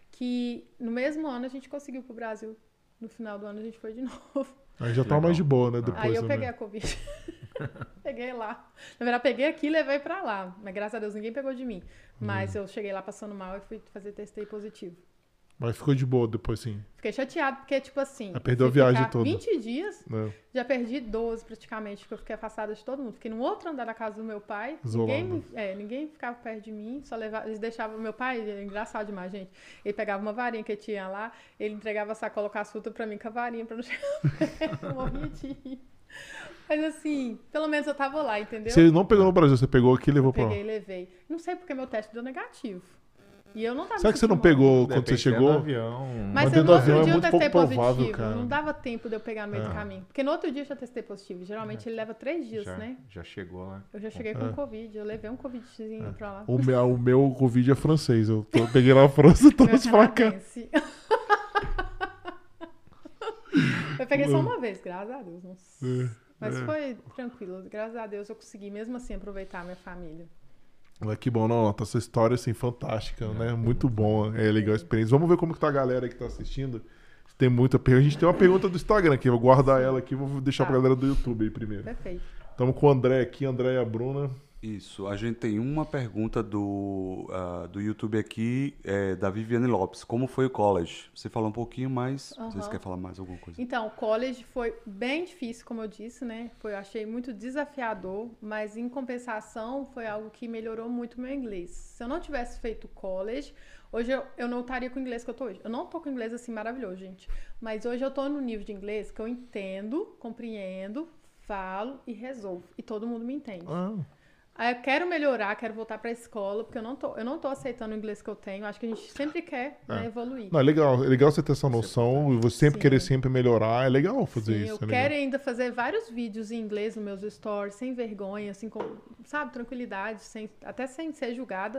S3: que no mesmo ano a gente conseguiu pro Brasil. No final do ano a gente foi de novo.
S1: Aí já tá
S2: Legal.
S1: mais de boa, né? Depois,
S3: Aí eu
S1: né?
S3: peguei a Covid. Peguei lá. Na verdade, peguei aqui e levei pra lá. Mas graças a Deus ninguém pegou de mim. Mas eu cheguei lá passando mal e fui fazer testei positivo.
S1: Mas ficou de boa depois, sim.
S3: Fiquei chateado, porque, tipo assim...
S1: Aí perdeu a
S3: se
S1: viagem
S3: ficar
S1: toda.
S3: vinte dias,
S1: Né?
S3: já perdi doze praticamente, porque eu fiquei afastada de todo mundo. Fiquei no outro andar da casa do meu pai.
S1: Isolada.
S3: Ninguém, me- é, ninguém ficava perto de mim, só levava... Eles deixavam... Meu pai, ele é engraçado demais, gente. Ele pegava uma varinha que tinha lá, ele entregava a sacola com a fruta pra mim com a varinha, pra não chegar perto. Eu morria de rir. Mas assim, pelo menos eu tava lá, entendeu?
S1: Você não pegou no Brasil, você pegou aqui e levou pra lá.
S3: Peguei e levei. Não sei porque meu teste deu negativo. E eu não tava
S1: Será que você não
S3: sentindo mal.
S1: pegou quando você
S2: Depende,
S1: chegou?
S2: é no avião.
S3: Mas
S1: Mas
S3: eu,
S1: dentro
S3: no
S1: do
S3: outro
S1: avião é
S3: dia eu
S1: muito
S3: testei
S1: pouco provável,
S3: positivo.
S1: cara.
S3: Não dava tempo de eu pegar no meio
S1: É.
S3: do caminho. Porque no outro dia eu já testei positivo. Geralmente ele leva três dias,
S2: já,
S3: né?
S2: já chegou lá.
S3: Eu já cheguei com Covid. Eu levei um Covidzinho pra lá.
S1: O meu, o meu Covid é francês. Eu tô- peguei lá na França e
S3: Meu
S1: trouxe pra cá.
S3: canadense. Eu peguei só uma vez, graças a Deus. Nossa.
S1: É,
S3: Mas
S1: é.
S3: foi tranquilo. Graças a Deus eu consegui mesmo assim aproveitar a minha família.
S1: Mas que bom, não, tá essa história assim fantástica, né? Muito bom, é legal a experiência. Vamos ver como que tá a galera que tá assistindo. Tem muita pergunta. A gente tem uma pergunta do Instagram aqui, eu vou guardar ela aqui, vou deixar
S3: Tá.
S1: pra galera do YouTube aí primeiro.
S3: Perfeito.
S1: Estamos com o André aqui, André e a Bruna.
S4: Isso, a gente tem uma pergunta do, ah, do YouTube aqui, é, da Viviane Lopes. Como foi o college? Você falou um pouquinho, mas
S3: Aham.
S4: vocês querem falar mais alguma coisa?
S3: Então, o college foi bem difícil, como eu disse, né? Foi, eu achei muito desafiador, mas em compensação foi algo que melhorou muito o meu inglês. Se eu não tivesse feito college, hoje eu, eu não estaria com o inglês que eu tô hoje. Eu não tô com inglês assim maravilhoso, gente. Mas hoje eu tô no nível de inglês que eu entendo, compreendo, falo e resolvo. E todo mundo me entende.
S1: Ah,
S3: Aí eu quero melhorar, quero voltar pra escola, porque eu não tô, eu não tô aceitando o inglês que eu tenho. Acho que a gente sempre quer né,
S1: É.
S3: evoluir.
S1: não, é legal, é legal você ter essa noção e você sempre
S3: Sim.
S1: querer sempre melhorar. É legal fazer
S3: Sim,
S1: isso.
S3: eu
S1: é legal.
S3: quero ainda fazer vários vídeos em inglês nos meus stories, sem vergonha, assim, com, sabe, tranquilidade, sem, até sem ser julgada.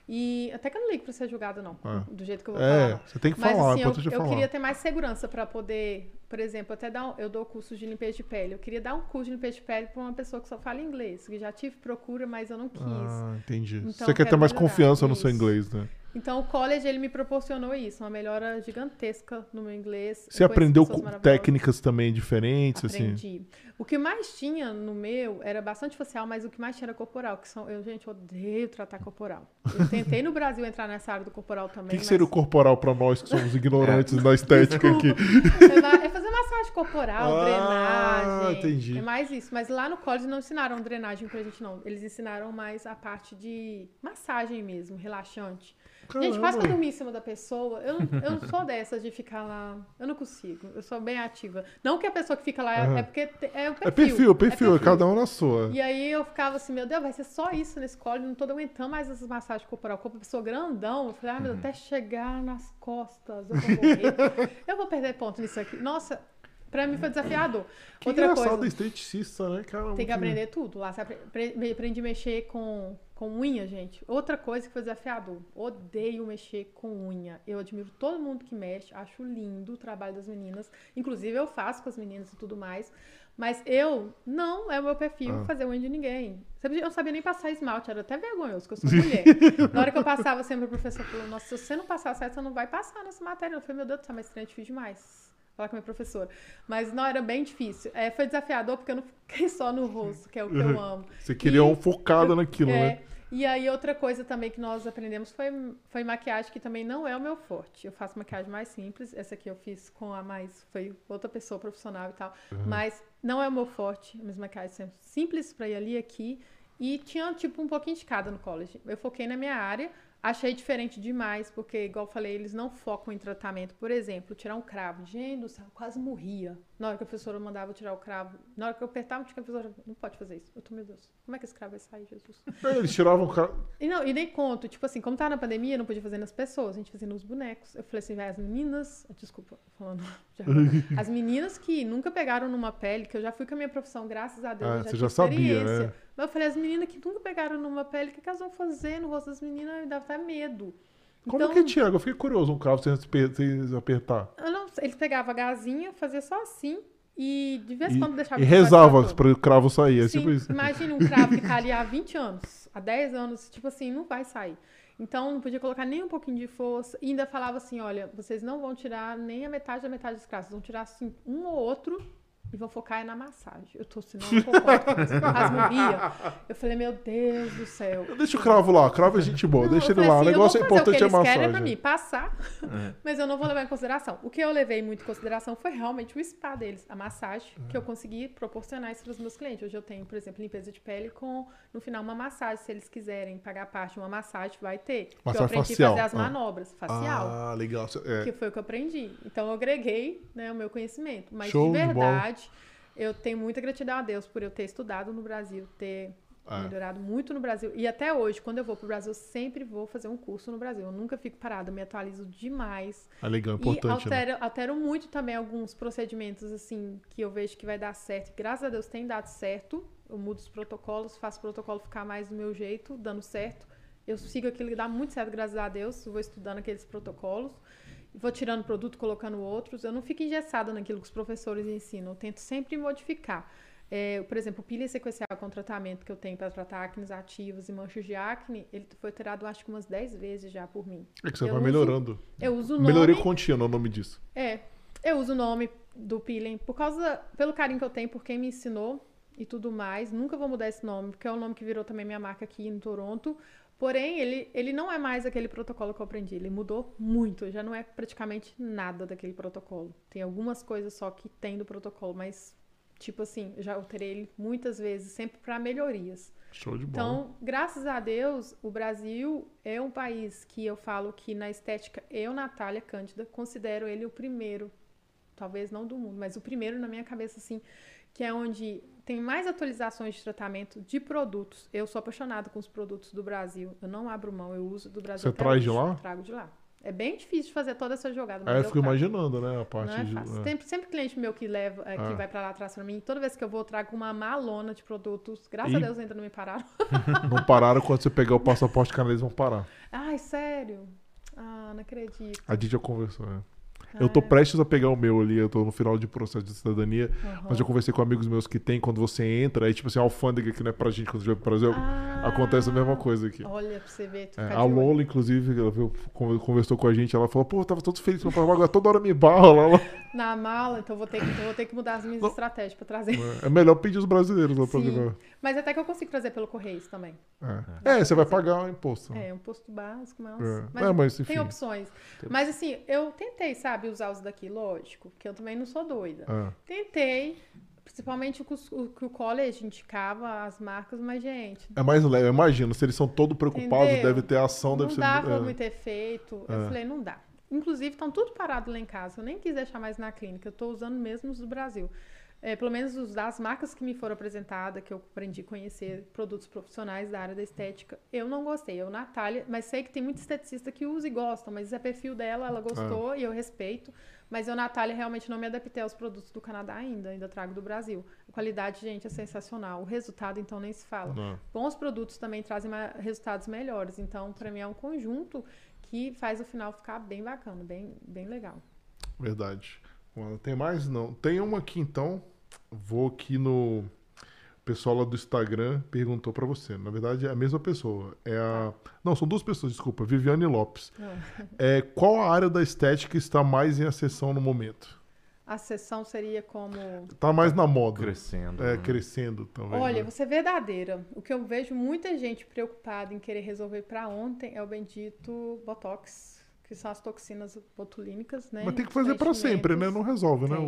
S3: E até que eu não ligo pra ser julgada, não,
S1: É.
S3: do jeito que eu vou
S1: É,
S3: falar.
S1: você tem que
S3: Mas
S1: falar,
S3: assim,
S1: é
S3: eu,
S1: importante
S3: eu
S1: falar.
S3: queria ter mais segurança pra poder, por exemplo, até dar um, eu dou curso de limpeza de pele. Eu queria dar um curso de limpeza de pele pra uma pessoa que só fala inglês, que já tive procura, mas eu não quis.
S1: Ah, entendi.
S3: Então,
S1: você
S3: eu
S1: quer ter
S3: quero
S1: mais
S3: melhorar,
S1: confiança no seu
S3: isso.
S1: inglês, né?
S3: Então o college ele me proporcionou isso, uma melhora gigantesca no meu inglês.
S1: Você
S3: Eu conheci
S1: aprendeu
S3: pessoas
S1: com
S3: maravilhosas.
S1: técnicas também diferentes, assim?
S3: Aprendi. O que mais tinha no meu era bastante facial, mas o que mais tinha era corporal, que são, eu, gente, odeio tratar corporal. Eu tentei no Brasil entrar nessa área do corporal
S1: O
S3: também.
S1: que, que
S3: mas...
S1: seria o corporal pra nós que somos ignorantes na estética aqui?
S3: Desculpa. É fazer massagem corporal,
S1: Ah,
S3: drenagem.
S1: entendi.
S3: É mais isso. Mas lá no college não ensinaram drenagem pra gente, não. Eles ensinaram mais a parte de massagem mesmo, relaxante. Gente, quase que eu dormi em cima da pessoa. Eu, não- eu não sou dessas de ficar lá. Eu não consigo. Eu sou bem ativa. Não que a pessoa que fica lá é,
S1: Aham.
S3: é porque te- é o perfil.
S1: É perfil, perfil, é cada um na sua.
S3: E aí eu ficava assim, meu Deus, vai ser só isso nesse college, não tô aguentando mais essas massagens corporal. Com a pessoa grandão, eu falei, ah, meu Deus, até chegar nas costas, eu vou morrer. Eu vou perder ponto nisso aqui. Nossa, pra mim foi desafiador.
S1: Que
S3: Outra
S1: engraçado
S3: coisa,
S1: esteticista, né, cara?
S3: tem que aprender tudo lá. Você apre- apre- aprendi a mexer com, com unha, gente. Outra coisa que foi desafiador. Odeio mexer com unha. Eu admiro todo mundo que mexe. Acho lindo o trabalho das meninas. Inclusive, eu faço com as meninas e tudo mais. Mas eu, não é o meu perfil
S1: Ah.
S3: fazer unha de ninguém. Sabe, eu não sabia nem passar esmalte. Era até vergonhoso, que eu sou mulher. Na hora que eu passava, sempre o professor falou, nossa, se você não passar certo, você não vai passar nessa matéria. Eu falei, meu Deus do céu, mas estranho, é difícil demais. Falar com a minha professora. Mas não, era bem difícil. É, foi desafiador porque eu não fiquei só no rosto, que é o que eu amo.
S1: Você queria
S3: E-
S1: um focada naquilo,
S3: É,
S1: né?
S3: e aí outra coisa também que nós aprendemos foi, foi maquiagem, que também não é o meu forte. Eu faço maquiagem mais simples. Essa aqui eu fiz com a mais... Foi outra pessoa profissional e tal. Mas não é o meu forte. Minhas maquiagens são simples pra ir ali e aqui. E tinha, tipo, um pouquinho de cada no college. Eu foquei na minha área. Achei diferente demais, porque, igual eu falei, eles não focam em tratamento. Por exemplo, tirar um cravo. Gente do céu, eu quase morria. Na hora que a professora mandava eu tirar o cravo, na hora que eu apertava, a professora, não pode fazer isso. Eu tô, meu Deus, como é que esse cravo vai sair, Jesus?
S1: Eles tiravam o cara.
S3: E, não, e nem conto, tipo assim, como tava na pandemia, não podia fazer nas pessoas, a gente fazia nos bonecos. Eu falei assim, vai, as meninas, desculpa, falando, já, as meninas que nunca pegaram numa pele, que eu já fui com a minha profissão, graças a Deus,
S1: Ah,
S3: eu já
S1: você
S3: tive
S1: já sabia,
S3: experiência.
S1: né?
S3: Mas eu falei, as meninas que nunca pegaram numa pele, o que, que elas vão fazer no rosto das meninas? Me dava até medo.
S1: Como
S3: Então,
S1: que é, Thiago? Eu fiquei curioso, um cravo sem aper- sem apertar.
S3: eu não, eles pegavam a gazinha, fazia só assim, e de vez em
S1: E,
S3: quando deixava
S1: e
S3: o cravo
S1: rezava
S3: todo.
S1: para o cravo sair. É
S3: Sim,
S1: tipo isso.
S3: imagina um cravo que tá ali há vinte anos, há dez anos, tipo assim, não vai sair. Então, não podia colocar nem um pouquinho de força. E ainda falava assim, olha, vocês não vão tirar nem a metade da metade dos cravos. Vocês vão tirar, assim, um ou outro e vão focar na massagem. Eu tô, senão eu não concordo com isso. Eu quase morria. Eu falei, meu Deus do céu.
S1: Deixa o cravo lá, cravo é gente boa,
S3: Não,
S1: deixa
S3: eu
S1: ele
S3: falei
S1: lá.
S3: assim,
S1: O
S3: eu
S1: negócio é
S3: vou fazer
S1: importante é a
S3: o que eles querem
S1: massagem.
S3: pra mim, passar, mas eu não vou levar em consideração. O que eu levei muito em consideração foi realmente o spa deles, a massagem, que eu consegui proporcionar isso para os meus clientes. Hoje eu tenho, por exemplo, limpeza de pele com, no final, uma massagem. Se eles quiserem pagar parte de uma massagem, vai ter. Porque eu
S1: Massagem
S3: aprendi
S1: facial.
S3: a fazer as
S1: Ah.
S3: manobras, facial.
S1: Ah, legal. É.
S3: Que foi o que eu aprendi. Então, eu agreguei, né, o meu conhecimento. Mas,
S1: Show
S3: de
S1: de bola.
S3: verdade, eu tenho muita gratidão a Deus por eu ter estudado no Brasil, ter
S1: É.
S3: melhorado muito no Brasil. E até hoje, quando eu vou pro Brasil, eu sempre vou fazer um curso no Brasil. Eu nunca fico parada, eu me atualizo demais.
S1: É legal, importante,
S3: e
S1: né?
S3: altero, altero muito também alguns procedimentos, assim, que eu vejo que vai dar certo. Graças a Deus tem dado certo. Eu mudo os protocolos, faço o protocolo ficar mais do meu jeito, dando certo. Eu sigo aquilo que dá muito certo, graças a Deus. Eu vou estudando aqueles protocolos. Vou tirando produto, colocando outros. Eu não fico engessada naquilo que os professores ensinam. Eu tento sempre modificar. É, por exemplo, o peeling sequencial com tratamento que eu tenho para tratar acnes ativas e manchas de acne, ele foi alterado acho que umas dez vezes já por mim.
S1: É que você
S3: eu
S1: vai
S3: uso,
S1: melhorando.
S3: Eu uso o nome...
S1: Melhoria contínua é o nome disso.
S3: É, eu uso o nome do peeling por causa, pelo carinho que eu tenho por quem me ensinou e tudo mais. Nunca vou mudar esse nome, porque é o nome que virou também minha marca aqui em Toronto. Porém, ele, ele não é mais aquele protocolo que eu aprendi. Ele mudou muito. Já não é praticamente nada daquele protocolo. Tem algumas coisas só que tem do protocolo, mas, tipo assim, eu já alterei ele muitas vezes, sempre para melhorias.
S1: Show de bola.
S3: Então, graças a Deus, o Brasil é um país que eu falo que na estética, eu, Natália Cândida, considero ele o primeiro, talvez não do mundo, mas o primeiro na minha cabeça, assim, que é onde tem mais atualizações de tratamento de produtos. Eu sou apaixonada com os produtos do Brasil. Eu não abro mão, eu uso do Brasil.
S1: Você traz
S3: hoje.
S1: de lá?
S3: Eu trago de lá. É bem difícil de fazer toda essa jogada. Mas
S1: Aí eu
S3: eu
S1: fico
S3: trago.
S1: imaginando, né? A parte
S3: Não é
S1: de.
S3: fácil.
S1: é.
S3: Tem sempre cliente meu que leva, é, que
S1: Ah.
S3: vai pra lá atrás pra mim. Toda vez que eu vou, eu trago uma malona de produtos. Graças
S1: E-
S3: a Deus ainda não me pararam.
S1: Não pararam quando você pegar o passaporte canadense, vão parar.
S3: Ai, sério? Ah, não acredito.
S1: A gente já conversou, né? Eu tô
S3: Ah,
S1: prestes a pegar o meu ali, eu tô no final de processo de cidadania,
S3: aham.
S1: mas eu conversei com amigos meus que tem, quando você entra, aí tipo assim, a alfândega que não é pra gente quando você vai pro Brasil,
S3: Ah,
S1: acontece a mesma coisa aqui.
S3: Olha, pra você ver. tu
S1: É,
S3: ficar
S1: a
S3: de olho.
S1: Lola, inclusive, ela veio, con- conversou com a gente, ela falou, pô, eu tava todo feliz com o Paraguai, agora toda hora me barra lá. lá.
S3: Na mala, então eu vou ter que, eu vou ter que mudar as minhas
S1: Não.
S3: estratégias pra trazer.
S1: É melhor pedir os brasileiros lá pra
S3: Sim.
S1: vir.
S3: Mas até que eu consigo trazer pelo Correios também.
S1: É, é você vai pagar o imposto.
S3: É, um posto básico, mas,
S1: É.
S3: mas,
S1: É, mas,
S3: tem
S1: enfim.
S3: opções. Mas assim, eu tentei, sabe, usar os daqui, lógico, porque eu também não sou doida.
S1: É.
S3: Tentei, principalmente o que os- o que o college indicava, as marcas, mas, gente,
S1: É mais leve, eu imagino. Se eles são todos preocupados,
S3: Entendeu?
S1: deve ter ação,
S3: não
S1: deve ser.
S3: dava
S1: é.
S3: muito efeito. Eu
S1: É.
S3: falei, não dá. Inclusive, estão tudo parado lá em casa. Eu nem quis deixar mais na clínica. Eu estou usando mesmo os do Brasil. É, pelo menos os das marcas que me foram apresentadas, que eu aprendi a conhecer, produtos profissionais da área da estética, eu não gostei. Eu, Natália, mas sei que tem muito esteticista que usa e gosta, mas é perfil dela, ela gostou e eu respeito. Mas eu, Natália, realmente não me adaptei aos produtos do Canadá ainda, ainda trago do Brasil. A qualidade, gente, é sensacional. O resultado, então, nem se fala.
S1: Não.
S3: Bons produtos também trazem ma- resultados melhores. Então, para mim, é um conjunto que faz o final ficar bem bacana, bem, bem legal.
S1: Verdade. Bom, tem mais? Não. Tem uma aqui então. Vou aqui no. O pessoal lá do Instagram perguntou pra você. Na verdade, é a mesma pessoa. É a. Não, são duas pessoas, desculpa. Viviane Lopes. É, qual a área da estética está mais em ascensão no momento?
S3: A sessão seria como...
S1: Tá mais na moda.
S2: Crescendo.
S1: É,
S2: né?
S1: crescendo também.
S3: Olha,
S1: né?
S3: vou ser verdadeira. O que eu vejo muita gente preocupada em querer resolver para ontem é o bendito Botox, que são as toxinas botulínicas, né?
S1: Mas tem que fazer pra sempre, né? Não resolve, né?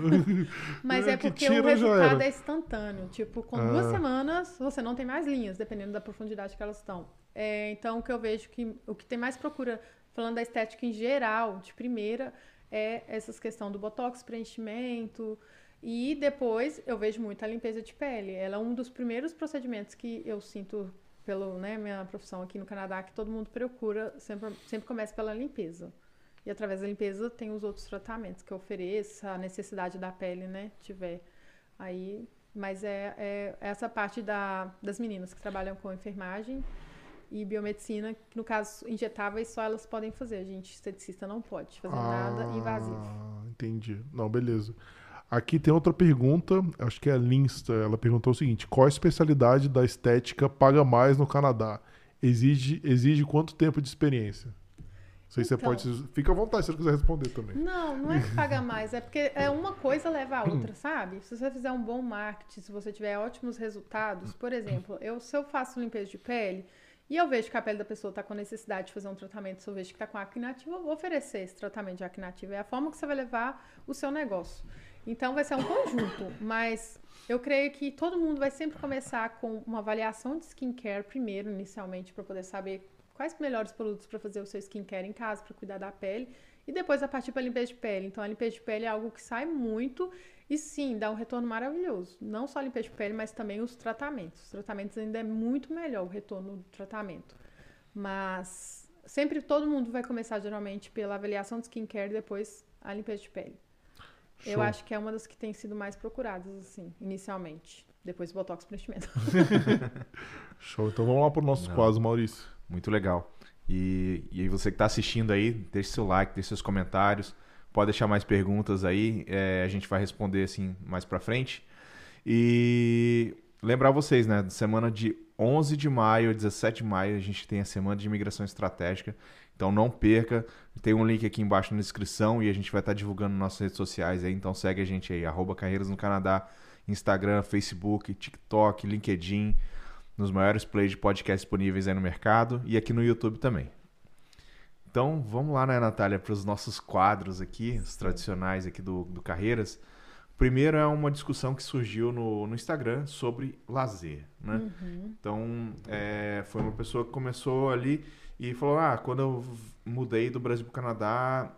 S3: Mas
S1: É,
S3: é
S1: que
S3: porque
S1: tira,
S3: o
S1: já
S3: resultado
S1: era.
S3: é instantâneo. Tipo, com
S1: Ah.
S3: duas semanas você não tem mais linhas, dependendo da profundidade que elas estão. É, então, o que eu vejo que o que tem mais procura, falando da estética em geral, de primeira, é essas questões do botox, preenchimento. E depois eu vejo muito a limpeza de pele. Ela é um dos primeiros procedimentos que eu sinto pela né, minha profissão aqui no Canadá, que todo mundo procura, sempre, sempre começa pela limpeza. E através da limpeza tem os outros tratamentos que eu ofereço, a necessidade da pele, né, tiver. Aí, mas é, é essa parte da, das meninas que trabalham com enfermagem e biomedicina, que no caso injetáveis só elas podem fazer. A gente, esteticista, não pode fazer nada invasivo.
S1: Ah, entendi. Não, beleza. Aqui tem outra pergunta, acho que é a Linsta. Ela perguntou o seguinte: qual a especialidade da estética paga mais no Canadá? Exige, exige quanto tempo de experiência? Não sei se
S3: Então.
S1: você pode. Fica à vontade se você quiser responder também.
S3: Não, não é que paga mais, é porque é uma coisa leva a outra, sabe? Se você fizer um bom marketing, se você tiver ótimos resultados, por exemplo, eu, se eu faço limpeza de pele e eu vejo que a pele da pessoa está com necessidade de fazer um tratamento, se eu vejo que está com acne ativa, eu vou oferecer esse tratamento de acne ativa. É a forma que você vai levar o seu negócio. Então vai ser um conjunto, mas eu creio que todo mundo vai sempre começar com uma avaliação de skincare primeiro, inicialmente, para poder saber quais melhores produtos para fazer o seu skincare em casa, para cuidar da pele, e depois a partir para a limpeza de pele. Então a limpeza de pele é algo que sai muito E sim, dá um retorno maravilhoso. Não só a limpeza de pele, mas também os tratamentos. Os tratamentos ainda é muito melhor o retorno do tratamento. Mas sempre todo mundo vai começar geralmente pela avaliação de skincare e depois a limpeza de pele.
S1: Show.
S3: Eu acho que é uma das que tem sido mais procuradas, assim, inicialmente. Depois botox preenchimento.
S1: Show. Então vamos lá pro nosso
S2: Não.
S1: quadro, Maurício.
S2: Muito legal. E, e aí você que está assistindo aí, deixe seu like, deixe seus comentários. Pode deixar mais perguntas aí. É, a gente vai responder assim mais pra frente. E lembrar vocês, né? Semana de onze de maio a dezessete de maio, a gente tem a Semana de Imigração Estratégica. Então não perca. Tem um link aqui embaixo na descrição e a gente vai estar divulgando nas nossas redes sociais aí. Então segue a gente aí, arroba Carreiras no Canadá, Instagram, Facebook, TikTok, LinkedIn, nos maiores plays de podcast disponíveis aí no mercado e aqui no YouTube também. Então vamos lá, né, Natália, para os nossos quadros aqui, os tradicionais aqui do, do Carreiras. Primeiro é uma discussão que surgiu no, no Instagram sobre lazer, né?
S3: Uhum.
S2: Então, é, foi uma pessoa que começou ali e falou, ah, quando eu mudei do Brasil para o Canadá,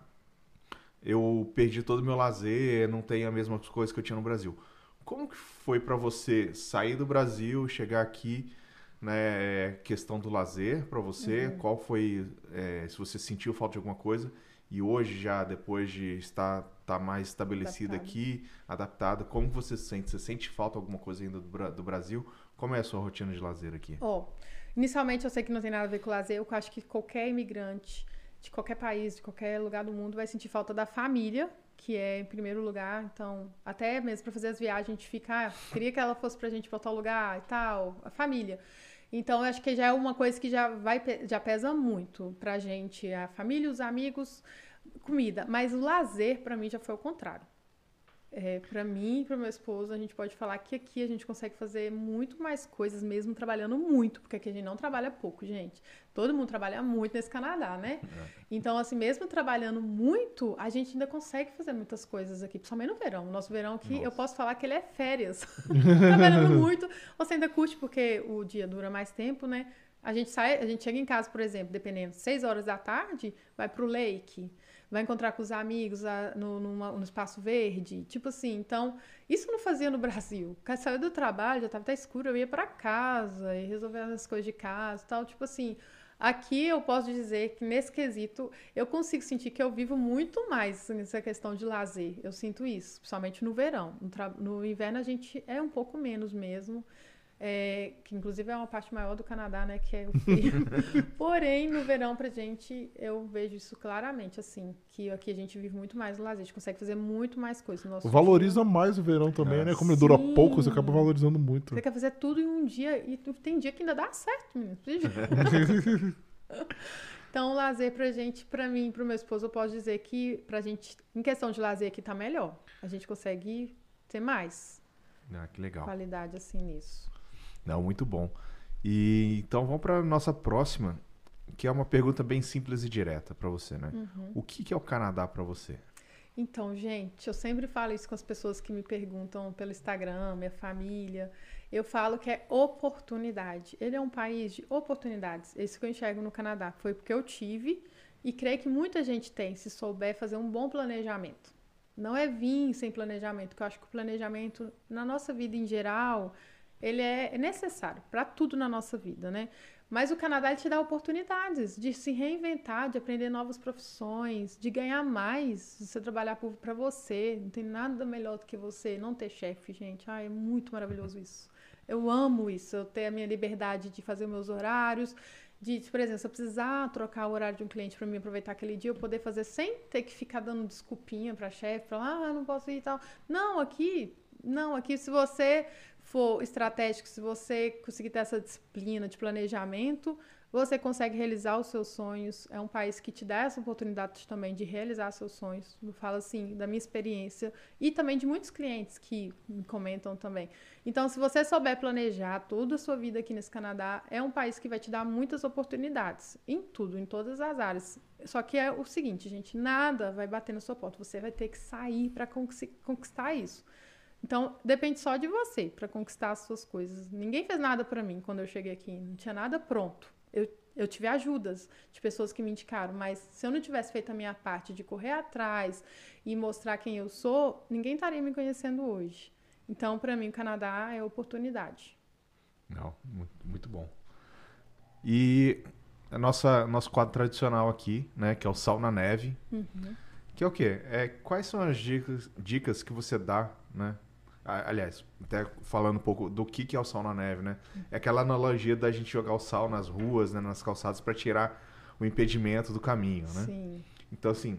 S2: eu perdi todo o meu lazer, não tem a mesma coisa que eu tinha no Brasil. Como que foi para você sair do Brasil, chegar aqui, né, questão do lazer para você?
S3: Uhum.
S2: Qual foi, é, se você sentiu falta de alguma coisa? E hoje, já depois de estar tá mais estabelecida
S3: Adaptado.
S2: aqui, adaptada, como você se sente? Você sente falta de alguma coisa ainda do, Bra- do Brasil? Como é a sua rotina de lazer aqui?
S3: Ó, inicialmente eu sei que não tem nada a ver com lazer, eu acho que qualquer imigrante de qualquer país, de qualquer lugar do mundo vai sentir falta da família, que é em primeiro lugar. Então, até mesmo para fazer as viagens, a gente fica, ah, queria que ela fosse pra gente pra tal lugar e tal, a família. Então, eu acho que já é uma coisa que já vai, pe- já pesa muito pra gente, a família, os amigos, comida. Mas o lazer, pra mim, já foi o contrário. É, para mim e para meu esposo, a gente pode falar que aqui a gente consegue fazer muito mais coisas, mesmo trabalhando muito, porque aqui a gente não trabalha pouco, gente. Todo mundo trabalha muito nesse Canadá, né?
S2: É.
S3: Então, assim, mesmo trabalhando muito, a gente ainda consegue fazer muitas coisas aqui, principalmente no verão. O nosso verão aqui,
S2: Nossa.
S3: eu posso falar que ele é férias. Trabalhando muito, você ainda curte, porque o dia dura mais tempo, né? A gente sai, a gente chega em casa, por exemplo, dependendo, seis horas da tarde, vai pro lake, vai encontrar com os amigos a- no, numa- no espaço verde, tipo assim. Então, isso eu não fazia no Brasil. Quando eu saía do trabalho, já tava até escuro, eu ia para casa e resolver as coisas de casa e tal. Tipo assim, aqui eu posso dizer que nesse quesito eu consigo sentir que eu vivo muito mais nessa questão de lazer. Eu sinto isso, principalmente no verão. No, tra- no inverno a gente é um pouco menos mesmo. É, que inclusive é uma parte maior do Canadá, né, que é o frio. Porém, no verão, pra gente, eu vejo isso claramente, assim, que aqui a gente vive muito mais no lazer, a gente consegue fazer muito mais coisas. No nosso
S1: Valoriza mais o verão também,
S2: Ah,
S1: né? Como ele dura
S3: sim.
S1: pouco, você acaba valorizando muito.
S3: Você quer fazer tudo em um dia, e tu- tem dia que ainda dá certo, menino. Então, o lazer pra gente, pra mim e pro meu esposo, eu posso dizer que pra gente, em questão de lazer aqui, tá melhor. A gente consegue ter mais
S2: Ah, que legal.
S3: qualidade, assim, nisso.
S2: Não, muito bom. E então vamos para nossa próxima, que é uma pergunta bem simples e direta para você, né?
S3: Uhum.
S2: O que que é o Canadá para você?
S3: Então, gente, eu sempre falo isso com as pessoas que me perguntam pelo Instagram, minha família. Eu falo que é oportunidade. Ele é um país de oportunidades. Isso que eu enxergo no Canadá. Foi porque eu tive e creio que muita gente tem, se souber fazer um bom planejamento. Não é vir sem planejamento, porque eu acho que o planejamento, na nossa vida em geral, ele é necessário para tudo na nossa vida, né? Mas o Canadá ele te dá oportunidades de se reinventar, de aprender novas profissões, de ganhar mais, de você trabalhar para você. Não tem nada melhor do que você não ter chefe, gente. Ai, é muito maravilhoso isso. Eu amo isso, eu ter a minha liberdade de fazer os meus horários, de, por exemplo, se eu precisar trocar o horário de um cliente para mim aproveitar aquele dia, eu poder fazer sem ter que ficar dando desculpinha para chefe, falar, ah, não posso ir e tal. Não, aqui, não, aqui se você for estratégico, se você conseguir ter essa disciplina de planejamento, você consegue realizar os seus sonhos. É um país que te dá essa oportunidade também de realizar seus sonhos. Eu falo assim, da minha experiência e também de muitos clientes que me comentam também. Então, se você souber planejar toda a sua vida aqui nesse Canadá, é um país que vai te dar muitas oportunidades em tudo, em todas as áreas. Só que é o seguinte, gente, nada vai bater na sua porta. Você vai ter que sair para conquistar isso. Então, depende só de você para conquistar as suas coisas. Ninguém fez nada para mim quando eu cheguei aqui. Não tinha nada pronto. Eu Eu tive ajudas de pessoas que me indicaram, mas se eu não tivesse feito a minha parte de correr atrás e mostrar quem eu sou, ninguém estaria me conhecendo hoje. Então, para mim, o Canadá é oportunidade.
S2: Não, muito, muito bom. E a nossa nosso quadro tradicional aqui, né, que é o Sal na Neve,
S3: Uhum.
S2: que é o quê? É, quais são as dicas, dicas que você dá, né? Aliás, até falando um pouco do que, que é o sal na neve, né? É aquela analogia da gente jogar o sal nas ruas, né, nas calçadas, para tirar o impedimento do caminho, né?
S3: Sim.
S2: Então, assim,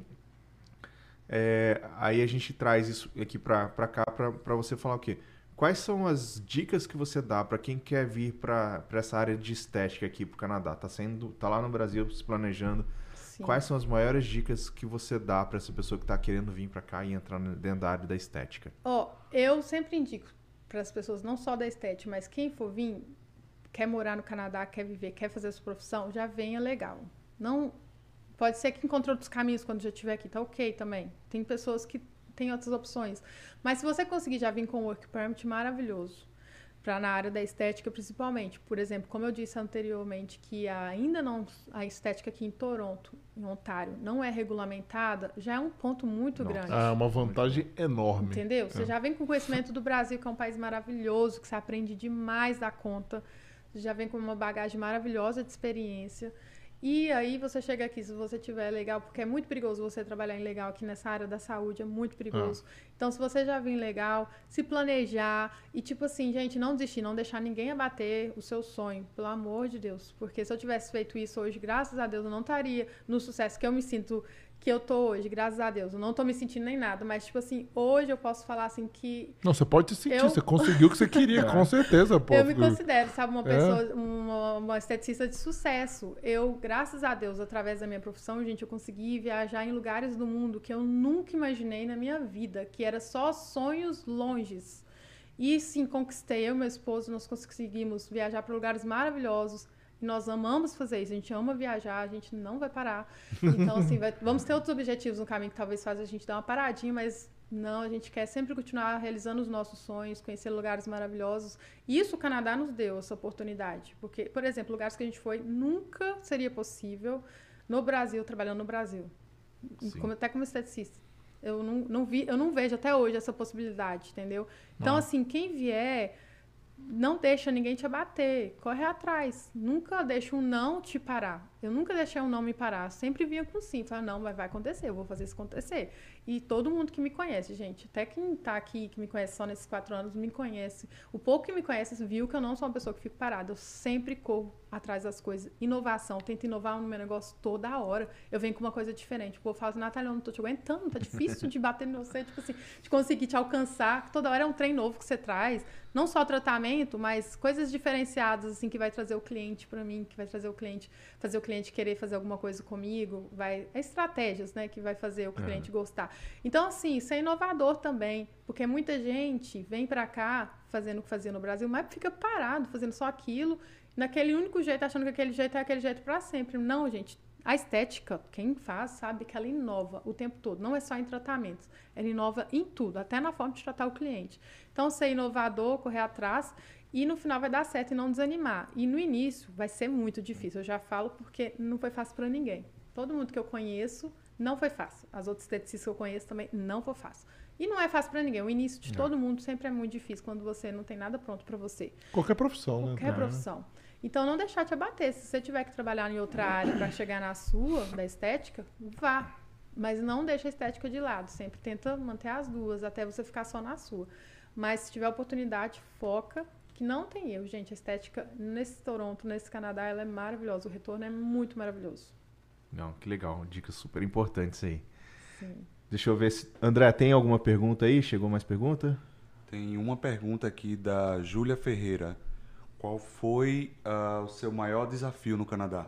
S2: é, aí a gente traz isso aqui para cá para você falar o quê? Quais são as dicas que você dá para quem quer vir para essa área de estética aqui para o Canadá? Tá, sendo, tá lá no Brasil se planejando.
S3: Sim.
S2: Quais são as maiores dicas que você dá para essa pessoa que está querendo vir para cá e entrar dentro da área da estética?
S3: Ó, eu sempre indico para as pessoas, não só da estética, mas quem for vir, quer morar no Canadá, quer viver, quer fazer essa profissão, já venha legal. Não, pode ser que encontre outros caminhos quando já estiver aqui, tá ok também. Tem pessoas que têm outras opções. Mas se você conseguir já vir com um work permit maravilhoso, para na área da estética principalmente. Por exemplo, como eu disse anteriormente, que ainda não a estética aqui em Toronto, em Ontário, não é regulamentada, já é um ponto muito
S2: Nossa.
S3: grande.
S1: É uma vantagem enorme.
S3: Entendeu? Você
S1: É.
S3: já vem com conhecimento do Brasil, que é um país maravilhoso, que você aprende demais da conta. Você já vem com uma bagagem maravilhosa de experiência. E aí você chega aqui, se você tiver legal, porque é muito perigoso você trabalhar em legal aqui nessa área da saúde, é muito perigoso. Ah. Então, se você já vir legal, se planejar e, tipo assim, gente, não desistir, não deixar ninguém abater o seu sonho, pelo amor de Deus. Porque se eu tivesse feito isso hoje, graças a Deus, eu não estaria no sucesso que eu me sinto que eu tô hoje, graças a Deus. Eu não tô me sentindo nem nada, mas, tipo assim, hoje eu posso falar, assim, que...
S1: Não, você pode se sentir,
S3: eu...
S1: você conseguiu o que você queria, com certeza. Pô.
S3: Eu me considero, sabe, uma
S1: É.
S3: pessoa, uma, uma esteticista de sucesso. Eu, graças a Deus, através da minha profissão, gente, eu consegui viajar em lugares do mundo que eu nunca imaginei na minha vida, que era só sonhos longes. E, sim, conquistei. Eu e meu esposo, nós conseguimos viajar para lugares maravilhosos. Nós amamos fazer isso, a gente ama viajar, a gente não vai parar. Então, assim, vai, vamos ter outros objetivos no caminho que talvez faça a gente dar uma paradinha, mas não, a gente quer sempre continuar realizando os nossos sonhos, conhecer lugares maravilhosos. E isso o Canadá nos deu, essa oportunidade. Porque, por exemplo, lugares que a gente foi, nunca seria possível no Brasil, trabalhando no Brasil. Como, até como esteticista. Eu não, não, vi, eu não vejo até hoje essa possibilidade, entendeu? Então, ah. assim, quem vier... Não deixa ninguém te abater, corre atrás. Nunca deixa um não te parar. Eu nunca deixei um não me parar. Sempre vinha com sim. Falei, não, vai, vai acontecer, eu vou fazer isso acontecer. E todo mundo que me conhece, gente, até quem tá aqui, que me conhece só nesses quatro anos, me conhece. O pouco que me conhece viu que eu não sou uma pessoa que fico parada. Eu sempre corro atrás das coisas. Inovação, tento inovar no meu negócio toda hora. Eu venho com uma coisa diferente. O povo fala, Natália, eu não tô te aguentando, tá difícil de bater em você, tipo assim, de conseguir te alcançar. Toda hora é um trem novo que você traz. Não só tratamento, mas coisas diferenciadas, assim, que vai trazer o cliente para mim, que vai trazer o cliente, fazer o cliente querer fazer alguma coisa comigo, vai, é estratégias, né, que vai fazer o cliente uhum. gostar. Então, assim, ser inovador também, porque muita gente vem para cá fazendo o que fazia no Brasil, mas fica parado, fazendo só aquilo, naquele único jeito, achando que aquele jeito é aquele jeito para sempre. Não, gente. A estética, quem faz, sabe que ela inova o tempo todo. Não é só em tratamentos. Ela inova em tudo, até na forma de tratar o cliente. Então, ser inovador, correr atrás, e no final vai dar certo e não desanimar. E no início vai ser muito difícil. Eu já falo porque não foi fácil para ninguém. Todo mundo que eu conheço não foi fácil. As outras esteticistas que eu conheço também não foi fácil. E não é fácil para ninguém. O início de não. todo mundo sempre é muito difícil quando você não tem nada pronto para você.
S1: Qualquer profissão,
S3: Qualquer
S1: né?
S3: Qualquer profissão. Então, não deixar te abater. Se você tiver que trabalhar em outra área para chegar na sua, da estética, vá. Mas não deixa a estética de lado. Sempre tenta manter as duas, até você ficar só na sua. Mas, se tiver oportunidade, foca, que não tem erro, gente. A estética nesse Toronto, nesse Canadá, ela é maravilhosa. O retorno é muito maravilhoso.
S2: Não, que legal. Dicas super importantes aí.
S3: Sim.
S2: Deixa eu ver se... André, tem alguma pergunta aí? Chegou mais pergunta?
S4: Tem uma pergunta aqui da Júlia Ferreira. Qual foi uh, o seu maior desafio no Canadá?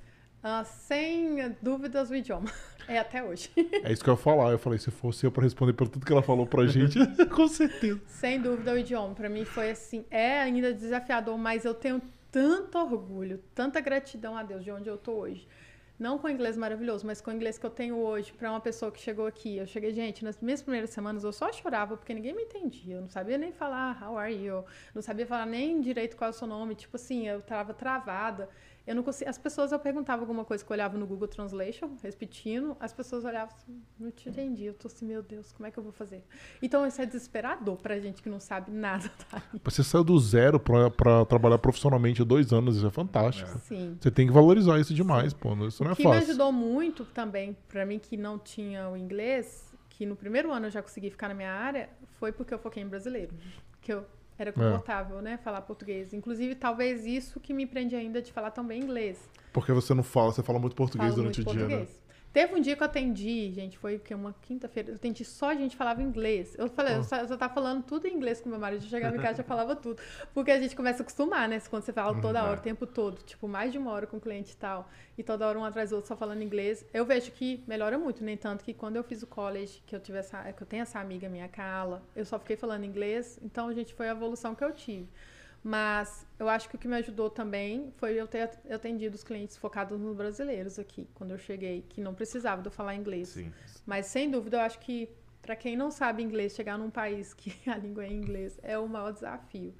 S3: Uh, sem dúvidas, o idioma. É até hoje.
S1: É isso que eu ia falar. Eu falei, se fosse eu para responder por tudo que ela falou pra gente, com certeza.
S3: Sem dúvida, o idioma. Para mim foi assim, é ainda desafiador, mas eu tenho tanto orgulho, tanta gratidão a Deus de onde eu tô hoje. Não com o inglês maravilhoso, mas com o inglês que eu tenho hoje para uma pessoa que chegou aqui. Eu cheguei, gente, nas minhas primeiras semanas eu só chorava porque ninguém me entendia. Eu não sabia nem falar how are you, não sabia falar nem direito qual é o seu nome. Tipo assim, eu tava travada. Eu não consegui, as pessoas, eu perguntava alguma coisa que eu olhava no Google Translation, repetindo, as pessoas olhavam assim, não te entendi, eu tô assim, meu Deus, como é que eu vou fazer? Então isso é desesperador pra gente que não sabe nada daí.
S1: Você saiu do zero pra, pra trabalhar profissionalmente há dois anos, isso é fantástico.
S3: Sim.
S1: Você tem que valorizar isso demais, pô, isso não é
S3: O que
S1: fácil.
S3: me ajudou muito também, pra mim que não tinha o inglês, que no primeiro ano eu já consegui ficar na minha área, foi porque eu foquei em brasileiro, que eu era confortável, é. né, falar português. Inclusive, talvez isso que me prende ainda de falar tão bem inglês.
S1: Porque você não fala, você fala muito português
S3: Falo
S1: durante
S3: muito
S1: o dia,
S3: português.
S1: né?
S3: Teve um dia que eu atendi, gente, foi que uma quinta-feira, eu atendi só a gente falava inglês. Eu falei, oh. eu, só, eu só tava falando tudo em inglês com meu marido, eu chegava em casa e já falava tudo. Porque a gente começa a acostumar, né? Quando você fala toda hora, o tempo todo, tipo, mais de uma hora com o cliente e tal, e toda hora um atrás do outro só falando inglês, eu vejo que melhora muito, nem tanto que quando eu fiz o college, que eu tive essa, que eu tenho essa amiga minha, Carla, eu só fiquei falando inglês, então, gente, foi a evolução que eu tive. Mas eu acho que o que me ajudou também foi eu ter atendido os clientes focados nos brasileiros aqui, quando eu cheguei, que não precisava de eu falar inglês.
S2: Sim.
S3: Mas, sem dúvida, eu acho que para quem não sabe inglês, chegar num país que a língua é inglês é o maior desafio.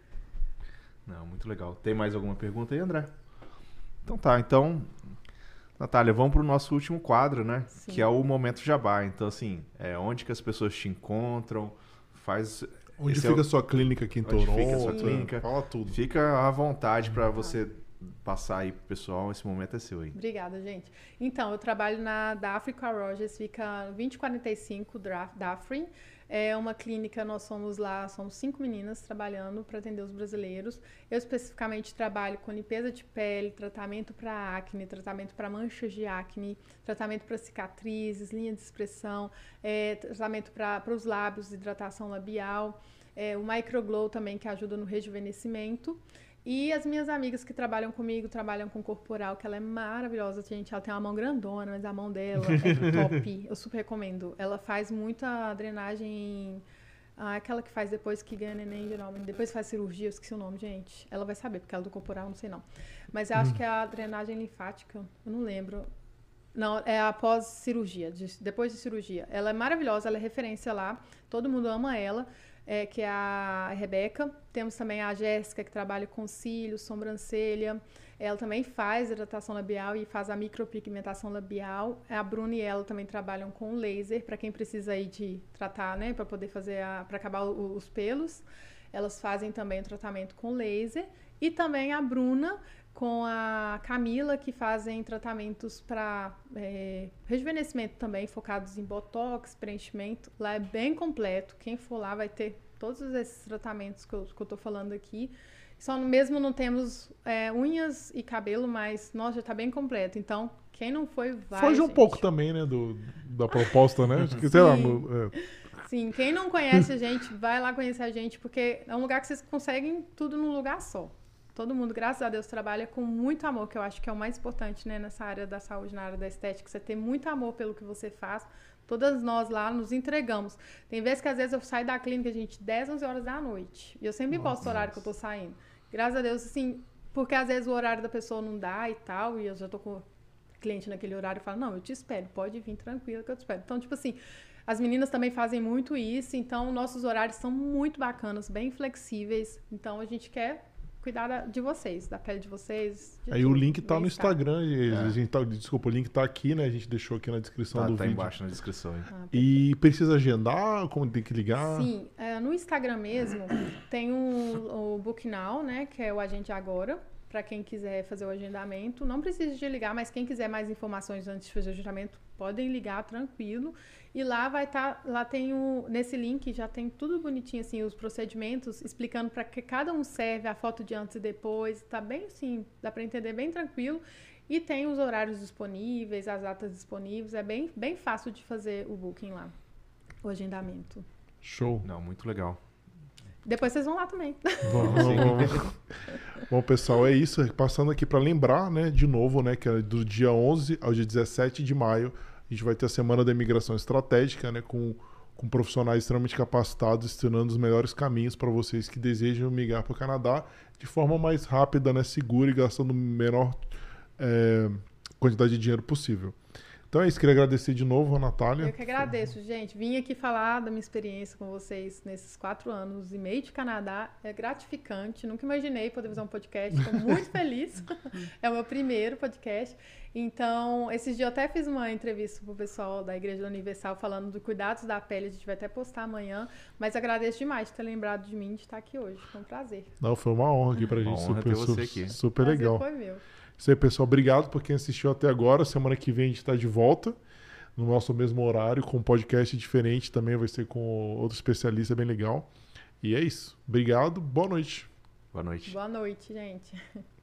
S2: Não, muito legal. Tem mais alguma pergunta aí, André? Então tá, então, Natália, vamos para o nosso último quadro, né? Sim. Que é o Momento Jabá. Então, assim, é onde que as pessoas te encontram, faz...
S1: Onde
S2: Esse
S1: fica
S2: é
S1: a sua clínica aqui em
S2: Onde
S1: Toronto?
S2: fica a sua clínica?
S1: Fala tudo.
S2: Fica à vontade para você passar aí pro pessoal. Esse momento é seu aí.
S3: Obrigada, gente. Então, eu trabalho na Dafri Carl Rogers, fica vinte e quarenta e cinco Dafri. É uma clínica, nós somos lá, somos cinco meninas trabalhando para atender os brasileiros. Eu especificamente trabalho com limpeza de pele, tratamento para acne, tratamento para manchas de acne, tratamento para cicatrizes, linha de expressão, é, tratamento para os lábios, hidratação labial, é, o microglow também, que ajuda no rejuvenescimento. E as minhas amigas que trabalham comigo, trabalham com corporal, que ela é maravilhosa, gente. Ela tem uma mão grandona, mas a mão dela é top. Eu super recomendo. Ela faz muita drenagem, ah, aquela que faz depois que ganha neném, geralmente. Depois faz cirurgia, eu esqueci o nome, gente. Ela vai saber, porque ela é do corporal, não sei não. Mas eu acho que é a drenagem linfática, eu não lembro. Não, é após cirurgia, de, depois de cirurgia. Ela é maravilhosa, ela é referência lá. Todo mundo ama ela. É, que é a Rebeca. Temos também a Jéssica, que trabalha com cílios, sobrancelha. Ela também faz hidratação labial e faz a micropigmentação labial. A Bruna e ela também trabalham com laser, para quem precisa aí de tratar, né, para poder fazer, para acabar o, os pelos. Elas fazem também o tratamento com laser. E também a Bruna com a Camila, que fazem tratamentos para é, rejuvenescimento também, focados em botox, preenchimento. Lá é bem completo. Quem for lá vai ter todos esses tratamentos que eu, que eu tô falando aqui. Só mesmo não temos é, unhas e cabelo, mas, nossa, já tá bem completo. Então, quem não foi, vai,
S1: Foge um
S3: gente.
S1: pouco também, né, do, da proposta, né? Acho que, sei lá, no, é.
S3: Sim, quem não conhece a gente, vai lá conhecer a gente, porque é um lugar que vocês conseguem tudo num lugar só. Todo mundo, graças a Deus, trabalha com muito amor, que eu acho que é o mais importante, né, nessa área da saúde, na área da estética, você ter muito amor pelo que você faz. Todas nós lá nos entregamos. Tem vezes que às vezes eu saio da clínica, gente, dez, onze horas da noite. E eu sempre me posto o horário que eu tô saindo. Graças a Deus, assim, porque às vezes o horário da pessoa não dá e tal, e eu já tô com o cliente naquele horário e falo, não, eu te espero, pode vir tranquilo que eu te espero. Então, tipo assim, as meninas também fazem muito isso, então nossos horários são muito bacanas, bem flexíveis. Então, a gente quer cuidar da, de vocês, da pele de vocês. De
S1: Aí
S3: tudo,
S1: o link tá no
S3: bem-estar.
S1: Instagram. E
S2: É.
S1: a gente tá, desculpa, o link tá aqui, né? A gente deixou aqui na descrição
S2: Tá,
S1: do
S2: tá
S1: vídeo.
S2: embaixo na descrição aí.
S3: Ah,
S1: E precisa agendar? Como tem que ligar?
S3: Sim, é, no Instagram mesmo tem o, o Book Now, né, que é o Agende Agora, para quem quiser fazer o agendamento. Não precisa de ligar, mas quem quiser mais informações antes de fazer o agendamento, podem ligar tranquilo. E lá vai estar, lá tem o, nesse link já tem tudo bonitinho, assim, os procedimentos, explicando para que cada um serve, a foto de antes e depois, tá bem assim, dá para entender bem tranquilo. E tem os horários disponíveis, as datas disponíveis, é bem, bem fácil de fazer o booking lá, o agendamento.
S1: Show.
S2: Não, muito legal.
S3: Depois vocês vão lá também.
S1: Vamos, vamos. Bom, pessoal, é isso. Passando aqui para lembrar, né, de novo, né, que é do dia onze ao dia dezessete de maio, a gente vai ter a Semana da Imigração Estratégica, né, com, com profissionais extremamente capacitados, ensinando os melhores caminhos para vocês que desejam migrar para o Canadá de forma mais rápida, né, segura e gastando a menor é, quantidade de dinheiro possível. Então é isso, queria agradecer de novo a Natália.
S3: Eu que agradeço, gente. Vim aqui falar da minha experiência com vocês nesses quatro anos e meio de Canadá. É gratificante. Nunca imaginei poder fazer um podcast. Estou muito feliz. É o meu primeiro podcast. Então, esses dias eu até fiz uma entrevista pro pessoal da Igreja Universal falando dos cuidados da pele. A gente vai até postar amanhã. Mas agradeço demais de ter lembrado de mim de estar aqui hoje. Foi um prazer.
S1: Não, foi uma honra aqui pra
S2: Uma
S1: gente.
S2: honra
S1: Super,
S2: ter você
S1: super,
S2: aqui.
S1: super
S3: Prazer
S1: legal.
S3: foi meu.
S1: Isso aí, pessoal. Obrigado por quem assistiu até agora. Semana que vem a gente está de volta no nosso mesmo horário, com um podcast diferente. Também vai ser com outro especialista bem legal. E é isso. Obrigado. Boa noite.
S2: Boa noite.
S3: Boa noite, gente.